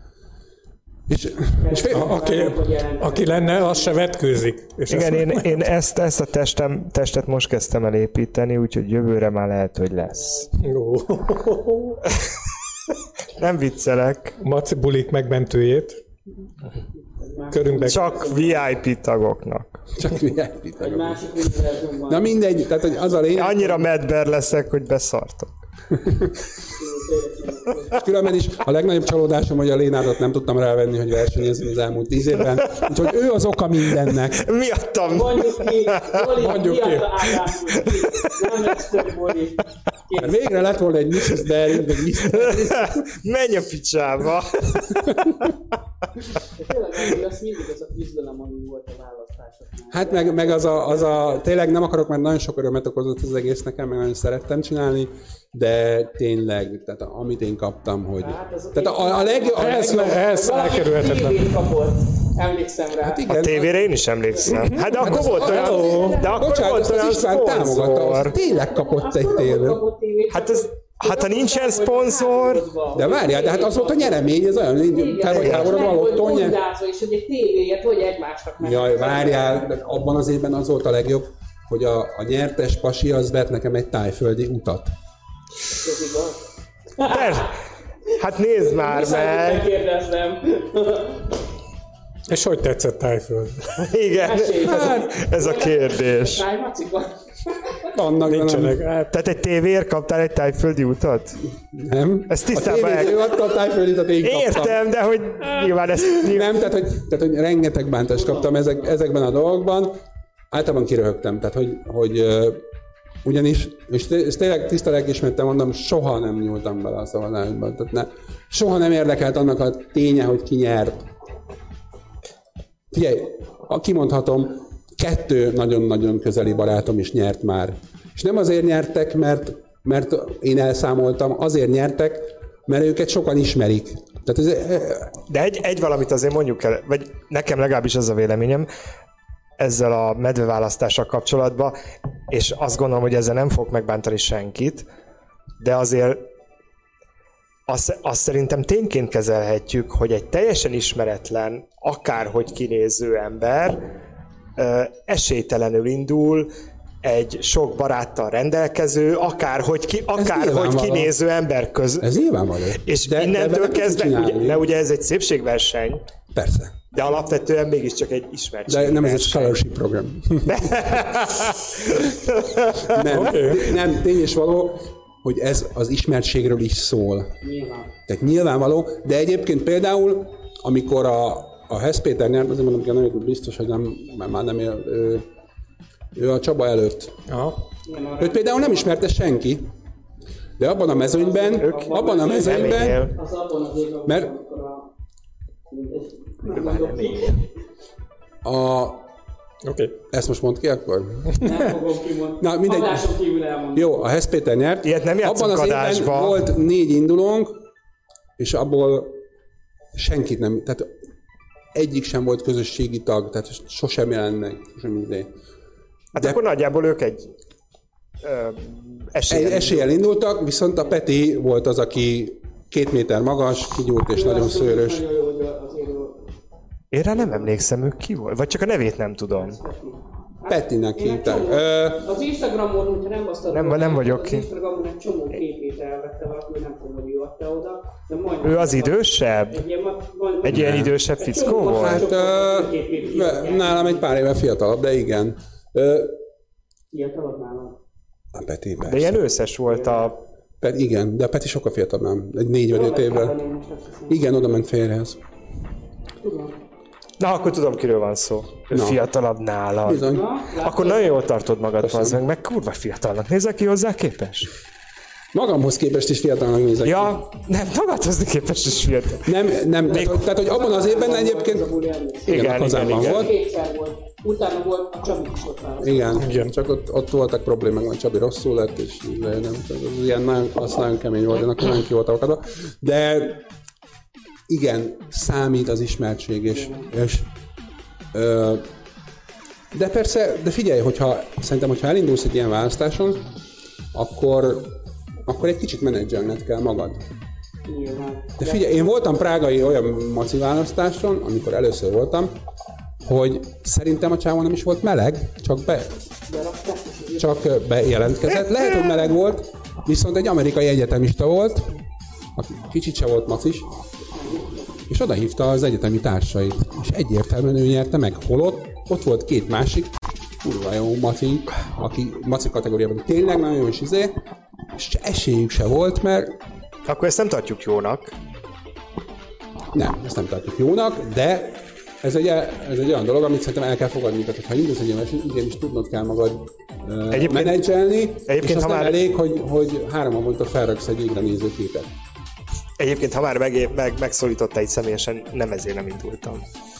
És aki lenne, az se vetkőzik. És igen, én ezt a testet most kezdtem el építeni, úgyhogy jövőre már lehet, hogy lesz. Nem viccelek. Maci bulik megmentőjét. Körünkben. Csak VIP tagoknak. Csak VIP tagoknak. Na mindegy, tehát hogy az a lényeg. Annyira medber leszek, hogy beszartok. Különben is a legnagyobb csalódásom, hogy a Lénárdot nem tudtam rávenni, hogy versenyezni az elmúlt 10 évben. Úgyhogy ő az oka mindennek. Miattam. Mondjuk ki. Nem lesz több Boli. Mert végre lett volna egy Mrs. Daring, egy Mrs. Menj a picsába. De tényleg az mindig az a küzdelem, ami volt a választásoknál. Hát meg az tényleg nem akarok, mert nagyon sok örömet okozott az egész nekem, meg nagyon szerettem csinálni, de tényleg, tehát amit én kaptam, hogy... Tehát a legjobb... Ez elkerülhetetlen. Emlékszem rá. Hát igen, a tévére én is emlékszem. Hát de akkor volt olyan... De akkor volt olyan szponzor. Tényleg kapott egy tévét. Hát ha nincsen szponzor... De várjál, de hát az volt a nyeremény, ez olyan, hogy felháborodva a lottón nyer. És hogy egy tévéért, hogy egymásnak meg. Jaj, várjál, abban az évben az volt a legjobb, hogy a nyertes pasi az vett nekem egy tájföldi utat. Ez igaz? Hát nézd már meg! Megkérdezem. És hogy tetszett Tájföld? Igen, ez a kérdés. Tájmacikon? Annak nincsenek. Tehát egy tévéért kaptál egy tájföldi utat? Nem. Ez tisztában ő adta a tájföldi utat, én kaptam. Értem, de hogy nyilván ezt... Nem, tehát hogy rengeteg bántást kaptam ezekben a dolgokban. Általában kiröhögtem, tehát hogy ugyanis, és tényleg tiszta lelkiismerettel mondom, soha nem nyúltam bele a szavazásba. Tehát soha nem érdekelt annak a ténye, hogy ki nyert. Figyelj, kimondhatom, 2 nagyon-nagyon közeli barátom is nyert már. És nem azért nyertek, mert én elszámoltam, azért nyertek, mert őket sokan ismerik. Tehát de egy valamit azért mondjuk el, vagy nekem legalábbis az a véleményem, ezzel a medveválasztással kapcsolatban, és azt gondolom, hogy ezzel nem fog megbántani senkit, de azért azt szerintem tényként kezelhetjük, hogy egy teljesen ismeretlen, akárhogy kinéző ember esélytelenül indul, egy sok baráttal rendelkező, akárhogy kinéző ember között. Ez nyilvánvaló. És innentől kezdve, ugye ez egy szépségverseny. Persze. De alapvetően mégiscsak egy ismertség. De nem ez egy scholarship program. nem, tény és való, hogy ez az ismertségről is szól. Tehát nyilvánvaló, de egyébként például, amikor a Hess Péter nyert, azért mondom, hogy nem biztos, hogy már nem él, ő a Csaba előtt. Aha. Őt például nem ismerte senki, de abban a mezőnyben, mert ezt most mondd ki akkor? Nem fogom kimondani. Na, mindegy. Adáson kívül elmondom. Jó, a Hess Péter nyert. Ilyet nem játszunk abban az adásba. évben volt 4 indulónk, és abból senkit nem, tehát egyik sem volt közösségi tag, tehát sosem jelennek, sosem idő. Hát akkor nagyjából ők egy eséllyel indultak, viszont a Peti volt az, aki 2 méter magas, kigyúrt és nagyon szőrös. Én rá nem emlékszem, ő ki volt? Vagy csak a nevét nem tudom. Petinek hívták. Az Instagramon, hogyha nem basztad, Nem vagyok az ki. Instagramon egy csomó képét elvette valaki, nem tudom, hogy ő adta oda. De majdnem Ő az idősebb? Egy ilyen idősebb fickó volt? Hát nálam egy pár éve fiatalabb, de igen. Fiatalabb nálam. A Peti, De ilyen őszes volt a... Igen, de a Peti sokkal fiatalabb nem. Egy 4 vagy 5 évvel. Igen, oda ment férjhez. Na, akkor tudom, kiről van szó. Ő fiatalabb nálad. Bizony. Akkor nagyon jól tartod magad, az meg kurva fiatalnak nézel ki hozzá képes? Magamhoz képest is fiatalnak nézek. Ja, nem, magadhoz képest is fiatal. Nem, tehát, hogy abban az évben egyébként... Igen, a kazánban igen. volt. Kétszer volt. Utána volt a Csabi is ott választ. Igen, csak ott voltak problémák, a Csabi rosszul lett, és nem, ilyen nagyon kemény volt, akkor nagyon ki voltak akadva. De igen, számít az ismertség, és de persze, de figyelj, szerintem, hogyha elindulsz egy ilyen választáson, akkor egy kicsit menedzselned kell magad. Nyilván. De figyelj, én voltam prágai olyan maci választáson, amikor először voltam, hogy szerintem a csávó nem is volt meleg, csak bejelentkezett. Lehet, hogy meleg volt, viszont egy amerikai egyetemista volt, aki kicsit se volt macis, és oda hívta az egyetemi társait, és egyértelműen ő nyerte meg, holott ott volt 2 másik, kurva jó maci, aki maci kategóriában tényleg nagyon jó is és esélyük se volt, mert Akkor ezt nem tartjuk jónak. nem, ezt nem tartjuk jónak, de ez egy olyan dolog, amit szerintem el kell fogadni. Tehát, ha indulsz egy ilyen versenyt, igenis tudnod kell magad menedzselni, és az nem elég, hogy 3 havonta felraksz egy égre néző képet. Egyébként, ha már megszólítottál itt személyesen, nem ezért nem indultam.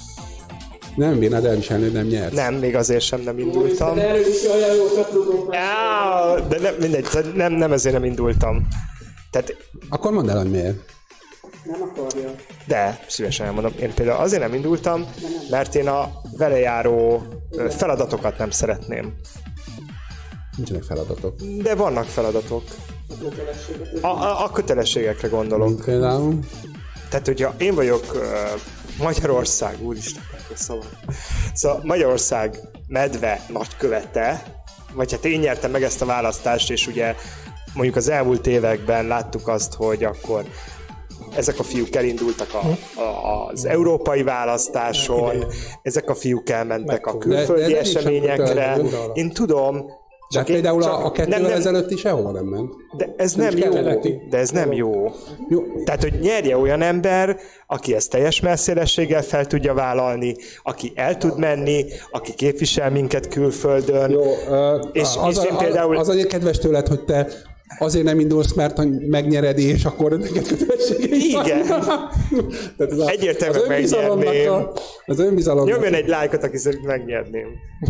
Nem bírnád elviselni, hogy nem nyersz. Nem, még azért sem nem indultam. De erről is olyan jókat rúgunk. De mindegy, nem ezért nem indultam. Tehát, Akkor mondd el, hogy miért. Nem akarja. de szívesen elmondom. Én például azért nem indultam, mert én a vele járó feladatokat nem szeretném. Nincsenek feladatok. De vannak feladatok. A kötelességekre gondolok. Mint például. Tehát, hogyha én vagyok Magyarország, úristen, szóval Magyarország medve nagykövete, vagy hát én nyertem meg ezt a választást, és ugye mondjuk az elmúlt években láttuk azt, hogy akkor ezek a fiúk elindultak az európai választáson, ezek a fiúk elmentek a külföldi eseményekre. Én tudom, De például a 2 évvel ezelőtt is sehova nem ment. de ez nem jó. De ez nem jó. Tehát, hogy nyerje olyan ember, aki ezt teljes messzélességgel fel tudja vállalni, aki el tud menni, aki képvisel minket külföldön. Jó, és én például... az azért kedves tőled, hogy te azért nem indulsz, mert megnyered, és akkor neked kötelességeid. Igen. Egyértelműen megnyerném. Az önbizalomnak. Nyomjon egy lájkot, aki szerint megnyerném.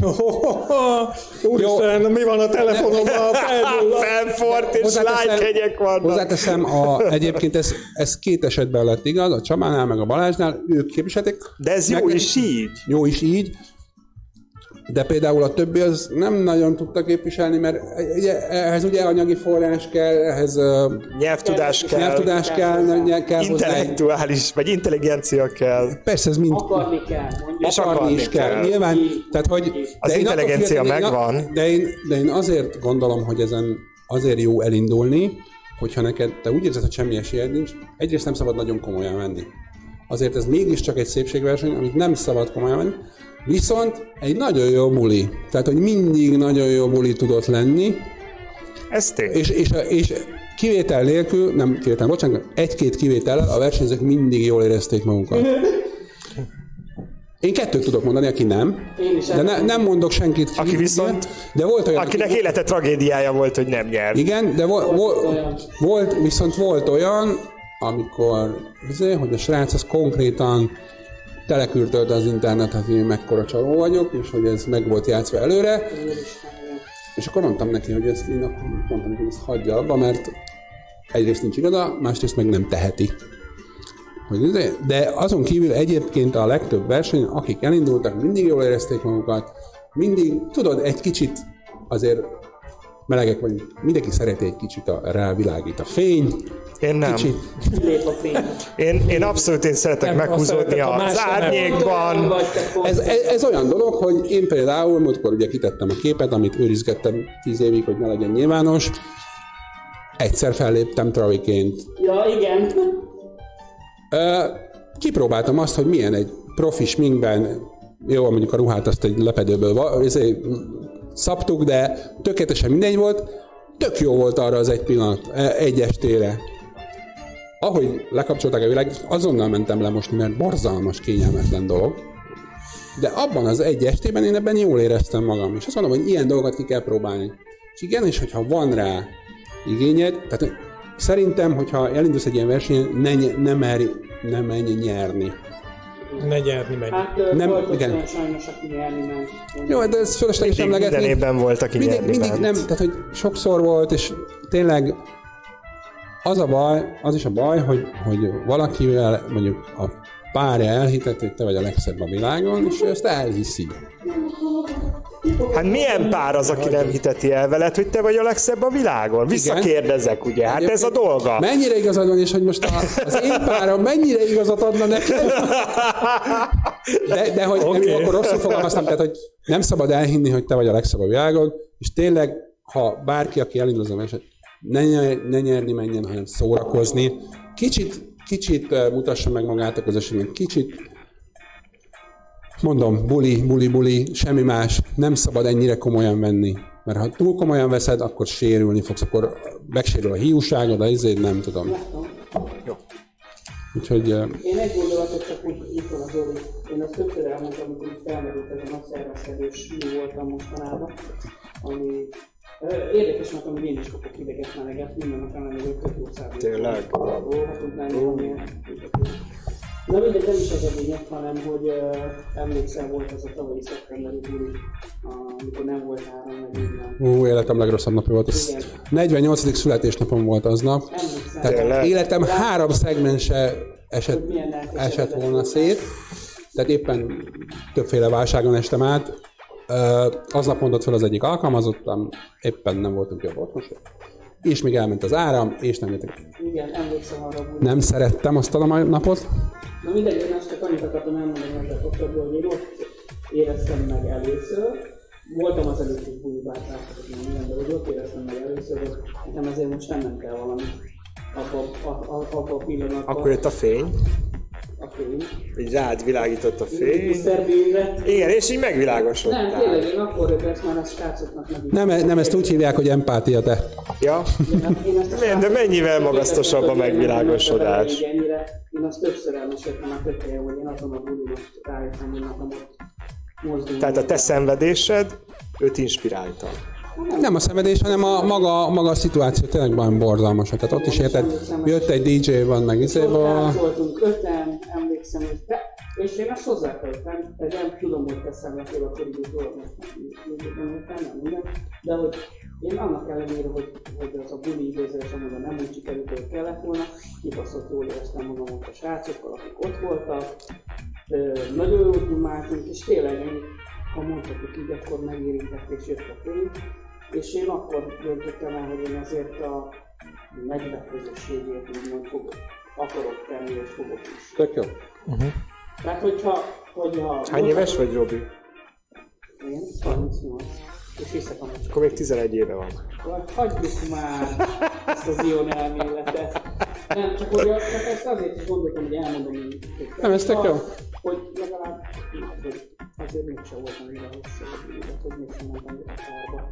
Úristen, mi van a telefonomban? Felfort és lájkegyek vannak. Hozzáteszem, egyébként ez 2 esetben lett igaz, a Csabánál meg a Balázsnál, ők képviselték. De ez jó is így. Jó is így. De például a többi az nem nagyon tudta képviselni, mert ehhez ugye anyagi forrás kell, ehhez nyelvtudás kell intellektuális, vagy intelligencia kell. Persze ez mind... Akarni kell, mondjuk. És akarni is kell. Nyilván, tehát, hogy... Az intelligencia megvan. De én azért gondolom, hogy ezen azért jó elindulni, hogyha neked, te úgy érzed, hogy semmi esélyed nincs, egyrészt nem szabad nagyon komolyan venni. Azért ez mégiscsak egy szépségverseny, amit nem szabad komolyan venni, viszont egy nagyon jó buli. Tehát, hogy mindig nagyon jó buli tudott lenni. Ez tény. És kivétel nélkül, nem kivétel, bocsánat, 1-2 kivétellel a versenyzők mindig jól érezték magukat. Én 2 tudok mondani, aki nem. De nem mondok senkit ki. Aki viszont, de volt olyan, akinek élete tragédiája volt, hogy nem nyert. Igen, de volt olyan, amikor, hogy a srác az konkrétan telekürtölte az internetet, hogy én mekkora csaló vagyok, és hogy ez meg volt játszva előre. És akkor mondtam neki, hogy ezt hagyja abba, mert egyrészt nincs igaza, másrészt meg nem teheti. De azon kívül egyébként a legtöbb verseny, akik elindultak, mindig jól érezték magukat, mindig, tudod, egy kicsit azért melegek vagyunk, mindenki szereti egy kicsit rávilágít a fény, Én nem. Kicsit. Kilép a fény. Én abszolút szeretek Nem, meghúzódni szeretek, ha az más nem. árnyékban. Vagy te pont. Ez olyan dolog, hogy én például, múltkor ugye kitettem a képet, amit őrizgettem 10 évig, hogy ne legyen nyilvános. Egyszer felléptem traviként. Ja, igen. Kipróbáltam azt, hogy milyen egy profi sminkben, jó, mondjuk a ruhát azt egy lepedőből szabtuk, de tökéletesen mindegy volt. Tök jó volt arra az egy pillanat, egy estére. Ahogy lekapcsolták a világot, azonnal mentem lemosni, mert borzalmas, kényelmetlen dolog. De abban az egy estében én ebben jól éreztem magam. És azt mondom, hogy ilyen dolgokat ki kell próbálni. És igen, és hogyha van rá igényed, tehát szerintem, hogyha elindulsz egy ilyen versenyen, ne menj nyerni. Ne nyerni meg. Hát Nem, volt igen. olyan sajnos, aki nyerni ment. Jó, de ez fölösleges Mindig, emlegetni. minden évben volt, aki nyerni Mindig ment. nem, tehát hogy sokszor volt, és tényleg az is a baj, hogy valakivel mondjuk a párja elhitett, hogy te vagy a legszebb a világon, és ő ezt elhiszi. Hát milyen pár az, aki nem hiteti el veled, hogy te vagy a legszebb a világon? Visszakérdezek, ugye? Hát ez a dolga. Mennyire igazad van, és hogy most az én párom mennyire igazat adna neked? De hogy Okay. nem, akkor rosszul fogalmaztam, tehát hogy nem szabad elhinni, hogy te vagy a legszebb a világon, és tényleg, ha bárki, aki elindul az a versenyt, ne nyerni menjen, hanem szórakozni. Kicsit mutassa meg magát a közösségben, kicsit mondom, buli, semmi más, nem szabad ennyire komolyan venni. Mert ha túl komolyan veszed, akkor sérülni fogsz, akkor megsérül a hiúságod, ezért nem tudom. Jó. Úgyhogy... Én egy gondolatot csak úgy itt van az Zoli. Én azt többször elmondtam, amikor itt felmerült ez a nagy szervezkedős mi voltam mostanában, ami érdekes, mert hogy én is kapok ideget meleget, minden nap elmenni, tök jó szállít. Tényleg? Róhatunk lenni, amilyen. Na mindegy, nem is az a lényeg, hanem hogy emlékszem, volt az a tavalyi szeptemberi buli, amikor nem volt áram, meg minden. Életem legrosszabb napja volt. Ez 48. születésnapom volt aznap. Tehát Tényleg? életem 3 szegmense esett volna szét. Tehát éppen többféle válságon estem át. Aznap mondott fel az egyik alkalmazottam, éppen nem voltunk jobb otthon, és még elment az áram, és nem jöttek. Igen, emlékszem arra, hogy... Nem szerettem azt a napot. Na mindegy, én azt csak annyit akartam elmondani nektek oktatból, hogy én ott éreztem meg először. Voltam az előtt is bulibáltáltatok minden, de hogy ott éreztem meg először, hogy nekem ezért most nem kell valami abba a pillanatban. Akkor jött a fény, A fény. így rád világított a fény. Szerbényre. Igen, és így Nem, megvilágosodtál. tényleg, én akkor ezt már a srácoknak meg... Nem ezt úgy hívják, hogy empátia, te. Ja? De mennyivel magasztosabb a megvilágosodás? Én azt többször elmeséltem a kötélyen, hogy én azon a bulin most rájöttem, hogy nekem ott mozdulni. Tehát a te szenvedésed őt inspirálta. Nem a szenvedés, hanem a maga a szituáció tényleg valami borzalmas. Tehát ott is érted, jött egy DJ, van meg izéba. Voltunk 5-en, emlékszem, hogy te, és én azt hozzátettem, de nem tudom, hogy te szenvedtél akkor így utólag, nem minden, de hogy én annak ellenére, hogy az a buli időzés, amúgy nem úgy sikerült, hogy kellett volna, kibaszott jól éreztem magam ott a srácokkal, akik ott voltak, nagyon jól dumáltunk, és tényleg, ha mondhatok így, akkor megérintett és jött a fény, és én akkor döntöttem el, hogy én azért a megvetőzőségét úgymond akarok tenni, és fogok is. Tök jó. Tehát, hogyha... Hány éves vagy, Robi? Én 38. És hiszek a meccsre. Akkor még 11 éve van. Hagyjuk már ezt az Ion elméletet. Nem, csak hogy ezt azért is gondoltam, hogy elmondom így. Nem, ez tök jó. Hogy legalább, hogy azért mégsem voltam ide hosszú, hogy mégsem mentem a kárba.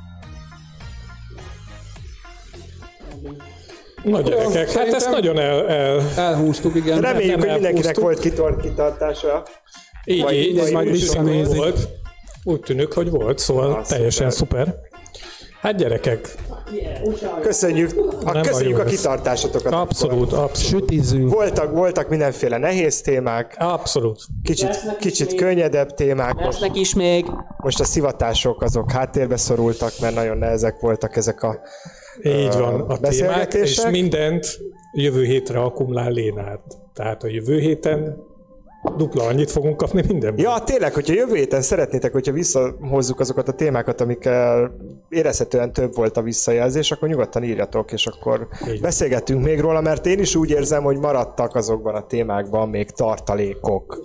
Na gyerekek, hát ezt nagyon Elhúztuk, igen. Reméljük, hogy nem mindenkinek elpusztuk. volt kitartása. Így, majd visszanézik. volt. Úgy tűnik, hogy volt, szóval teljesen szuper. Hát gyerekek, Köszönjük jó a ez. kitartásotokat. Abszolút. Sütizzünk. Voltak mindenféle nehéz témák, Abszolút. kicsit könnyedebb témák. Lesznek is még. Most a szivatások azok háttérbe szorultak, mert nagyon nehezek voltak ezek a Így van a témák, és beszélgetések. mindent jövő hétre akkumulál Lénárd. Tehát a jövő héten dupla annyit fogunk kapni mindenből. Ja, tényleg, hogyha jövő héten szeretnétek, hogyha visszahozzuk azokat a témákat, amikkel érezhetően több volt a visszajelzés, akkor nyugodtan írjatok, és akkor beszélgettünk még róla, mert én is úgy érzem, hogy maradtak azokban a témákban még tartalékok.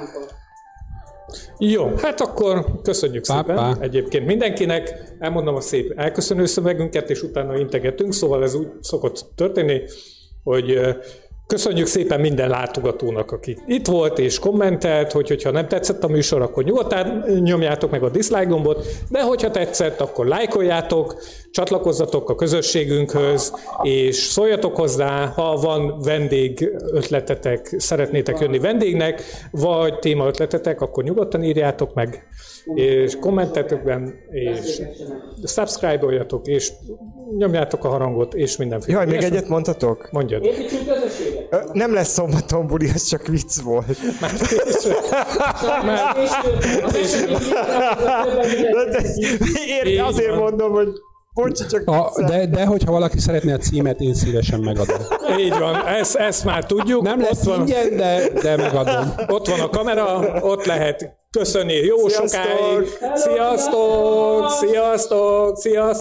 Jó, hát akkor köszönjük szépen egyébként mindenkinek, elmondom a szép elköszönő szövegünket, és utána integetünk, szóval ez úgy szokott történni, hogy köszönjük szépen minden látogatónak, aki itt volt és kommentelt, hogyha nem tetszett a műsor, akkor nyugodtan nyomjátok meg a dislike gombot, de hogyha tetszett, akkor lájkoljátok, csatlakozzatok a közösségünkhöz, és szóljatok hozzá, ha van vendég ötletetek, szeretnétek jönni vendégnek, vagy téma ötletetek, akkor nyugodtan írjátok meg, és kommenteltekben, és subscribe-oljatok, és nyomjátok a harangot, és mindenféle. Jaj, még egyet mondhatok? Mondjad. Nem lesz szombaton buli, ez csak vicc volt. Azért mondom, hogy bocsi, csak... De hogyha valaki szeretné a címet, én szívesen megadom. Így van, ezt már tudjuk. Nem lesz ingyen, de megadom. Ott van a kamera, ott lehet köszönni jó sokáig. Sziasztok! Sziasztok! Sziasztok!